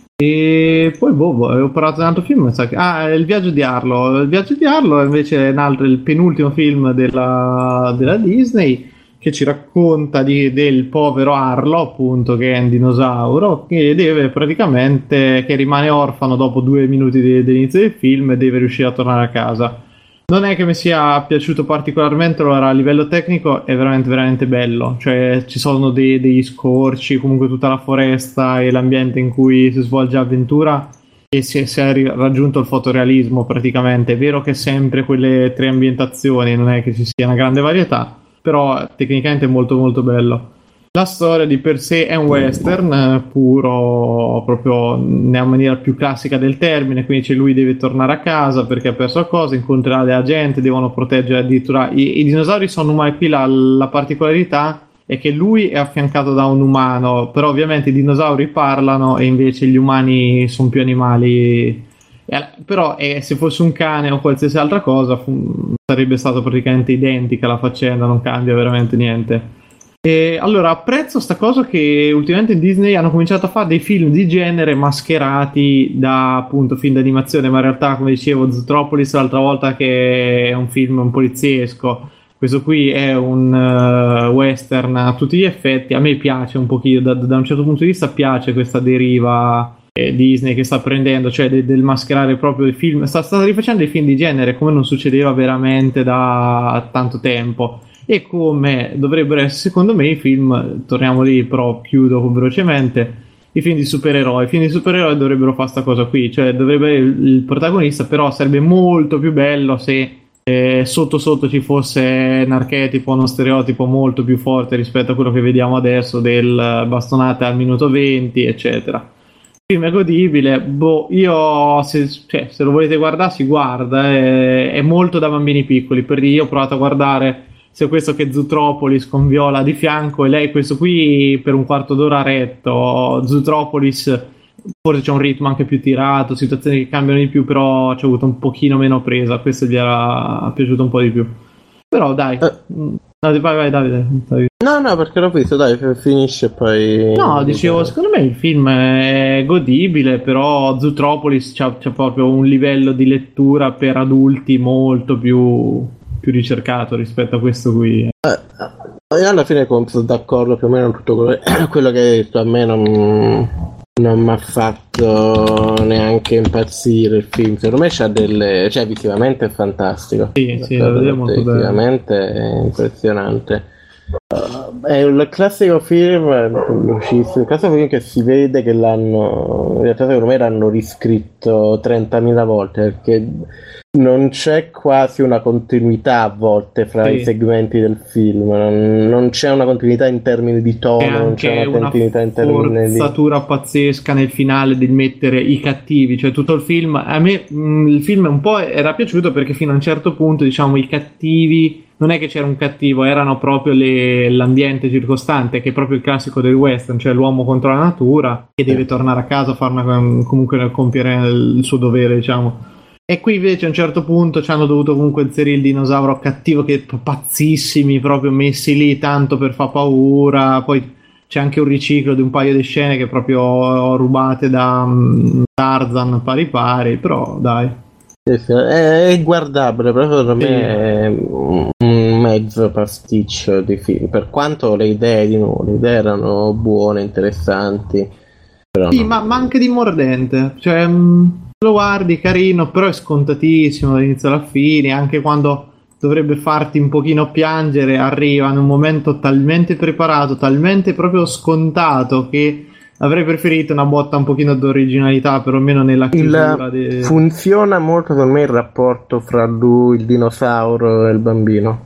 E poi boh, boh, ho parlato di un altro film, sa che... ah, Il viaggio di Arlo. Il viaggio di Arlo invece è un altro, il penultimo film della, della Disney, che ci racconta di, del povero Arlo, appunto, che è un dinosauro che deve praticamente, che rimane orfano dopo due minuti de, dell'inizio del film e deve riuscire a tornare a casa. Non è che mi sia piaciuto particolarmente, allora a livello tecnico è veramente veramente bello, cioè ci sono dei, degli scorci, comunque tutta la foresta e l'ambiente in cui si svolge l'avventura, e si è, si è raggiunto il fotorealismo praticamente. È vero che sempre quelle tre ambientazioni, non è che ci sia una grande varietà, però tecnicamente è molto molto bello. La storia di per sé è un western puro, proprio nella maniera più classica del termine, quindi c'è lui deve tornare a casa perché ha perso qualcosa, incontrerà della gente, devono proteggere addirittura i, i dinosauri sono umani. Qui la, la particolarità è che lui è affiancato da un umano, però ovviamente i dinosauri parlano e invece gli umani sono più animali. Eh, però eh, se fosse un cane o qualsiasi altra cosa fu, sarebbe stato praticamente identica la faccenda, non cambia veramente niente. E allora apprezzo sta cosa che ultimamente in Disney hanno cominciato a fare dei film di genere mascherati da appunto film d'animazione, ma in realtà, come dicevo, Zootropolis l'altra volta, che è un film un poliziesco, questo qui è un uh, western a tutti gli effetti. A me piace un pochino, da, da un certo punto di vista piace questa deriva eh, Disney che sta prendendo, cioè de, del mascherare proprio i film, sta, sta rifacendo dei film di genere come non succedeva veramente da tanto tempo, e come dovrebbero essere secondo me i film, torniamo lì però chiudo velocemente, i film di supereroi. I film di supereroi dovrebbero fare sta cosa qui, cioè dovrebbe il protagonista, però sarebbe molto più bello se eh, sotto sotto ci fosse un archetipo, uno stereotipo molto più forte rispetto a quello che vediamo adesso del bastonate al minuto venti eccetera. Il film è godibile, boh, io se, cioè, se lo volete guardare si guarda, è, è molto da bambini piccoli, per io ho provato a guardare sia questo che Zootropolis con Viola di fianco, e lei questo qui per un quarto d'ora retto. Zootropolis forse c'è un ritmo anche più tirato, situazioni che cambiano di più, però ci ha avuto un pochino meno presa, questo gli era piaciuto un po' di più. Però dai, eh. vai vai Davide. No no, perché l'ho visto, dai, finisce poi. No, dicevo, secondo me il film è godibile, però Zootropolis c'ha, c'ha proprio un livello di lettura per adulti molto più più ricercato rispetto a questo qui. Eh, alla fine sono d'accordo più o meno tutto quello, quello che hai detto. A me non, non mi ha fatto neanche impazzire il film. Secondo me c'ha delle, cioè visivamente è fantastico. Sì, sì, lo vedo molto bene. Visivamente è impressionante. Uh, è il classico film, il classico film che si vede che l'hanno, in realtà secondo me l'hanno riscritto trentamila volte, perché non c'è quasi una continuità a volte fra sì. i segmenti del film, non, non c'è una continuità in termini di tono, non c'è una continuità in termini di forzatura pazzesca nel finale di mettere i cattivi, cioè tutto il film, a me mh, il film un po' era piaciuto perché fino a un certo punto, diciamo, i cattivi non è che c'era un cattivo, erano proprio le, l'ambiente circostante, che è proprio il classico del western, cioè l'uomo contro la natura che deve tornare a casa a fare una, comunque compiere il suo dovere, diciamo. E qui invece a un certo punto ci hanno dovuto comunque inserire il dinosauro cattivo, che pazzissimi, proprio messi lì tanto per far paura. Poi c'è anche un riciclo di un paio di scene che proprio rubate da um, Tarzan pari pari, però dai. Sì, sì, è, è guardabile, però secondo me è un mezzo pasticcio di film, per quanto le idee di nuovo, le idee erano buone, interessanti, però sì, non... ma, ma anche di mordente, cioè mh, lo guardi carino, però è scontatissimo dall'inizio alla fine, anche quando dovrebbe farti un pochino piangere arriva in un momento talmente preparato, talmente proprio scontato, che avrei preferito una botta un pochino d'originalità, perlomeno nella chiusura. Il, de... Funziona molto per me il rapporto fra lui, il dinosauro e il bambino.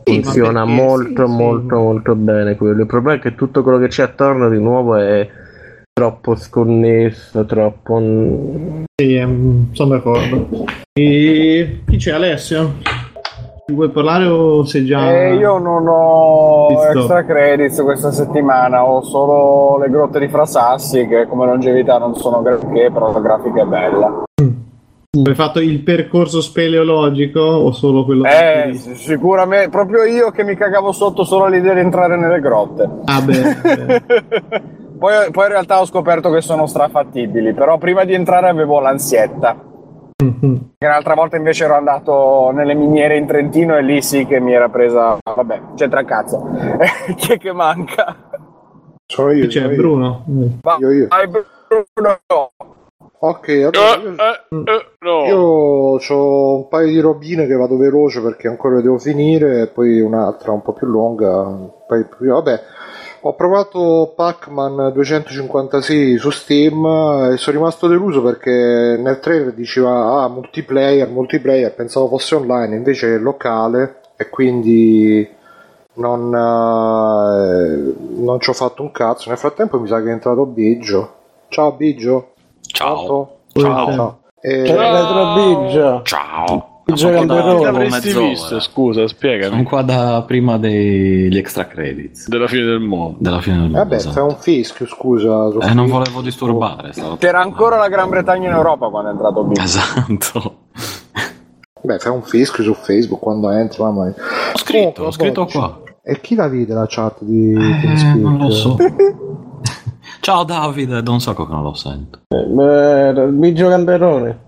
funziona perché, molto sì, molto sì. molto bene quello. Il problema è che tutto quello che c'è attorno di nuovo è troppo sconnesso, troppo... Sì, ehm, sono d'accordo. E chi c'è? Alessio? Ti vuoi parlare o sei già... Eh, io non ho Visto. extra credits questa settimana, ho solo le grotte di Frasassi che come longevità non sono granché, però la grafica è bella. Hai fatto il percorso speleologico o solo quello Eh, sicuramente, proprio io che mi cagavo sotto solo all'idea di entrare nelle grotte. Ah beh, beh. poi, poi in realtà ho scoperto che sono strafattibili, però prima di entrare avevo l'ansietta. Un'altra volta invece ero andato nelle miniere in Trentino e lì sì che mi era presa, vabbè, c'entra il cazzo. Chi è che manca? Sono io, Chi c'è? sono io. Bruno? Io, io. Vai, Bruno. Ok, allora io, Eh, eh, no. io ho un paio di robine che vado veloce perché ancora le devo finire, e poi un'altra un po' più lunga. Un paio più... Vabbè, ho provato Pac-Man duecentocinquantasei su Steam e sono rimasto deluso perché nel trailer diceva ah, multiplayer, multiplayer, pensavo fosse online, invece è locale e quindi non, eh, non ci ho fatto un cazzo. Nel frattempo mi sa che è entrato Biggio. Ciao Biggio. Ciao. Ciao. Ciao. E... C'è Retro Biggio. Ciao. Biggio Sono qua da Che Gamberone. l'avresti mezz'ora. visto, scusa, spiegami. Sono qua da prima degli extra credits. Della fine del mondo. Della fine del mondo. Vabbè, esatto. fai un fischio, scusa. su Eh, non Facebook. volevo disturbare. stavo C'era ancora la parlando. Gran Bretagna in Europa quando è entrato Bill. Esatto. Beh, fai un fischio su Facebook quando entri, mamma mia. Ho scritto, ho scritto qua. E chi la vede la chat di Eh, TeamSpeak? non lo so. Ciao Davide, da un sacco che non lo sento. Eh, Biggio Gamberone.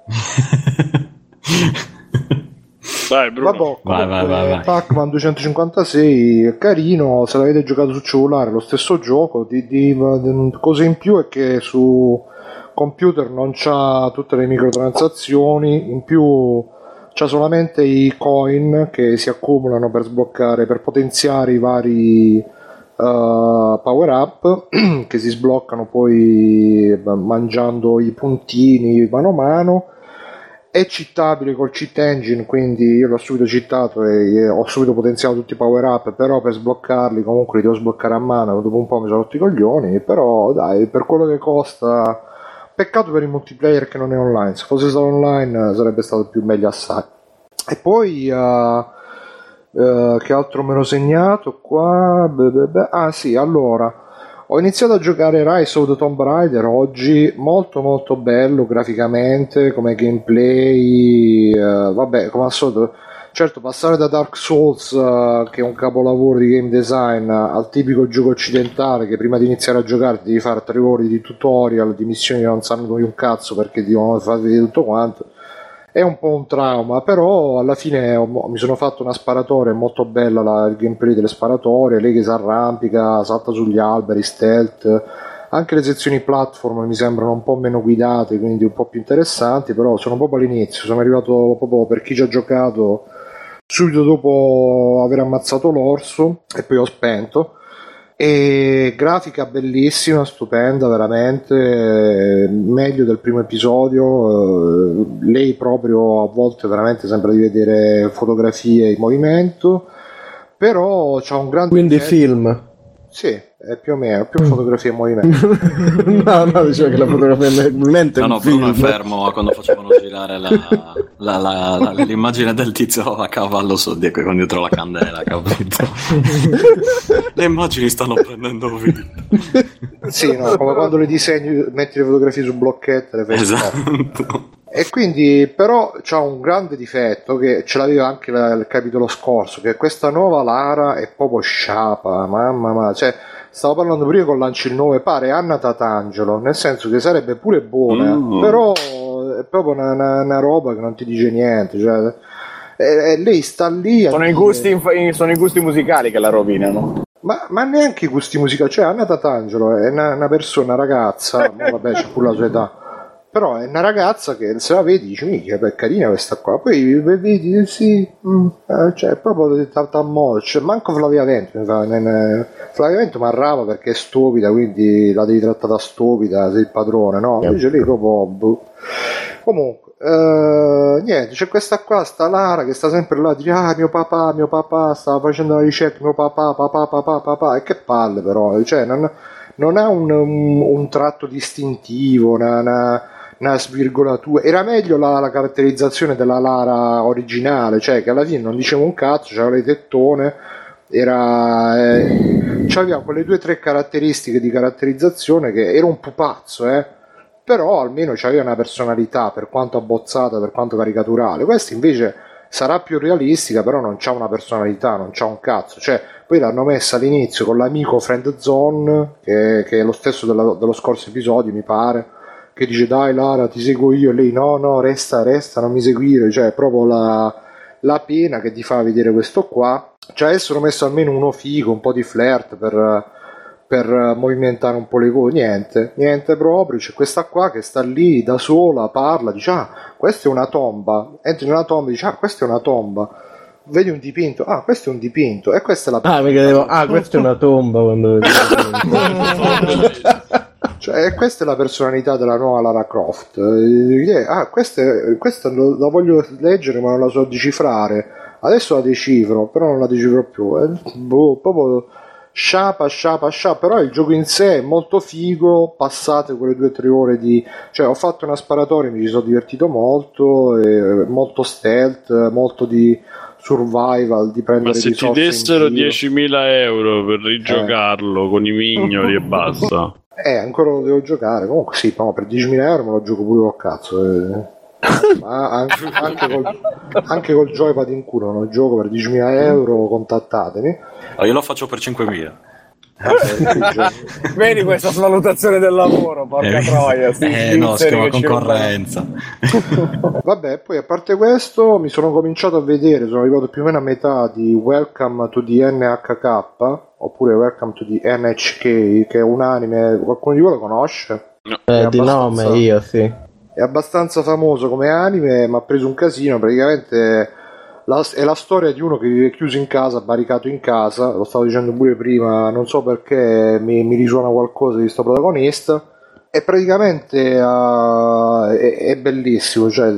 Dai, Bruno. Vabbè, Vai, vai, vai, vai. Pac-Man duecentocinquantasei è carino, se l'avete giocato su cellulare è lo stesso gioco, di, di, di, cosa in più è che su computer non c'ha tutte le microtransazioni, in più c'ha solamente i coin che si accumulano per sbloccare, per potenziare i vari uh, power up che si sbloccano poi mangiando i puntini mano a mano. È cittabile col cheat engine, quindi io l'ho subito citato e ho subito potenziato tutti i power up, però per sbloccarli comunque li devo sbloccare a mano, dopo un po' mi sono rotto i coglioni, però dai, per quello che costa, peccato per il multiplayer che non è online, se fosse stato online sarebbe stato più meglio assai. E poi uh, uh, che altro me l'ho segnato qua? Beh, beh, beh. Ah sì, allora ho iniziato a giocare Rise of the Tomb Raider oggi, molto molto bello graficamente, come gameplay, uh, vabbè, come al solito, certo passare da Dark Souls, uh, che è un capolavoro di game design, al tipico gioco occidentale che prima di iniziare a giocare ti devi fare tre ore di tutorial, di missioni che non sanno di un cazzo perché ti devono far vedere tutto quanto. È un po' un trauma, però alla fine ho, mi sono fatto una sparatoria, è molto bella la, il gameplay delle sparatorie, lei che si arrampica, salta sugli alberi, stealth, anche le sezioni platform mi sembrano un po' meno guidate, quindi un po' più interessanti, però sono proprio all'inizio, sono arrivato proprio per chi ci ha giocato subito dopo aver ammazzato l'orso e poi ho spento. E grafica bellissima, stupenda veramente, meglio del primo episodio, lei proprio a volte veramente sembra di vedere fotografie in movimento, però c'ha un grande Quindi difetto. film. Sì, è più o meno, più fotografia in movimento. no, no, dicevo che la fotografia in movimento è No, un no, Bruno è film. fermo a quando facevano girare la, la, la, la, l'immagine del tizio a cavallo su, di- con dietro la candela, capito? Le immagini stanno prendendo vita. Sì, no, come quando le disegni, metti le fotografie su blocchette, le fai Esatto. E quindi però c'ha un grande difetto che ce l'aveva anche la, il capitolo scorso, che questa nuova Lara è proprio sciapa, mamma mia, cioè stavo parlando prima con Lanci il nove, pare Anna Tatangelo, nel senso che sarebbe pure buona, Mm. però è proprio una, una, una roba che non ti dice niente, cioè, e, e lei sta lì a Sono i, dire- gusti, inf- sono i gusti musicali che la rovinano. ma, ma neanche i gusti musicali, cioè Anna Tatangelo è una, una persona, una ragazza, ma vabbè c'è pure la sua età, però è una ragazza che se la vedi dici mica è carina questa qua, poi vedi sì, mm, eh, cioè proprio tanta moda, cioè, manco Flavia Vento mi fa, ne- ne- Flavia Vento mi arrava perché è stupida, quindi la devi trattare da stupida, sei il padrone, no? Invece lei proprio boh. Comunque Uh, niente, c'è questa qua, sta Lara che sta sempre là a dire ah mio papà, mio papà stava facendo la ricerca, mio papà, papà, papà, papà, e che palle però, cioè non, non ha un, un, un tratto distintivo, una, una, una svirgolatura. Era meglio la, la caratterizzazione della Lara originale, cioè che alla fine non diceva un cazzo, c'aveva le tettone, era eh, c'aveva quelle due o tre caratteristiche di caratterizzazione che era un pupazzo, eh però almeno c'aveva una personalità, per quanto abbozzata, per quanto caricaturale. Questa invece sarà più realistica, però non c'ha una personalità, non c'ha un cazzo. Cioè, poi l'hanno messa all'inizio con l'amico Friend Zone, che, che è lo stesso della, dello scorso episodio, mi pare, che dice dai Lara ti seguo io, e lei no no resta resta non mi seguire, cioè è proprio la, la pena che ti fa vedere questo qua. Cioè adesso hanno messo almeno uno figo, un po' di flirt per... per movimentare un po' le cose, niente, niente proprio. C'è questa qua che sta lì da sola, parla, dice ah, questa è una tomba, entri nella tomba e dice ah, questa è una tomba, vedi un dipinto, ah, questo è un dipinto, e questa è la ah, mi credevo, ah, questa è una tomba quando cioè questa è la personalità della nuova Lara Croft, eh, ah, questa, è, questa la voglio leggere ma non la so decifrare, adesso la decifro, però non la decifro più, eh, boh, proprio sciapa sciapa sciapa. Però il gioco in sé è molto figo, passate quelle due o tre ore di, cioè ho fatto una sparatoria, mi ci sono divertito molto, eh, molto stealth, molto di survival, di prendere ma se ti dessero diecimila euro per rigiocarlo eh. con i mignoli e basta, eh ancora lo devo giocare comunque, sì, no, per diecimila euro me lo gioco pure col cazzo, eh. Ma anche, anche, col, anche col joypad in culo non lo gioco per diecimila euro, contattatemi. Oh, io lo faccio per cinquemila. Vedi questa svalutazione del lavoro, porca eh, troia, sì, eh, no, si chiama concorrenza. Vabbè, poi a parte questo mi sono cominciato a vedere, sono arrivato più o meno a metà di Welcome to the N H K oppure Welcome to the N H K, che è un anime, qualcuno di voi lo conosce? No. Eh, di nome io sì. È abbastanza famoso come anime, ma ha preso un casino. Praticamente la, è la storia di uno che vive chiuso in casa, barricato in casa. Lo stavo dicendo pure prima, non so perché mi, mi risuona qualcosa di sto protagonista. E praticamente uh, è, è bellissimo, cioè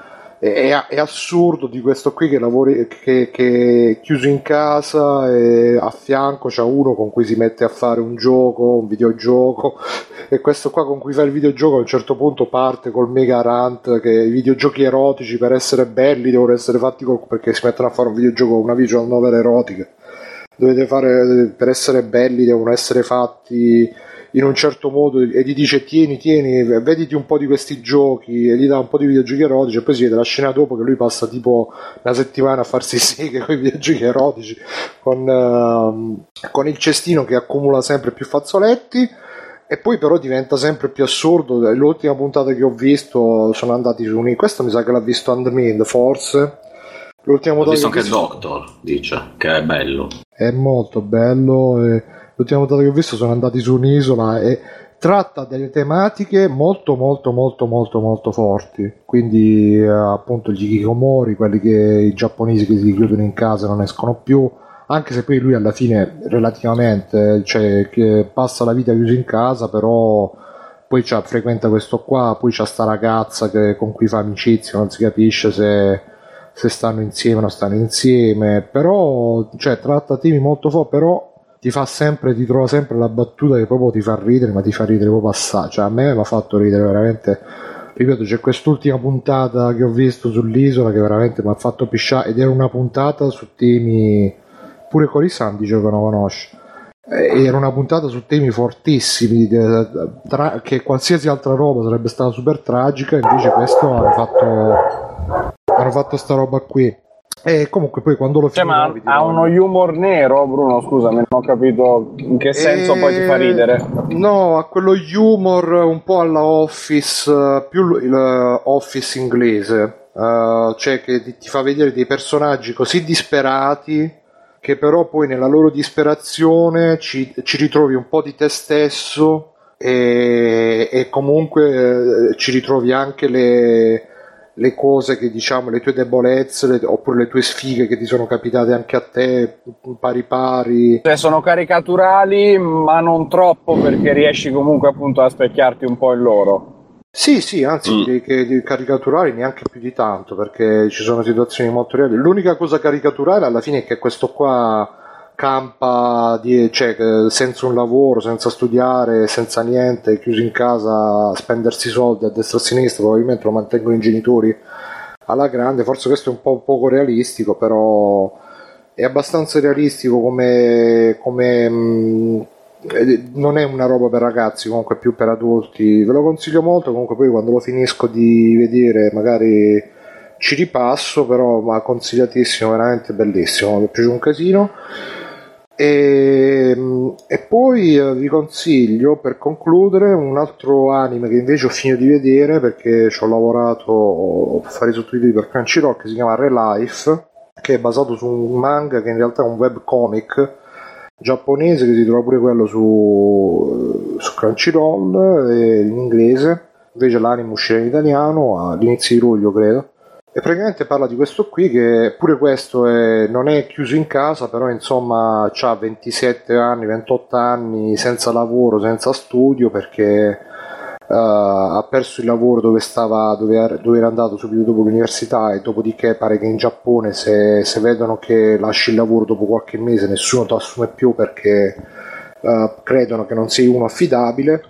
è, è assurdo di questo qui che lavori, che, che è chiuso in casa e a fianco c'ha uno con cui si mette a fare un gioco, un videogioco, e questo qua con cui fa il videogioco a un certo punto parte col mega rant che i videogiochi erotici per essere belli devono essere fatti col, perché si mettono a fare un videogioco, una visual novel erotica, dovete fare, per essere belli devono essere fatti in un certo modo, e gli dice tieni tieni vediti un po' di questi giochi, e gli dà un po' di videogiochi erotici, e poi si vede la scena dopo che lui passa tipo una settimana a farsi seghe con i videogiochi erotici, con, uh, con il cestino che accumula sempre più fazzoletti. E poi però diventa sempre più assurdo. L'ultima puntata che ho visto sono andati su un, questo mi sa che l'ha visto Andmind forse, l'ultima ho visto che anche visto... Doctor dice che è bello, è molto bello, e l'ultima volta che ho visto sono andati su un'isola e tratta delle tematiche molto molto molto molto molto forti, quindi eh, appunto gli hikikomori, quelli che i giapponesi che si chiudono in casa e non escono più, anche se poi lui alla fine relativamente, cioè che passa la vita chiuso in casa, però poi c'ha, frequenta questo qua, poi c'ha sta ragazza che, con cui fa amicizia, non si capisce se, se stanno insieme o non stanno insieme, però cioè tratta temi molto forti, però ti fa sempre, ti trova sempre la battuta che proprio ti fa ridere, ma ti fa ridere proprio assai, cioè a me mi ha fatto ridere veramente, ripeto, c'è quest'ultima puntata che ho visto sull'isola che veramente mi ha fatto pisciare, ed era una puntata su temi, pure Corisan dice che non conosce, era una puntata su temi fortissimi, tra, che qualsiasi altra roba sarebbe stata super tragica, invece questo hanno fatto hanno fatto sta roba qui. E comunque poi quando lo cioè, ma ha uno humor nero, Bruno, scusami, non ho capito in che senso e... poi ti fa ridere. No, ha quello humor un po' alla Office, più il Office inglese, uh, cioè che ti, ti fa vedere dei personaggi così disperati che però poi nella loro disperazione ci, ci ritrovi un po' di te stesso, e, e comunque eh, ci ritrovi anche le le cose che, diciamo, le tue debolezze, le, oppure le tue sfighe che ti sono capitate anche a te pari pari. Cioè sono caricaturali ma non troppo, perché riesci comunque appunto a specchiarti un po' in loro. Sì, sì, anzi Mm. direi che di caricaturali neanche più di tanto, perché ci sono situazioni molto reali. L'unica cosa caricaturale alla fine è che questo qua campa di, cioè, eh, senza un lavoro, senza studiare, senza niente, chiuso in casa a spendersi soldi a destra e a sinistra, probabilmente lo mantengono i genitori alla grande. Forse questo è un po' poco realistico, però è abbastanza realistico come, come mh, eh, non è una roba per ragazzi, comunque più per adulti. Ve lo consiglio molto, comunque poi quando lo finisco di vedere magari ci ripasso, però ma consigliatissimo, veramente bellissimo, mi è piaciuto un casino. E, e poi eh, vi consiglio, per concludere, un altro anime che invece ho finito di vedere perché ci ho lavorato per fare i sottotitoli per Crunchyroll, che si chiama Relife, che è basato su un manga che in realtà è un webcomic giapponese, che si trova pure quello su, su Crunchyroll, e in inglese. Invece l'anime uscirà in italiano all'inizio di luglio, credo. E praticamente parla di questo qui, che pure questo è, non è chiuso in casa, però insomma ha ventisette anni, ventotto anni, senza lavoro, senza studio, perché uh, ha perso il lavoro dove stava, dove era, dove era andato subito dopo l'università, e dopodiché pare che in Giappone se, se vedono che lasci il lavoro dopo qualche mese nessuno ti assume più, perché uh, credono che non sei uno affidabile.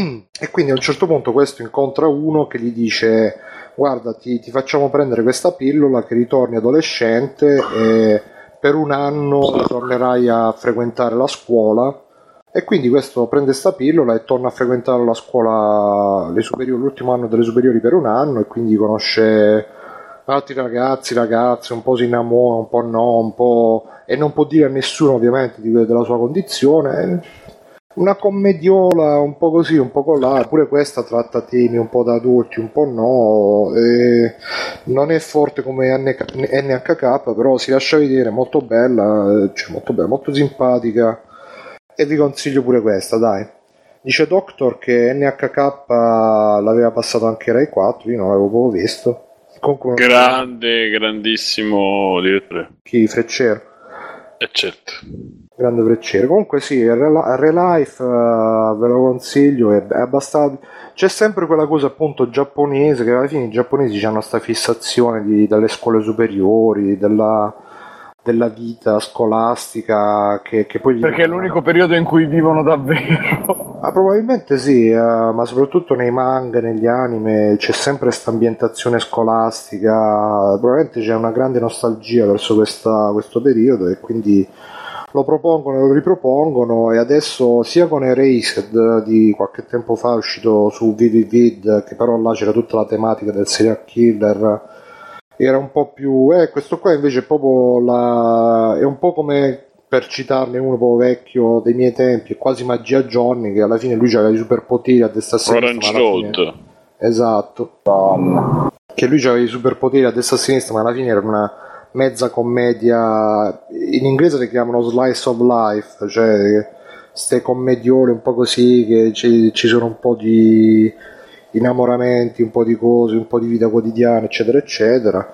E quindi a un certo punto questo incontra uno che gli dice: guarda, ti, ti facciamo prendere questa pillola che ritorni adolescente e per un anno tornerai a frequentare la scuola. E quindi questo prende sta pillola e torna a frequentare la scuola, le superiori, l'ultimo anno delle superiori per un anno, e quindi conosce altri ragazzi, ragazze, un po' si innamora, un po' no, un po', e non può dire a nessuno ovviamente di, della sua condizione. Una commediola un po' così, un po' colà. Pure questa tratta temi un po' da adulti, un po' no, e non è forte come N H K, però si lascia vedere, molto bella, cioè molto bella, molto simpatica, e vi consiglio pure questa, dai. Dice Doctor che N H K l'aveva passato anche Rai quattro, io non l'avevo proprio visto. Comunque, Grande, grandissimo direttore. Chi? Freccero? Eh certo. Grande Freccero. Comunque sì, Relife uh, ve lo consiglio, è, è abbastanza. C'è sempre quella cosa appunto giapponese, che alla fine i giapponesi hanno sta fissazione di, dalle scuole superiori, della, della vita scolastica, che, che poi perché è l'unico periodo in cui vivono davvero. Ah, probabilmente sì, uh, ma soprattutto nei manga, negli anime c'è sempre questa ambientazione scolastica. Probabilmente c'è una grande nostalgia verso questa, questo periodo, e quindi lo propongono e lo ripropongono. E adesso sia con Erased di qualche tempo fa è uscito su Vivid, che però là c'era tutta la tematica del serial killer, era un po' più eh, questo qua invece è proprio la, è un po' come, per citarne uno proprio vecchio dei miei tempi, è quasi Magia Johnny, che alla fine lui aveva i superpoteri a destra e a sinistra. Orange Road. Fine... esatto, um, che lui aveva i superpoteri a destra e a sinistra, ma alla fine era una mezza commedia, in inglese le chiamano slice of life, cioè ste commediole un po' così, che ci, ci sono un po' di innamoramenti, un po' di cose, un po' di vita quotidiana, eccetera eccetera.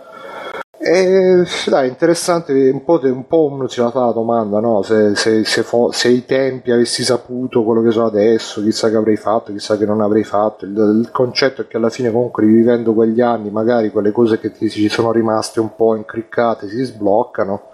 E dai, interessante, un po', un po' uno si la fa la domanda, no? Se, se, se, fo, se ai tempi avessi saputo quello che so adesso, chissà che avrei fatto, chissà che non avrei fatto. Il, il concetto è che alla fine comunque, rivivendo quegli anni, magari quelle cose che ti ci sono rimaste un po' incriccate si sbloccano.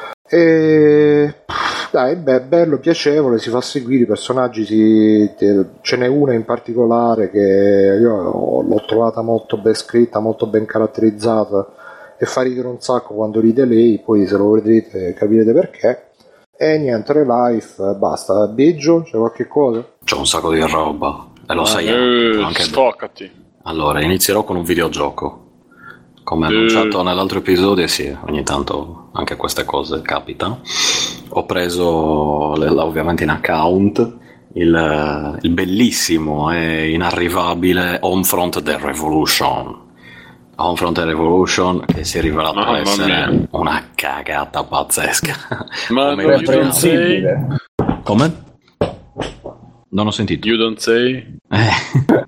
E dai, beh, bello, piacevole, si fa seguire i personaggi, si, ce n'è una in particolare che io l'ho trovata molto ben scritta, molto ben caratterizzata, e fa ridere un sacco quando ride lei. Poi se lo vedrete capirete perché. E niente, Relife, basta. Biggio, c'è qualche cosa? C'è un sacco di roba, e lo ah, sai eh, anche. Stoccati. Allora, inizierò con un videogioco. Come annunciato eh. nell'altro episodio, sì, ogni tanto anche queste cose capitano. Ho preso, ovviamente in account, il, il bellissimo e inarrivabile Homefront The Revolution. Homefront Revolution, che si è rivelato Mamma essere mia. una cagata pazzesca. Ma come non say... Come? Non ho sentito. You don't say? Eh.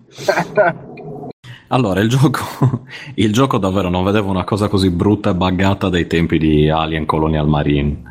Allora, il gioco il gioco davvero non vedevo una cosa così brutta e buggata dai tempi di Alien Colonial Marine.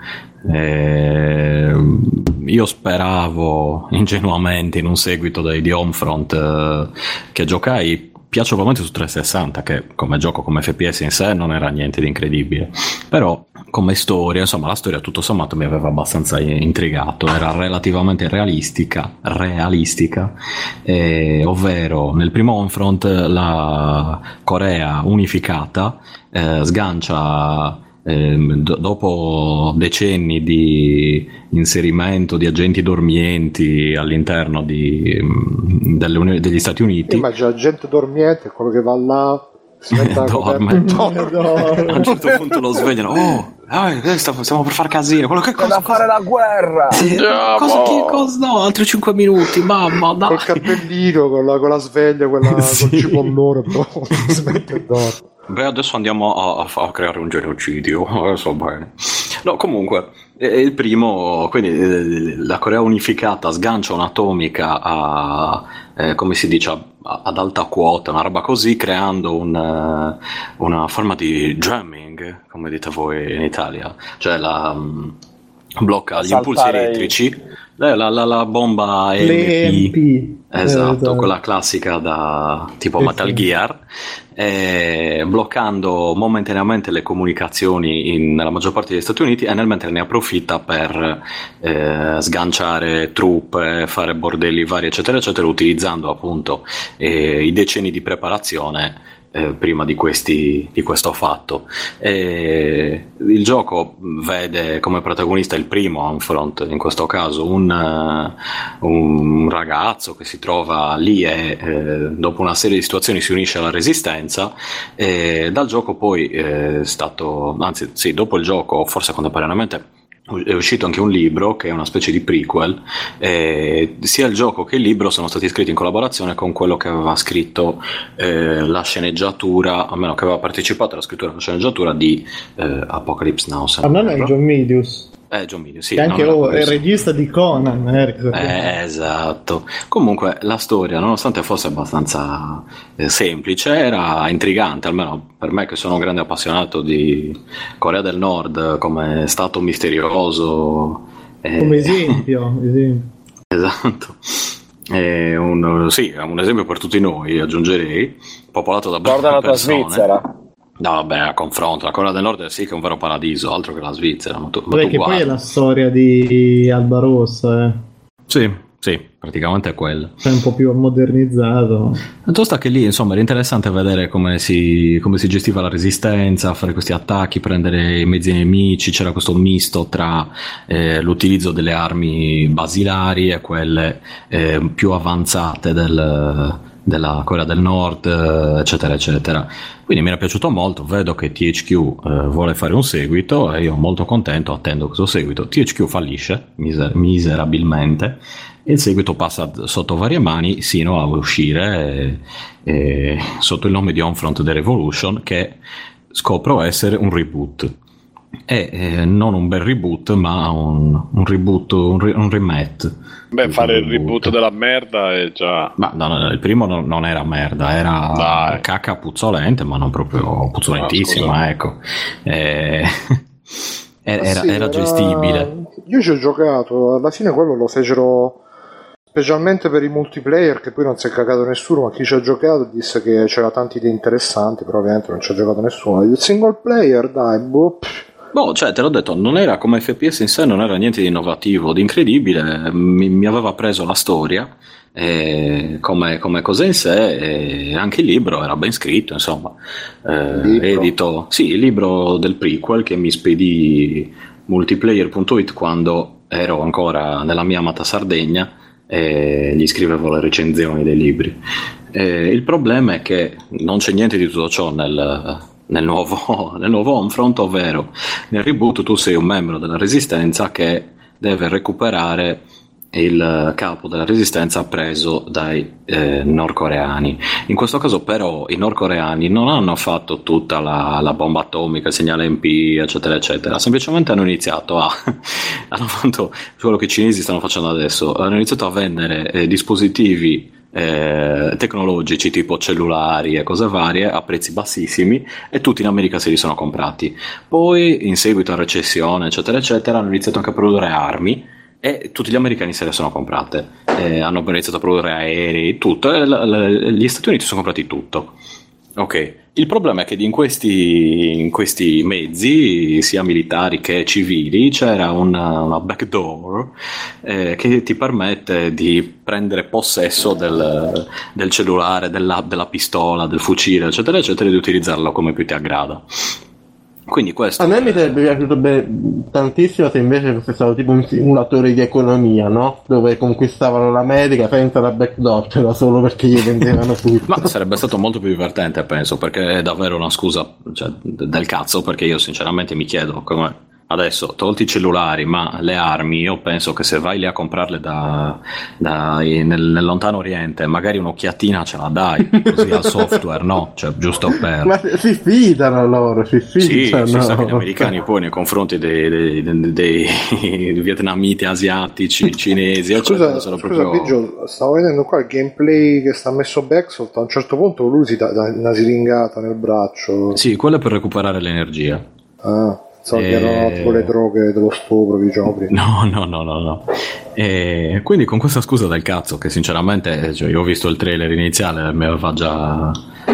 Eh, io speravo ingenuamente in un seguito dei, di Homefront, eh, che giocai piace ovviamente su trecentosessanta, che come gioco, come F P S in sé non era niente di incredibile, però come storia, insomma, la storia tutto sommato mi aveva abbastanza intrigato, era relativamente realistica, realistica, eh, ovvero nel primo Homefront la Corea unificata eh, sgancia eh, do- dopo decenni di inserimento di agenti dormienti all'interno di, delle Uni- degli Stati Uniti. Immagina agente dormiente è quello che va là, si mette a dorme. dorme. A un certo punto lo svegliano, oh, eh, stiamo per far casino, quello che C'è cosa da fare la guerra. Sì, cosa, che cosa no, altri cinque minuti, mamma, dai. Col cappellino, con la, con la sveglia, quella Sì. col cipollone, però si mette e dorme. Beh, adesso andiamo a, a, a creare un genocidio, adesso bene. No, comunque, eh, il primo, quindi eh, la Corea unificata sgancia un'atomica a, eh, come si dice, a, ad alta quota, una roba così, creando un, uh, una forma di jamming, come dite voi in Italia, cioè la um, blocca gli impulsi Saltare elettrici, i... la, la, la, la bomba Le M P. M P. Esatto, esatto. quella classica da tipo Sì, Metal sì. Gear, eh, bloccando momentaneamente le comunicazioni in- nella maggior parte degli Stati Uniti, e nel mentre ne approfitta per eh, sganciare truppe, fare bordelli vari eccetera eccetera, utilizzando appunto eh, i decenni di preparazione eh, prima di, questi, di questo fatto. E il gioco vede come protagonista il primo Homefront, in questo caso un, uh, un ragazzo che si trova lì e eh, dopo una serie di situazioni si unisce alla resistenza, e dal gioco poi è stato, anzi sì, dopo il gioco, forse contemporaneamente è uscito anche un libro che è una specie di prequel, e sia il gioco che il libro sono stati scritti in collaborazione con quello che aveva scritto eh, la sceneggiatura, almeno che aveva partecipato alla scrittura della sceneggiatura di eh, Apocalypse Now. Ah, non è John Medius, Eh, John Milius, sì. che anche non era oh, è il questo. regista di Conan. Eh, che sapete. Eh, esatto. Comunque la storia, nonostante fosse abbastanza eh, semplice, era intrigante, almeno per me che sono un grande appassionato di Corea del Nord come stato misterioso. eh, Come esempio, esempio. Esatto. È un, sì, è un esempio per tutti noi, aggiungerei, popolato da Guarda brave la tua persone. Svizzera. No, vabbè, a confronto, la Corea del Nord sì che è un vero paradiso, altro che la Svizzera. Ma tu, ma Vabbè, tu che poi guarda. è la storia di Alba Rossa, eh. Sì, sì, praticamente è quello. È un po' più modernizzato. Tanto sta che lì, insomma, era interessante vedere come si, come si gestiva la resistenza, fare questi attacchi, prendere i mezzi nemici. C'era questo misto tra eh, l'utilizzo delle armi basilari e quelle eh, più avanzate del, della Corea del Nord, eh, eccetera, eccetera. Quindi mi era piaciuto molto. Vedo che T H Q eh, vuole fare un seguito e io molto contento attendo questo seguito. T H Q fallisce miser- miserabilmente. E il seguito passa sotto varie mani sino a uscire eh, eh, sotto il nome di Homefront The Revolution, che scopro essere un reboot. E eh, non un bel reboot, ma un, un reboot, un, re- un remake. Beh, fare il reboot della merda è già... Ma no, no, il primo non, non era merda, era Dai. cacca puzzolente, ma non proprio puzzolentissima, Ah, ecco. Eh, era, era- Sì, era gestibile. Io ci ho giocato, alla fine quello lo fecero specialmente per i multiplayer, che poi non si è cagato nessuno, ma chi ci ha giocato disse che c'era tante idee interessanti, però ovviamente non ci ha giocato nessuno. Il single player, dai, boh, pff. Boh, cioè, te l'ho detto, non era come F P S in sé, non era niente di innovativo, di incredibile, mi, mi aveva preso la storia eh, come, come cosa in sé, e anche il libro era ben scritto, insomma, eh, Libro? edito, sì, il libro del prequel che mi spedì multiplayer punto it quando ero ancora nella mia amata Sardegna e gli scrivevo le recensioni dei libri. Eh, il problema è che non c'è niente di tutto ciò nel... Nel nuovo, nel nuovo Homefront, ovvero nel reboot tu sei un membro della Resistenza che deve recuperare il capo della Resistenza preso dai eh, nordcoreani. In questo caso però i nordcoreani non hanno fatto tutta la, la bomba atomica, il segnale M P, eccetera eccetera, semplicemente hanno iniziato a hanno fatto quello che i cinesi stanno facendo adesso, hanno iniziato a vendere eh, dispositivi Eh, tecnologici tipo cellulari e cose varie a prezzi bassissimi, e tutti in America se li sono comprati. Poi in seguito a recessione eccetera eccetera hanno iniziato anche a produrre armi e tutti gli americani se le sono comprate, eh, hanno iniziato a produrre aerei, tutto, e l- l- gli Stati Uniti sono comprati tutto. Ok, il problema è che in questi, in questi mezzi, sia militari che civili, c'era una, una backdoor eh, che ti permette di prendere possesso del, del cellulare, della, della pistola, del fucile, eccetera, eccetera, e di utilizzarlo come più ti aggrada. Quindi questo a me mi sarebbe piaciuto be- tantissimo se invece fosse stato tipo un simulatore di economia, no? Dove conquistavano l'America senza la backdoor, però solo perché gli vendevano tutto. Ma sarebbe stato molto più divertente, penso, perché è davvero una scusa, cioè, del cazzo, perché io sinceramente mi chiedo come adesso, tolti i cellulari, ma le armi, io penso che se vai lì a comprarle da, da nel, nel lontano oriente, magari un'occhiatina ce la dai, così al software, no? Cioè, giusto per... Ma si fidano loro, si fidano. Sì, si sa che gli americani poi nei confronti dei, dei, dei, dei vietnamiti, asiatici, cinesi, eccetera, Scusa, sono scusa proprio... Biggio, stavo vedendo qua il gameplay che sta messo Backsoft, a un certo punto lui si dà dà una siringata nel braccio. Sì, quello è per recuperare l'energia. Ah, so Eh, che erano tipo le droghe dello stupro, diciamo prima. No, no, no, no, no. E quindi con questa scusa del cazzo, che sinceramente, cioè, io ho visto il trailer iniziale, mi aveva già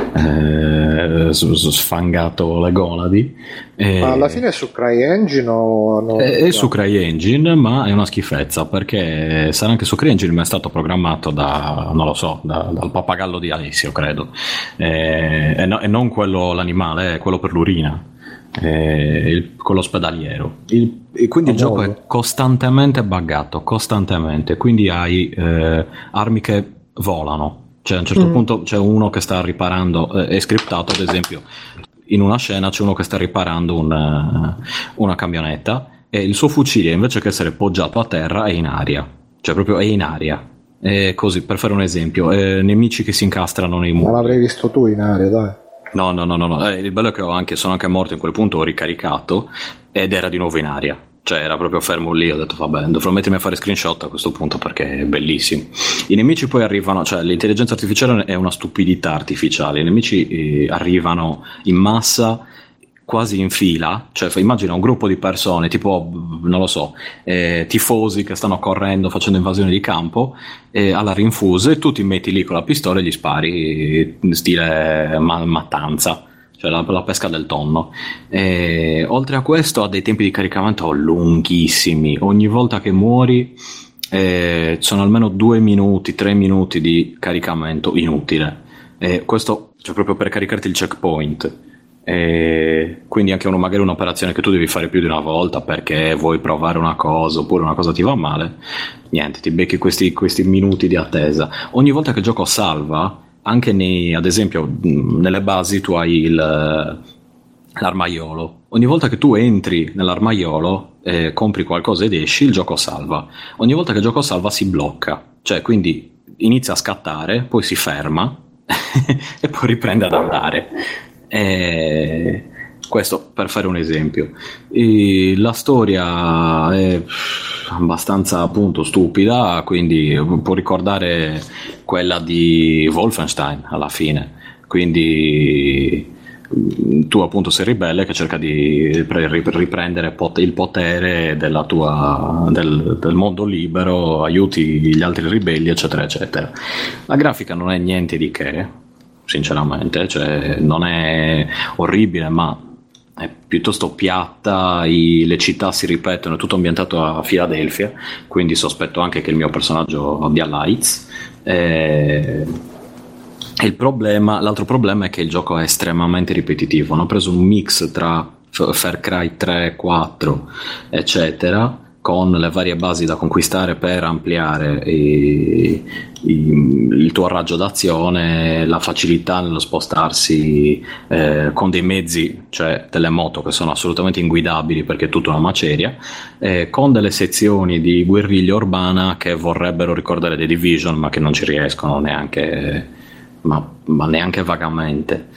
eh, sfangato le gonadi. E... Ma alla fine è su CryEngine o no? È, è su CryEngine, ma è una schifezza, perché sarà anche su CryEngine, ma è stato programmato da, non lo so, da, dal pappagallo di Alessio, credo. E, e, no, e non quello, l'animale, è quello per l'urina. Eh, il, con l'ospedaliero il, e quindi il gioco è costantemente buggato, costantemente, quindi hai eh, armi che volano, cioè a un certo mm. punto c'è uno che sta riparando, eh, è scriptato ad esempio in una scena c'è uno che sta riparando un, uh, una camionetta e il suo fucile invece che essere poggiato a terra è in aria, cioè proprio è in aria. E così, per fare un esempio, eh, nemici che si incastrano nei muri. Ma l'avrei visto tu in aria, dai. No, no, no, no, no. Eh, il bello è che ho anche, sono anche morto in quel punto, ho ricaricato ed era di nuovo in aria. Cioè era proprio fermo lì, ho detto vabbè, dovrò mettermi a fare screenshot a questo punto perché è bellissimo. I nemici poi arrivano, cioè l'intelligenza artificiale è una stupidità artificiale, i nemici eh, arrivano in massa, quasi in fila, cioè immagina un gruppo di persone tipo, non lo so, eh, tifosi che stanno correndo facendo invasione di campo eh, alla rinfusa e tu ti metti lì con la pistola e gli spari stile ma- mattanza, cioè la, la pesca del tonno. E, oltre a questo ha dei tempi di caricamento lunghissimi, ogni volta che muori eh, sono almeno due minuti, tre minuti di caricamento inutile, e questo cioè proprio per caricarti il checkpoint. E quindi anche uno, magari un'operazione che tu devi fare più di una volta perché vuoi provare una cosa oppure una cosa ti va male, niente, ti becchi questi, questi minuti di attesa. Ogni volta che il gioco salva, anche nei, ad esempio nelle basi tu hai il, l'armaiolo, ogni volta che tu entri nell'armaiolo eh, compri qualcosa ed esci, il gioco salva. Ogni volta che il gioco salva si blocca, cioè quindi inizia a scattare, poi si ferma e poi riprende ad andare. E questo per fare un esempio. E la storia è abbastanza appunto stupida, quindi può ricordare quella di Wolfenstein alla fine, quindi tu appunto sei ribelle che cerca di riprendere il potere della tua, del, del mondo libero, aiuti gli altri ribelli eccetera eccetera. La grafica non è niente di che, sinceramente, cioè non è orribile ma è piuttosto piatta, i, le città si ripetono, è tutto ambientato a Filadelfia, quindi sospetto anche che il mio personaggio abbia lights. E il problema, l'altro problema è che il gioco è estremamente ripetitivo, hanno preso un mix tra Far Cry tre, quattro eccetera, con le varie basi da conquistare per ampliare i, i, il tuo raggio d'azione, la facilità nello spostarsi eh, con dei mezzi, cioè delle moto che sono assolutamente inguidabili perché è tutta una maceria, eh, con delle sezioni di guerriglia urbana che vorrebbero ricordare The Division ma che non ci riescono neanche, ma, ma neanche vagamente.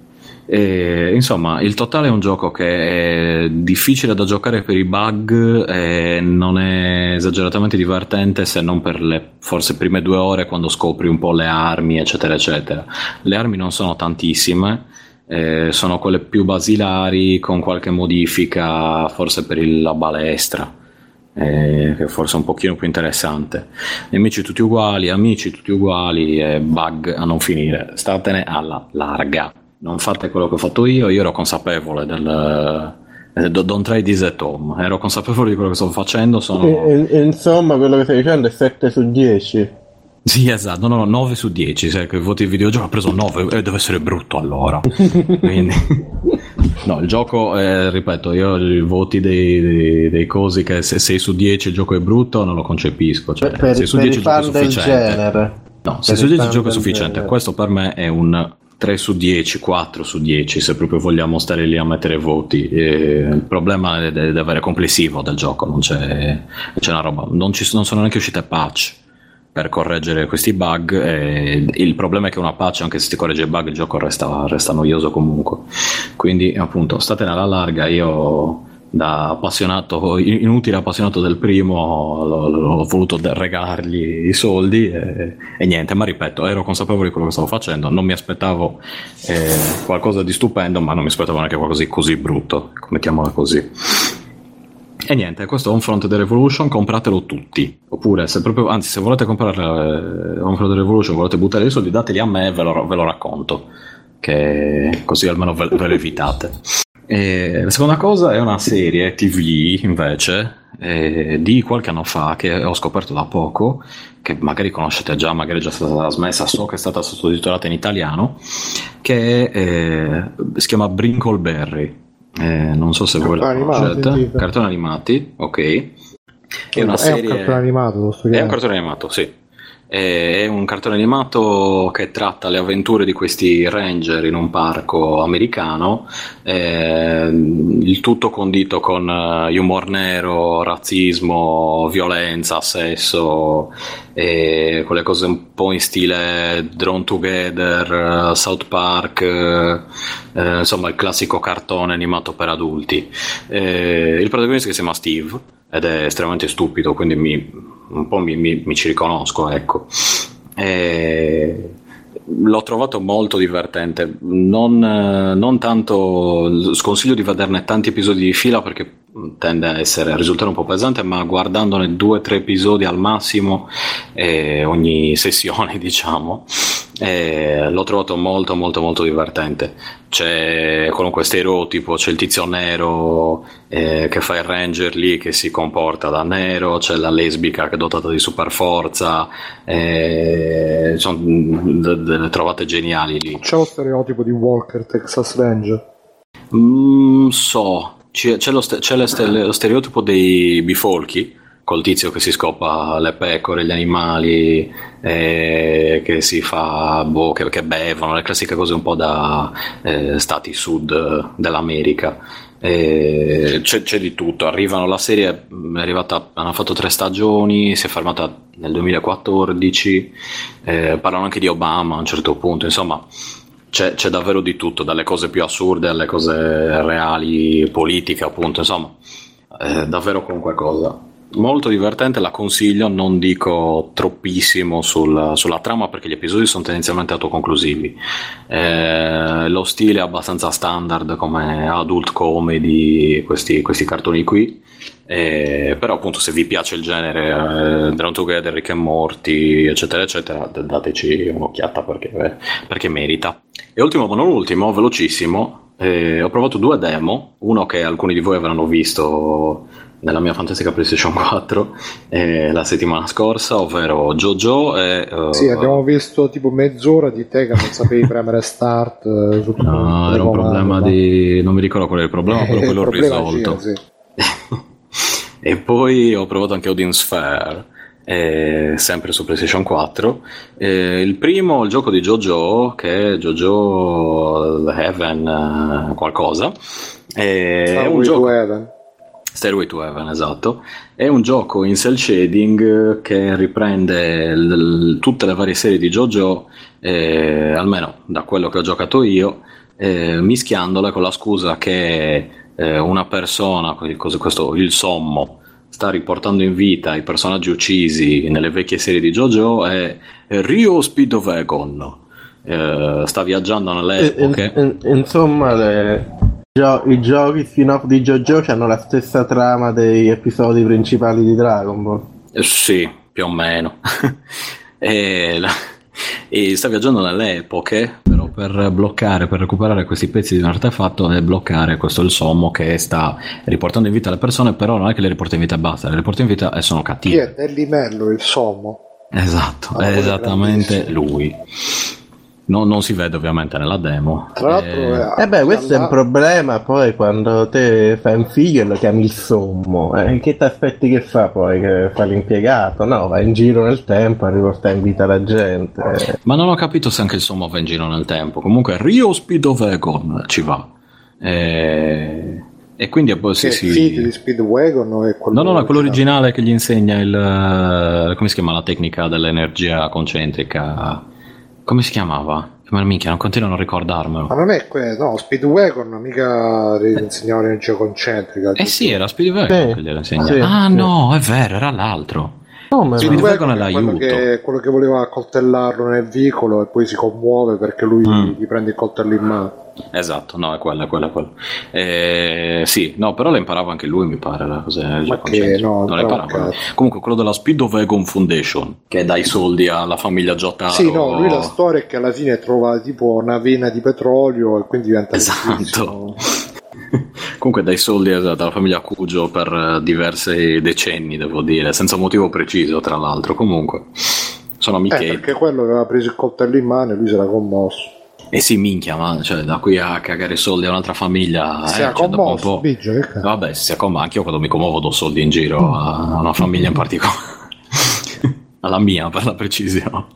E, insomma, il totale è un gioco che è difficile da giocare per i bug e non è esageratamente divertente se non per le forse prime due ore quando scopri un po' le armi eccetera eccetera. Le armi non sono tantissime, eh, sono quelle più basilari con qualche modifica forse per il, la balestra, eh, che forse è un pochino più interessante. Nemici tutti uguali, amici tutti uguali e bug a non finire. Statene alla larga, non fate quello che ho fatto io. Io ero consapevole del eh, don't try this at home, ero consapevole di quello che stavo facendo. Sono... E, e, insomma, quello che stai dicendo è sette su dieci. Sì, esatto, no, no, nove su dieci, se il voti di videogioco ha preso nove, e eh, deve essere brutto allora. Quindi no, il gioco, eh, ripeto, io i voti dei, dei, dei cosi che se sei su dieci il gioco è brutto non lo concepisco, cioè per, sei su per dieci il gioco è sufficiente. Genere. No, sei su dieci il gioco è sufficiente, genere. Questo per me è un tre su dieci, quattro su dieci, se proprio vogliamo stare lì a mettere voti. E il problema è di avere complessivo del gioco, non c'è, non c'è una roba, non, ci, non sono neanche uscite patch per correggere questi bug, e il problema è che una patch, anche se ti corregge il bug, il gioco resta, resta noioso comunque. Quindi appunto statene alla larga. Io da appassionato, inutile appassionato del primo, ho voluto regalargli i soldi e, e niente, ma ripeto, ero consapevole di quello che stavo facendo, non mi aspettavo eh, qualcosa di stupendo, ma non mi aspettavo neanche qualcosa di così brutto, mettiamola così. E niente, questo è Home Front The Revolution, compratelo tutti. Oppure, se proprio, anzi, se volete comprare eh, Home Front The Revolution, volete buttare i soldi, dateli a me e ve lo, ve lo racconto, che così almeno ve, ve lo evitate. E la seconda cosa è una serie tivù, invece, eh, di qualche anno fa, che ho scoperto da poco, che magari conoscete già, magari è già stata smessa, so che è stata sottotitolata in italiano, che eh, si chiama Brinkleberry. Eh, non so se voi la conoscete. Cartoni animati, ok. È una è serie. un cartone animato, è un cartone animato, sì. È un cartone animato che tratta le avventure di questi ranger in un parco americano, eh, il tutto condito con humor nero, razzismo, violenza, sesso, e quelle cose un po' in stile Drawn Together, South Park, eh, insomma il classico cartone animato per adulti. Eh, il protagonista che si chiama Steve ed è estremamente stupido, quindi mi un po' mi, mi, mi ci riconosco, ecco. E l'ho trovato molto divertente, non, non tanto, sconsiglio di vederne tanti episodi di fila perché tende a essere a risultare un po' pesante, ma guardandone due o tre episodi al massimo eh, ogni sessione, diciamo, eh, l'ho trovato molto molto molto divertente. C'è qualunque stereotipo, c'è il tizio nero eh, che fa il ranger lì, che si comporta da nero, c'è la lesbica che è dotata di super forza, eh, sono delle trovate geniali lì. C'è lo stereotipo di Walker Texas Ranger? Mm, so c'è, c'è, lo, c'è lo, lo stereotipo dei bifolchi, col tizio che si scopa le pecore, gli animali, eh, che si fa boh, che, che bevono, le classiche cose un po' da eh, stati sud dell'America. Eh, c'è, c'è di tutto. Arrivano, la serie è arrivata, hanno fatto tre stagioni, si è fermata nel duemilaquattordici, eh, parlano anche di Obama a un certo punto, insomma c'è, c'è davvero di tutto, dalle cose più assurde alle cose reali, politiche appunto, insomma eh, davvero qualunque cosa. Molto divertente, la consiglio, non dico troppissimo sul, sulla trama perché gli episodi sono tendenzialmente autoconclusivi. Eh, lo stile è abbastanza standard come adult comedy, questi, questi cartoni qui, eh, però appunto se vi piace il genere eh, Drawn Together, Rick and Morty eccetera eccetera, dateci un'occhiata perché, eh, perché merita. E ultimo ma non ultimo, velocissimo, eh, ho provato due demo, uno che alcuni di voi avranno visto nella mia fantastica PlayStation quattro eh, la settimana scorsa, ovvero JoJo e uh, sì, abbiamo visto tipo mezz'ora di te che non sapevi premere start eh, su no, era un problema no? di non mi ricordo qual è il problema, però poi l'ho risolto. Gira, sì. E poi ho provato anche Odin Sphere, eh, sempre su PlayStation quattro, eh, il primo, il gioco di JoJo, che è JoJo Heaven eh, qualcosa, eh, è un gioco Heaven. Stairway to Heaven, esatto. È un gioco in cel shading che riprende l- tutte le varie serie di JoJo, eh, almeno da quello che ho giocato io, eh, mischiandole con la scusa che eh, una persona, questo, il sommo, sta riportando in vita i personaggi uccisi nelle vecchie serie di JoJo e Ryo Speedwagon eh, sta viaggiando nelle epoche. In, in, insomma, le... Gio- I giochi spin-off di JoJo hanno la stessa trama degli episodi principali di Dragon Ball. Eh, sì, più o meno. e, la... e sta viaggiando nelle epoche, però per bloccare, per recuperare questi pezzi di un artefatto e bloccare questo il sommo che sta riportando in vita le persone, però non è che le riporta in vita e basta, le riporta in vita e sono cattive. Chi è Nelly Mello, il sommo? Esatto, Ah, è esattamente lui. No, non si vede ovviamente nella demo. Tra l'altro, Eh, eh, Eh beh, questo è alla- un problema poi quando te fai un figlio e lo chiami il sommo. Eh, che ti aspetti che fa poi? Che fa l'impiegato? No, va in giro nel tempo a riportare in vita la gente. Eh, Ma non ho capito se anche il sommo va in giro nel tempo. Comunque Rio Speedowagon ci va. Eh, E quindi è poi Che sì, è sì. figlio di Speedwagon o è quello No, no, no, è quello originale che gli insegna il, come si chiama, la tecnica dell'energia concentrica. Come si chiamava? Ma minchia, non continuo a non ricordarmelo. Ma non è quello, no, Speedwagon mica insegnava l'energia concentrica. Eh sì, era Speedwagon Sì, che glielo insegna. sì, ah sì. no, è vero, era l'altro. come Sì, no? Speedwagon è è quello l'aiuto. che, quello che voleva accoltellarlo nel vicolo e poi si commuove perché lui Mm. gli prende il coltello in mano. Esatto, no, è quello, è quello, è quello. Eh, sì, no, però la imparava anche lui, mi pare, la cosa Ma che, no, non la bravo imparava. cazzo. Comunque quello della Speedowagon Foundation, che dà i soldi alla famiglia Giotaro. Sì, no, lui la storia è che alla fine trova tipo una vena di petrolio e quindi diventa Esatto. ricchissimo. Comunque dai soldi alla famiglia Cujo per eh, diversi decenni, devo dire, senza motivo preciso, tra l'altro. Comunque, sono Eh, amichetti. perché quello aveva preso il coltello in mano e lui si era commosso. E sì, minchia, ma cioè, da qui a cagare soldi a un'altra famiglia. Si eh, era cioè, dopo un commosso, po'. Biggio, che cazzo? Vabbè, si è commo- anche io quando mi commuovo do soldi in giro a una famiglia in particolare, alla mia per la precisione.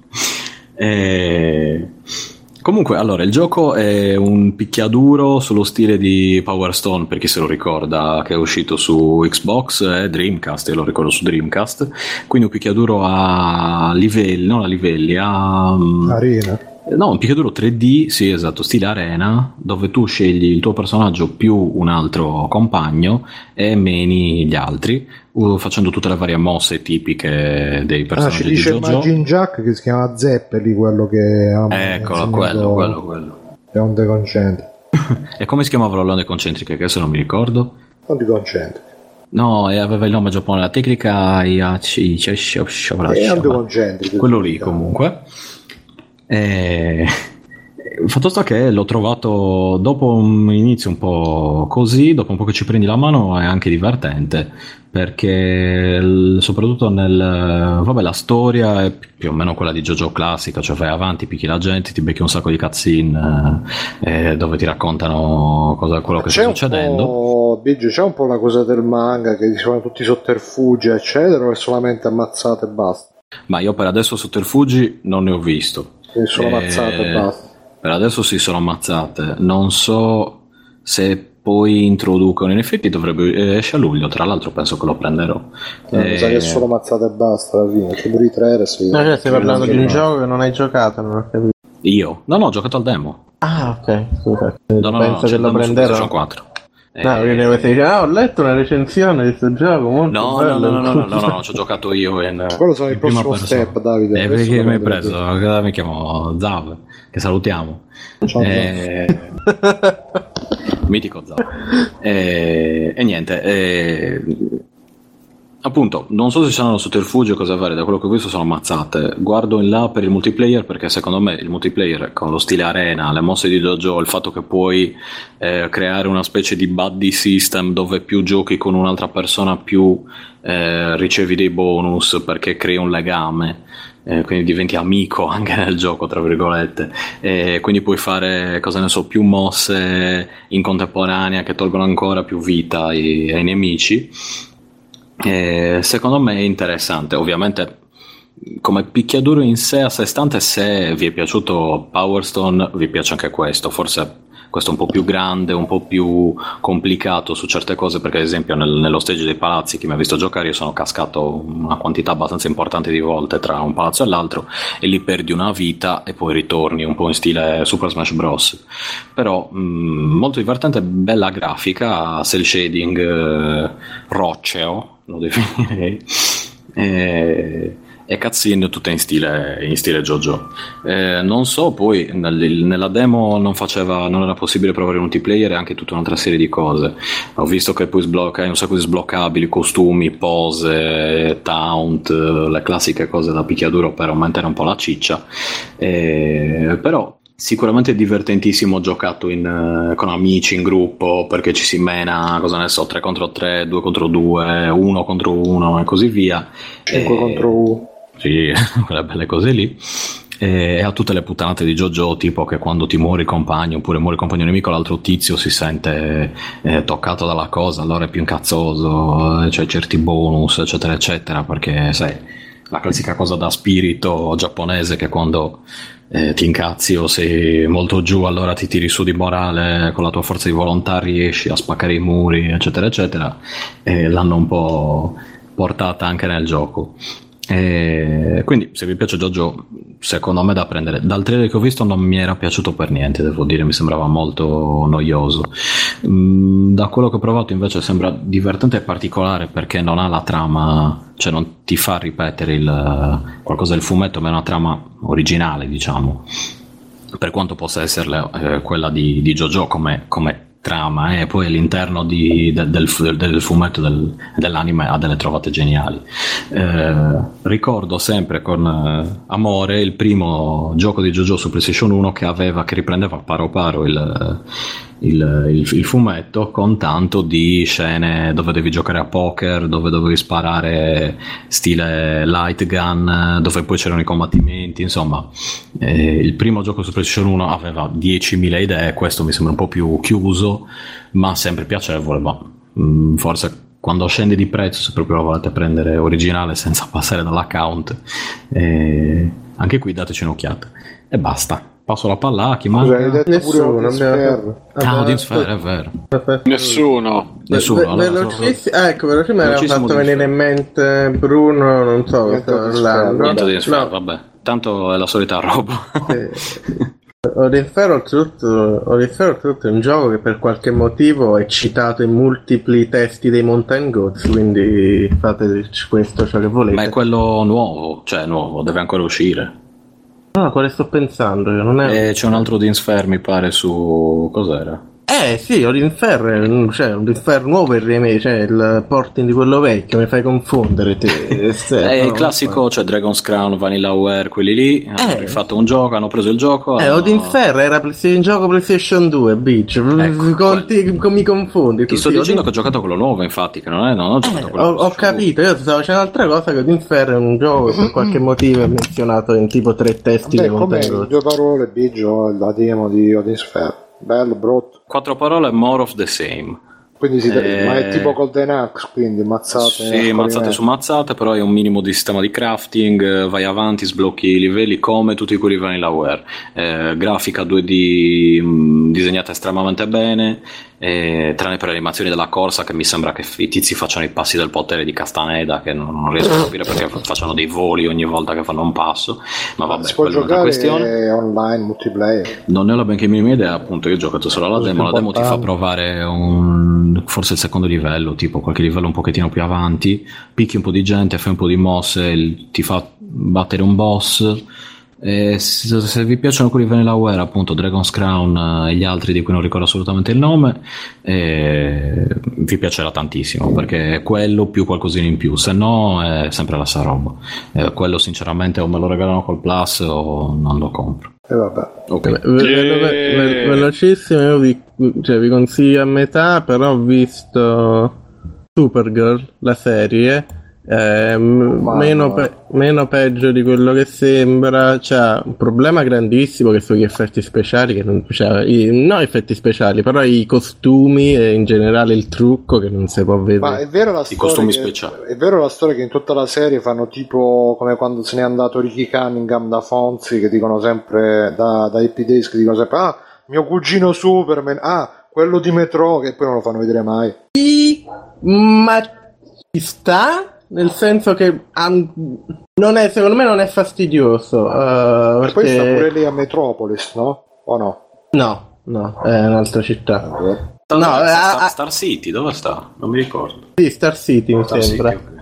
E... Comunque, allora, il gioco è un picchiaduro sullo stile di Power Stone, per chi se lo ricorda, che è uscito su Xbox e Dreamcast, io lo ricordo su Dreamcast, quindi un picchiaduro a livelli, non a livelli, a... Arena. No, un picchiaduro tre D, sì, esatto, stile arena, dove tu scegli il tuo personaggio più un altro compagno e meni gli altri, uh, facendo tutte le varie mosse tipiche dei Ah, personaggi ci di dice JoJo. Imagine Jack che si chiama Zeppeli, quello che ha Eccolo, quello, quello, quello. le onde concentriche. E come si chiamavano le onde concentriche, che adesso non mi ricordo? Onde concentriche. No, e aveva il nome giapponese, la tecnica Iachi, E onde concentriche. quello lì comunque. E... fatto sta che l'ho trovato dopo un inizio un po' così, dopo un po' che ci prendi la mano è anche divertente, perché l- soprattutto nel vabbè, la storia è più o meno quella di JoJo classica, cioè vai avanti, picchi la gente, ti becchi un sacco di cutscene eh, dove ti raccontano cosa, quello che C'è sta un succedendo. po', Biggio, c'è un po' la cosa del manga che si fanno tutti i sotterfugi eccetera, o è solamente ammazzate e basta? Ma io per adesso sotterfugi non ne ho visto. Quindi sono Eh, ammazzate e basta. Per adesso si sono ammazzate. Non so se poi introducono. In effetti dovrebbe eh, esce a luglio. Tra l'altro penso che lo prenderò. Eh, mi sa Eh, che sono ammazzate e basta alla fine. Che muri tre sì. No, cioè, stai parlando di un gioco che non hai giocato, non ho capito. Io? No, no, ho giocato al demo. Ah, ok, scusa. No, no, no, Penso c'è che il lo demo su prenderò. PlayStation quattro. No, Eh, quindi questi dice, ah, ho letto una recensione di questo gioco molto No, no, bello. no, no, no, no, no, no, ci ho giocato io in, Quello sarà il in prima prossimo persona. step, Davide. Eh, Adesso perché lo mi hai vedrete. preso? Cosa mi chiamo? Zav, che salutiamo. Ciao, Eh, mitico Zav. Eh, e niente, eh, appunto, non so se ci saranno sotterfugi o cose varie, da quello che ho visto sono ammazzate. Guardo in là per il multiplayer, perché secondo me il multiplayer con lo stile arena, le mosse di JoJo, il fatto che puoi eh, creare una specie di buddy system dove più giochi con un'altra persona più eh, ricevi dei bonus perché crei un legame, eh, quindi diventi amico anche nel gioco, tra virgolette, e quindi puoi fare, cosa ne so, più mosse in contemporanea che tolgono ancora più vita ai, ai nemici. Eh, secondo me è interessante. Ovviamente come picchiaduro in sé a sé stante, se vi è piaciuto Power Stone vi piace anche questo. Forse questo è un po' più grande, un po' più complicato su certe cose, perché ad esempio nel, nello stage dei palazzi, chi mi ha visto giocare, io sono cascato una quantità abbastanza importante di volte tra un palazzo e l'altro, e lì perdi una vita e poi ritorni un po' in stile Super Smash Bros. Però mh, molto divertente, bella grafica, cel shading eh, rocceo lo definirei, e, e cutscene tutte in stile, in stile JoJo. Eh, non so, poi nel, nella demo non faceva, non era possibile provare il multiplayer e anche tutta un'altra serie di cose. Ho visto che poi sblocca, hai un sacco di sbloccabili, costumi, pose, taunt, le classiche cose da picchiaduro per aumentare un po' la ciccia. Eh, però sicuramente è divertentissimo giocato in, uh, con amici in gruppo, perché ci si mena, cosa ne so, tre contro tre, due contro due, uno contro uno e così via. cinque e... contro uno. Sì, quelle belle cose lì. E ha tutte le puttanate di JoJo, tipo che quando ti muore il compagno oppure muore il compagno nemico, l'altro tizio si sente eh, toccato dalla cosa, allora è più incazzoso, c'è cioè certi bonus eccetera eccetera, perché sai, la classica cosa da spirito giapponese che quando eh, ti incazzi o sei molto giù, allora ti tiri su di morale, con la tua forza di volontà riesci a spaccare i muri eccetera eccetera, e l'hanno un po' portata anche nel gioco. E quindi se vi piace JoJo, secondo me è da prendere. Dal trailer che ho visto non mi era piaciuto per niente, devo dire, mi sembrava molto noioso. Mm, da quello che ho provato invece sembra divertente e particolare, perché non ha la trama, cioè non ti fa ripetere il, qualcosa del fumetto, ma è una trama originale, diciamo, per quanto possa essere eh, quella di, di JoJo come, come trama, e eh, poi all'interno di, de, del, del fumetto del, dell'anime ha delle trovate geniali. Eh, ricordo sempre con eh, amore il primo gioco di JoJo su PlayStation uno che aveva, che riprendeva paro paro il, il, il, il fumetto, con tanto di scene dove devi giocare a poker, dove dovevi sparare stile light gun, dove poi c'erano i combattimenti, insomma eh, il primo gioco su PlayStation uno aveva diecimila idee, questo mi sembra un po' più chiuso ma sempre piacevole, ma mh, forse quando scendi di prezzo, se proprio lo volete prendere originale senza passare dall'account, eh, anche qui dateci un'occhiata e basta. Passo la palla a chi manca. Nessuno, ah, Odin Sphere, è vero. Nessuno. Nessuno. Ve- Allora, velocissimo, ah, ecco, velocemente mi era velocissimo fatto venire in mente Bruno, non so cosa stava parlando. Niente Odin Sphere, No. vabbè. Tanto è la solita roba. Sì. Odin Sphere oltretutto, Odin Sphere oltretutto è un gioco che per qualche motivo è citato in multipli testi dei Mountain Goats, quindi fate questo ciò che volete. Ma è quello nuovo, cioè nuovo, deve ancora uscire. No, quale sto pensando io, non è... E c'è un altro Odin Sphere, mi pare, su... cos'era? Eh sì, Odin Sphere, cioè Odin Sphere nuovo e remake, cioè il porting di quello vecchio, mi fai confondere te. È il classico, cioè Dragon's Crown, Vanillaware, quelli lì, hanno Eh. rifatto un gioco, hanno preso il gioco. Eh, hanno... Odin Sphere era PlayStation, gioco PlayStation due, bitch. Ecco, Conti, com- mi confondi. Ti tu, sto sì, dicendo Odin... che ho giocato quello nuovo, infatti, che non, è, non ho giocato Eh, quello ho, ho nuovo. capito, io stavo facendo un'altra cosa, che Odin Sphere è un gioco che per qualche motivo è menzionato in tipo tre testi Beh, dei come Mountain in Goats. due parole, Biggio, la demo di Odin Sphere. Bello, brutto. Quattro parole, more of the same. Quindi si Eh, ma è tipo Golden Axe, quindi mazzate. Sì, mazzate su mazzate, però hai un minimo di sistema di crafting, eh, vai avanti, sblocchi i livelli come tutti quelli Vanillaware. Eh, grafica due D mh, disegnata estremamente bene, eh, tranne per le animazioni della corsa, che mi sembra che i tizi facciano i passi del potere di Castaneda, che non, non riesco a capire perché facciano dei voli ogni volta che fanno un passo, ma vabbè, Si può quella è un'altra giocare questione. online, multiplayer. Non ne ho la benché minima idea, appunto, io ho giocato solo alla demo, la demo ti fa provare un, forse il secondo livello, tipo qualche livello un pochettino più avanti, picchi un po' di gente, fai un po' di mosse, il- ti fa battere un boss. E se, se vi piacciono quelli Vanillaware, appunto Dragon's Crown eh, e gli altri di cui non ricordo assolutamente il nome, eh, vi piacerà tantissimo, perché è quello più qualcosina in più, se no è sempre la stessa roba. Eh, quello sinceramente o me lo regalano col Plus o non lo compro. E vabbè. Ok. Ve- ve- ve- ve- velocissimo, io vi, cioè, vi consiglio a metà, però ho visto Supergirl, la serie, eh, m- Ma meno, no. pe- meno peggio di quello che sembra. C'ha un problema grandissimo che sono gli effetti speciali, che non, cioè, i, no effetti speciali, però i costumi e in generale il trucco che non si può vedere. Ma è vero la I storia costumi che, speciali. è vero la storia che in tutta la serie fanno tipo come quando se n'è andato Ricky Cunningham da Fonzi, che dicono sempre da, da Happy Days, che dicono sempre ah mio cugino Superman, ah quello di Metro, che poi non lo fanno vedere mai. Sì, ma ci sta, nel senso che ha un- non è, secondo me non è fastidioso, uh, E poi sta pure perché lì a Metropolis, no? O no? no, no, è un'altra città. Sta- No, sta- eh, Star, ah, Star City, dove sta? Non mi ricordo. Sì, Star City mi Star sembra. City, ok.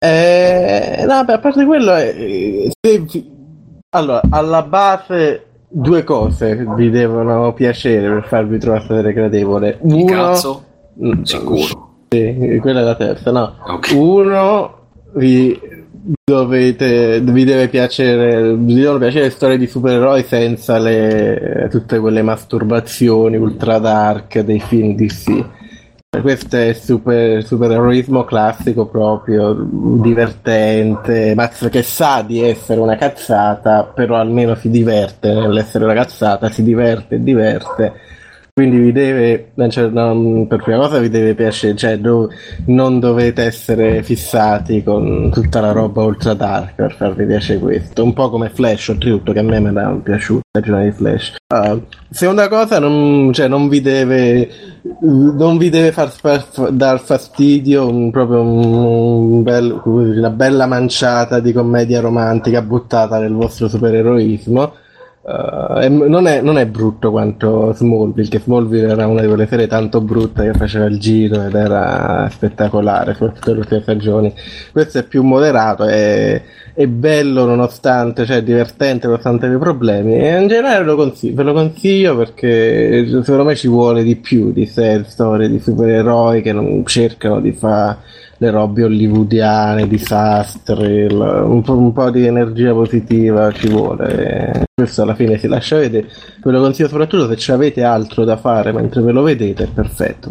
Eh, no, beh, a parte quello, eh, se, allora, alla base due cose vi devono piacere per farvi trovare serie gradevole. Uno, il cazzo? Sicuro. Sì, quella è la terza, no. Okay. Uno, vi dovete, vi deve piacere, vi devono piacere le storie di supereroi senza le, tutte quelle masturbazioni ultra dark dei film D C. Questo è super supereroismo classico proprio, divertente, ma che sa di essere una cazzata, però almeno si diverte nell'essere una cazzata, si diverte e diverte. Quindi vi deve, cioè, non, per prima cosa vi deve piacere, cioè do, non dovete essere fissati con tutta la roba ultra dark per farvi piacere questo. Un po' come Flash, oltretutto, che a me mi era piaciuto la ragione di Flash. Uh, seconda cosa, non, cioè, non vi deve non vi deve far, far dar fastidio un, proprio un, un bel, una bella manciata di commedia romantica buttata nel vostro supereroismo. Uh, non, è, non è brutto quanto Smallville, che Smallville era una di quelle serie tanto brutte che faceva il giro ed era spettacolare, soprattutto nelle ultime stagioni. Questo è più moderato, è, è bello nonostante, cioè è divertente nonostante i problemi, e in generale lo consiglio, ve lo consiglio perché secondo me ci vuole di più di serie, storie di supereroi che non cercano di fare le robe hollywoodiane, disastri, un po', un po' di energia positiva ci vuole. Questo alla fine si lascia vedere. Ve lo consiglio soprattutto se ci avete altro da fare mentre ve lo vedete, è perfetto.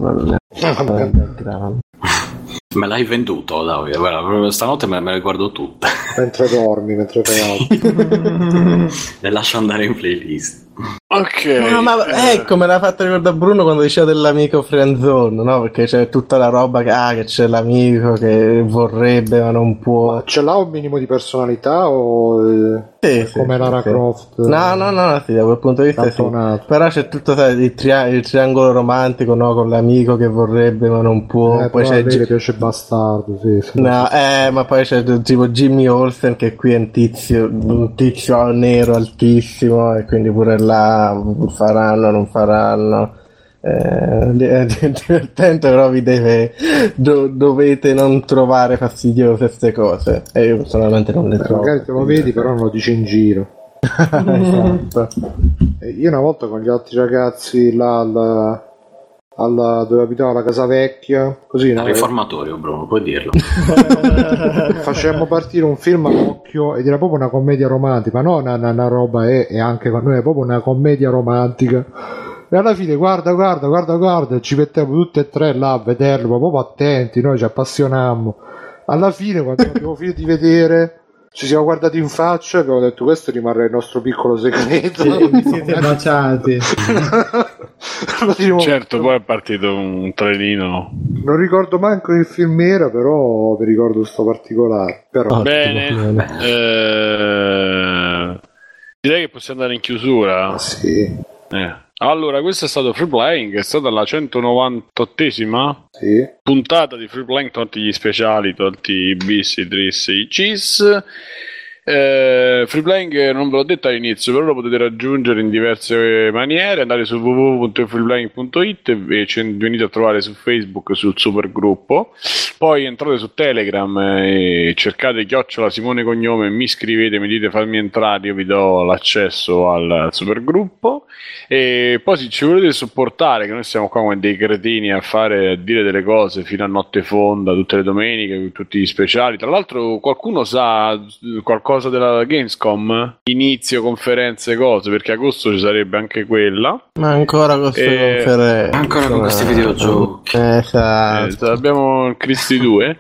Me l'hai venduto, Davide. Guarda, stanotte me le guardo tutte. Mentre dormi, mentre fai altro. Le lascio andare in playlist. Ok. No, ma ecco, me l'ha fatto ricordare Bruno quando diceva dell'amico friendzone, no? Perché c'è tutta la roba che, ah, che c'è l'amico che vorrebbe ma non può. Ma ce l'ha un minimo di personalità o sì, come sì, Lara sì. Croft? No, no, no, sì, da quel punto di vista sì. Però c'è tutto sai, il, tria- il triangolo romantico, no? Con l'amico che vorrebbe ma non può. Eh, poi c'è c'è G- piace bastardo, sì, sì. No, eh, ma poi c'è tipo Jimmy Olsen che qui è un tizio, un tizio nero altissimo e quindi pure là faranno, non faranno. Eh, è divertente, però vi deve do, dovete non trovare fastidiose queste cose e io personalmente non le Beh, trovo. magari te lo vedi però non lo dici in giro. Esatto. Io una volta con gli altri ragazzi là al, al, dove abitavo la casa vecchia così, no? Riformatorio, Bruno, puoi dirlo. Facemmo partire un film a occhio ed era proprio una commedia romantica, ma non una, una, una roba è, e anche con noi è proprio una commedia romantica. E alla fine guarda guarda guarda guarda ci mettiamo tutti e tre là a vederlo, ma proprio attenti, noi ci appassionammo. Alla fine quando abbiamo finito di vedere ci siamo guardati in faccia e abbiamo detto questo rimarrà il nostro piccolo segreto. Sì, vi siete baciati. Certo, poi è partito un trenino. Non ricordo manco che film era, però vi ricordo sto particolare. Però... Bene, eh, direi che possiamo andare in chiusura. Ah, sì. Eh. Allora, questo è stato Free Playing, è stata la centonovantottesima sì. puntata di Free Playing, tolti gli speciali, tolti i bis, i tris, i cis. Eh, Free Playing non ve l'ho detto all'inizio, però lo potete raggiungere in diverse maniere. Andate su w w w punto freeplaying punto it e ci venite a trovare su Facebook sul supergruppo. Poi entrate su Telegram e cercate chiocciola Simone Cognome, mi scrivete, mi dite fammi entrare, io vi do l'accesso al supergruppo. E poi se ci volete supportare, che noi siamo qua come dei cretini a fare, a dire delle cose fino a notte fonda tutte le domeniche con tutti gli speciali. Tra l'altro qualcuno sa qualcosa della Gamescom? Inizio, conferenze, cose, perché agosto ci sarebbe anche quella. Ma ancora con queste E... conferenze, ancora con questi videogiochi. Esatto. Eh, abbiamo il Cristi due.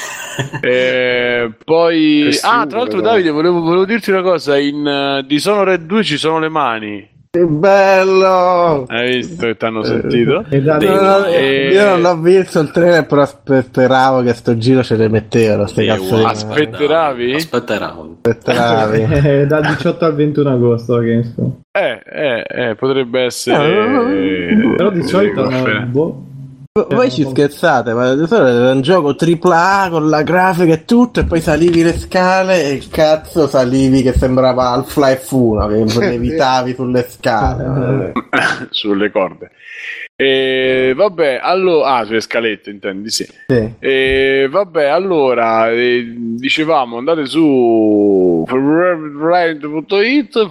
E poi Cristi ah, uno, tra l'altro, però. Davide, volevo, volevo dirti una cosa. In uh, Dishonored due ci sono le mani. Che bello! Hai visto che ti hanno sentito? E da- No, no, E- io non l'ho visto il trailer, però aspe- speravo che sto giro ce le mettevano ste Eh, cazzo di Aspetteravi? Aspetteravo. aspetteravi. Eh, dal diciotto al ventuno agosto la Gamescom. Eh, eh, eh, potrebbe essere. Eh, Però di solito eh, no, boh. Voi ci scherzate, ma era un gioco tripla A con la grafica e tutto, e poi salivi le scale e il cazzo salivi che sembrava Half-Life uno, che levitavi sulle scale. sulle corde. E vabbè, allora, ah, sulle scalette intendi, sì. Sì. E vabbè, allora, eh, dicevamo, andate su freebrand punto it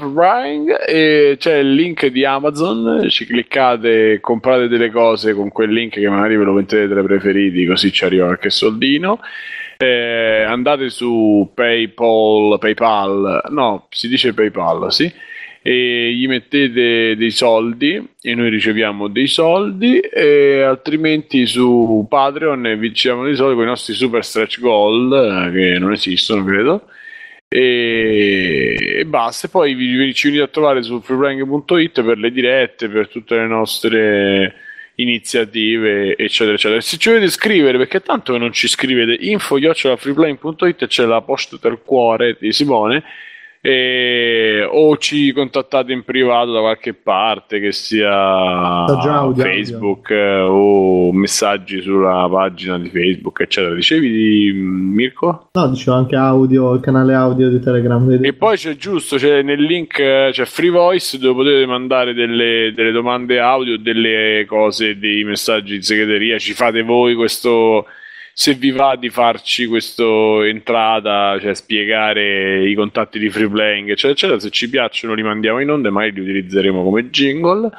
e c'è il link di Amazon, ci cliccate, comprate delle cose con quel link che magari ve lo mettete tra i preferiti, così ci arriva qualche soldino. Eh, andate su PayPal, PayPal, no, si dice PayPal, sì. E gli mettete dei soldi e noi riceviamo dei soldi, e altrimenti su Patreon vi riceviamo dei soldi con i nostri super stretch goal, eh, che non esistono credo, e, e basta. E poi vi, vi ci venite a trovare su freeplaying punto it per le dirette, per tutte le nostre iniziative eccetera eccetera. Se ci volete scrivere, perché tanto che non ci scrivete, info chiocciola freeplaying punto it, c'è la posta del cuore di Simone. E, o ci contattate in privato da qualche parte, che sia audio, Facebook audio. O messaggi sulla pagina di Facebook eccetera. Dicevi di Mirko? No, dicevo anche audio, il canale audio di Telegram. E poi c'è giusto, c'è nel link c'è Free Voice, dove potete mandare delle, delle domande audio, delle cose, dei messaggi in segreteria. Ci fate voi questo, se vi va di farci questa entrata, cioè spiegare i contatti di Free Playing eccetera eccetera. Se ci piacciono li mandiamo in onda e mai li utilizzeremo come jingle.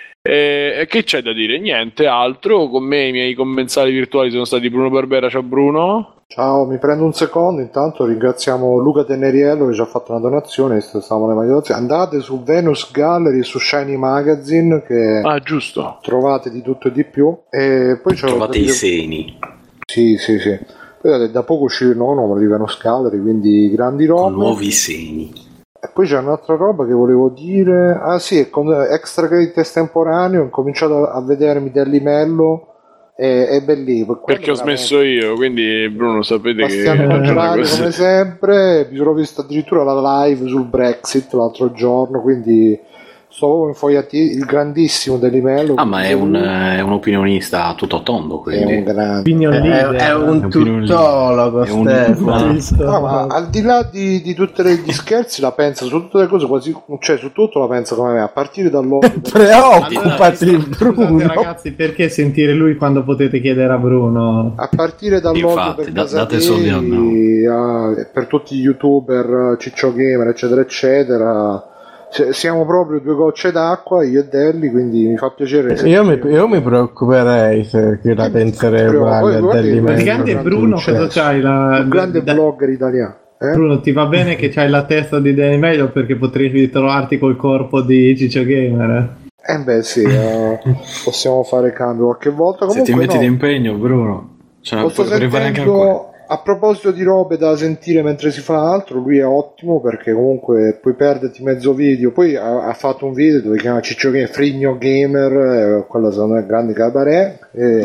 E, e che c'è da dire? Niente altro. Con me i miei commensali virtuali sono stati Bruno Barbera. Ciao Bruno. Ciao, mi prendo un secondo, intanto ringraziamo Luca Teneriello che ci ha fatto una donazione, stavamo nelle donazioni. Andate su Venus Gallery e su Shiny Magazine, che ah, giusto, trovate di tutto e di più. E poi c'è trovate i seni. Sì, sì, sì. Poi da poco uscire il nuovo numero di Venus Gallery, quindi grandi robe. Con nuovi segni. E poi c'è un'altra roba che volevo dire. Ah sì, con Extra Credit Estemporaneo ho cominciato a vedermi dell'Imello e è bellissimo. Perché ho smesso io, quindi Bruno sapete Bastiano che... come sempre, mi sono visto addirittura la live sul Brexit l'altro giorno, quindi... Sto infogliati il grandissimo dell'Imello. Ah, ma è un, è un opinionista tutto tondo, quindi. È un grande. È, è un tuttologo, Stefano. No, ma al di là di, di tutti gli scherzi, la pensa su tutte le cose, quasi, cioè su tutto la pensa come me, a partire dall'odio. Preoccupati, allora, Bruno. Ragazzi, perché sentire lui quando potete chiedere a Bruno? A partire dall'odio Infatti, per da, date Casadei, soldi a, per tutti gli youtuber, Ciccio Gamer, eccetera, eccetera. Siamo proprio due gocce d'acqua, io e Delli, quindi mi fa piacere. Io mi, io mi preoccuperei se che la penserei uguale a Delli. Praticamente Bruno, cosa c'hai? La, un grande da, blogger italiano. Eh? Bruno, ti va bene che c'hai la testa di Danny Meglio, perché potresti trovarti col corpo di Ciccio Gamer? Eh beh sì, eh, possiamo fare cambio qualche volta. Comunque, se ti metti no, d'impegno, Bruno, ce la potrei fare anche ancora. A proposito di robe da sentire mentre si fa altro, lui è ottimo perché comunque puoi perderti mezzo video. Poi ha, ha fatto un video dove chiama Ciccio Gamer, Frigno Gamer, eh, quello secondo me è grande cabaret. E...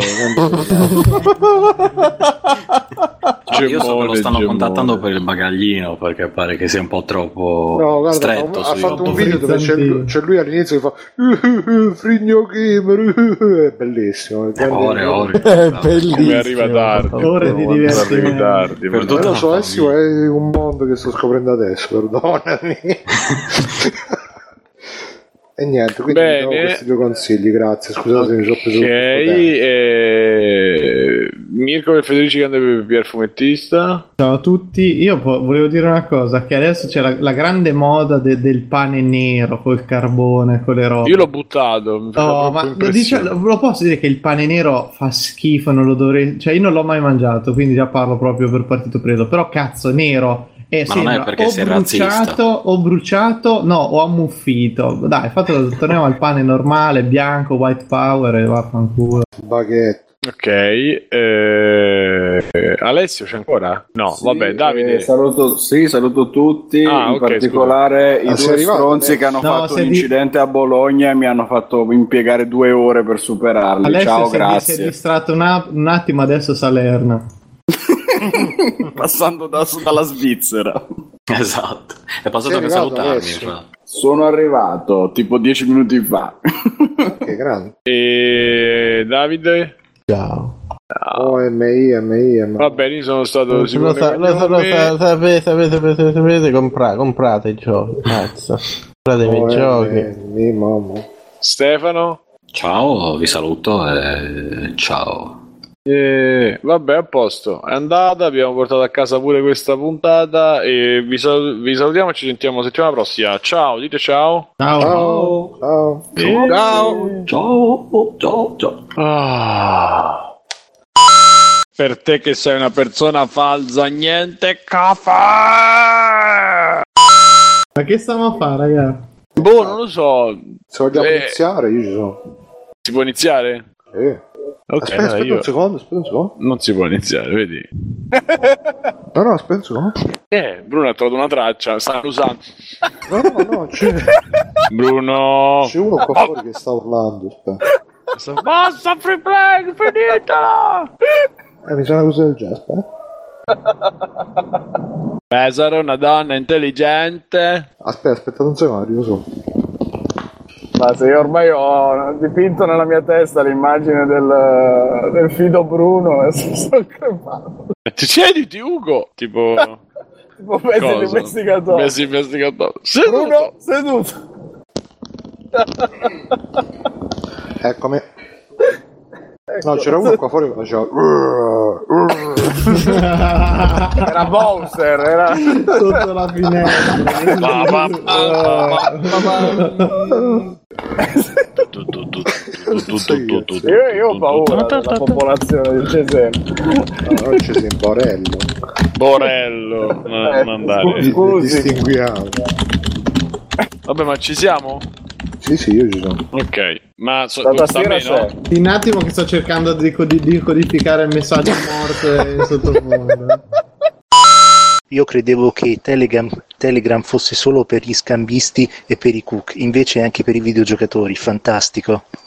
Io so che lo stanno contattando per il bagaglino, perché pare che sia un po' troppo no, guarda, stretto. Ha, ha fatto un video dove c'è lui, c'è lui all'inizio che fa uh, uh, Frigno Gamer, uh, è bellissimo. È ore, ore. È bellissimo. Come arriva tardi. Ore di divertimento. Tardi, per non lo so, adesso è un mondo che sto scoprendo adesso, perdonami. E niente, quindi vi do questi due consigli, grazie, scusate se mi sono preso ok, eh, Mirko e Federici Grande Pier Fumettista. Ciao a tutti, io po- volevo dire una cosa, che adesso c'è la, la grande moda de- del pane nero col carbone, con le robe. Io l'ho buttato. No, ma lo, dice, lo posso dire che il pane nero fa schifo, non lo dovrei, cioè io non l'ho mai mangiato, quindi già parlo proprio per partito preso, però cazzo, nero. Eh, ma non è perché o sei bruciato razzista. o bruciato, no, o ammuffito. Dai, fatelo, torniamo al pane normale, bianco, white power e vaffanculo. Baguette. Ok, eh, Alessio c'è ancora? No, sì, vabbè, Davide. Eh, saluto, sì, saluto tutti, ah, in okay, particolare scusa. i due stronzi che hanno no, fatto un di... incidente a Bologna e mi hanno fatto impiegare due ore per superarli. Alessio ciao, si grazie. Si è distratto un, a- un attimo, adesso Salerno. Passando da, dalla Svizzera. Esatto, è passato per salutarmi. Sono arrivato tipo dieci minuti fa. Che grande. E Davide? Ciao. O M I M I M I. Va bene, io sono stato lo, sicuro sa, lo, sa, lo sa, sapete, sapete, sapete, sapete comprate, comprate i giochi, cazzo. Comprate i miei giochi. Mi mamma. Stefano? Ciao, vi saluto e ciao. Eh, vabbè, a posto, è andata, abbiamo portato a casa pure questa puntata e vi, sal- vi salutiamo e ci sentiamo settimana prossima. Ciao, dite ciao. Ciao. Ciao. Ciao. Eh, ciao. Ciao, ciao, ciao. Ah. Per te che sei una persona falsa, niente caffè. Ma che stiamo a fare, ragazzi? Boh, non lo so. Se vogliamo Eh. iniziare, io ci sono. Si può iniziare? Eh. Ok, aspetta, dai, aspetta io- un secondo, aspetta un secondo. Non si può iniziare, vedi? No, no, aspetta un secondo. Eh, Bruno ha trovato una traccia, stanno usando. No, no, no, c'è, Bruno. c'è uno qua fuori che sta urlando. Aspetta. Basta free play, finitela! Eh, mi sa una cosa del genere, aspetta. Pesaro, una donna intelligente. Aspetta, aspetta un secondo, arrivo su. Ma se io ormai ho dipinto nella mia testa l'immagine del, del fido Bruno e sono crepato. Ti siediti, Ugo? Tipo... Tipo pezzi di cosa? investigatore. Pezzi di investigatore. Bruno seduto. Eccomi. No, c'era uno qua fuori che faceva. Era Bowser, era... Sotto la finestra. Pa, pa, pa, pa, pa. Io, io ho paura della popolazione di Cesena. No, non ci sei in Borello. Borello. No, Eh, non andare. Di- Scusi. Distinguiamo. Vabbè, ma ci siamo? Sì, sì, io ci sono. Ok. Ma so, Da sta stasera meno? c'è. Un attimo che sto cercando di, di, di codificare il messaggio morte in sottofondo. Io credevo che Telegram, Telegram fosse solo per gli scambisti e per i cook, invece anche per i videogiocatori, fantastico.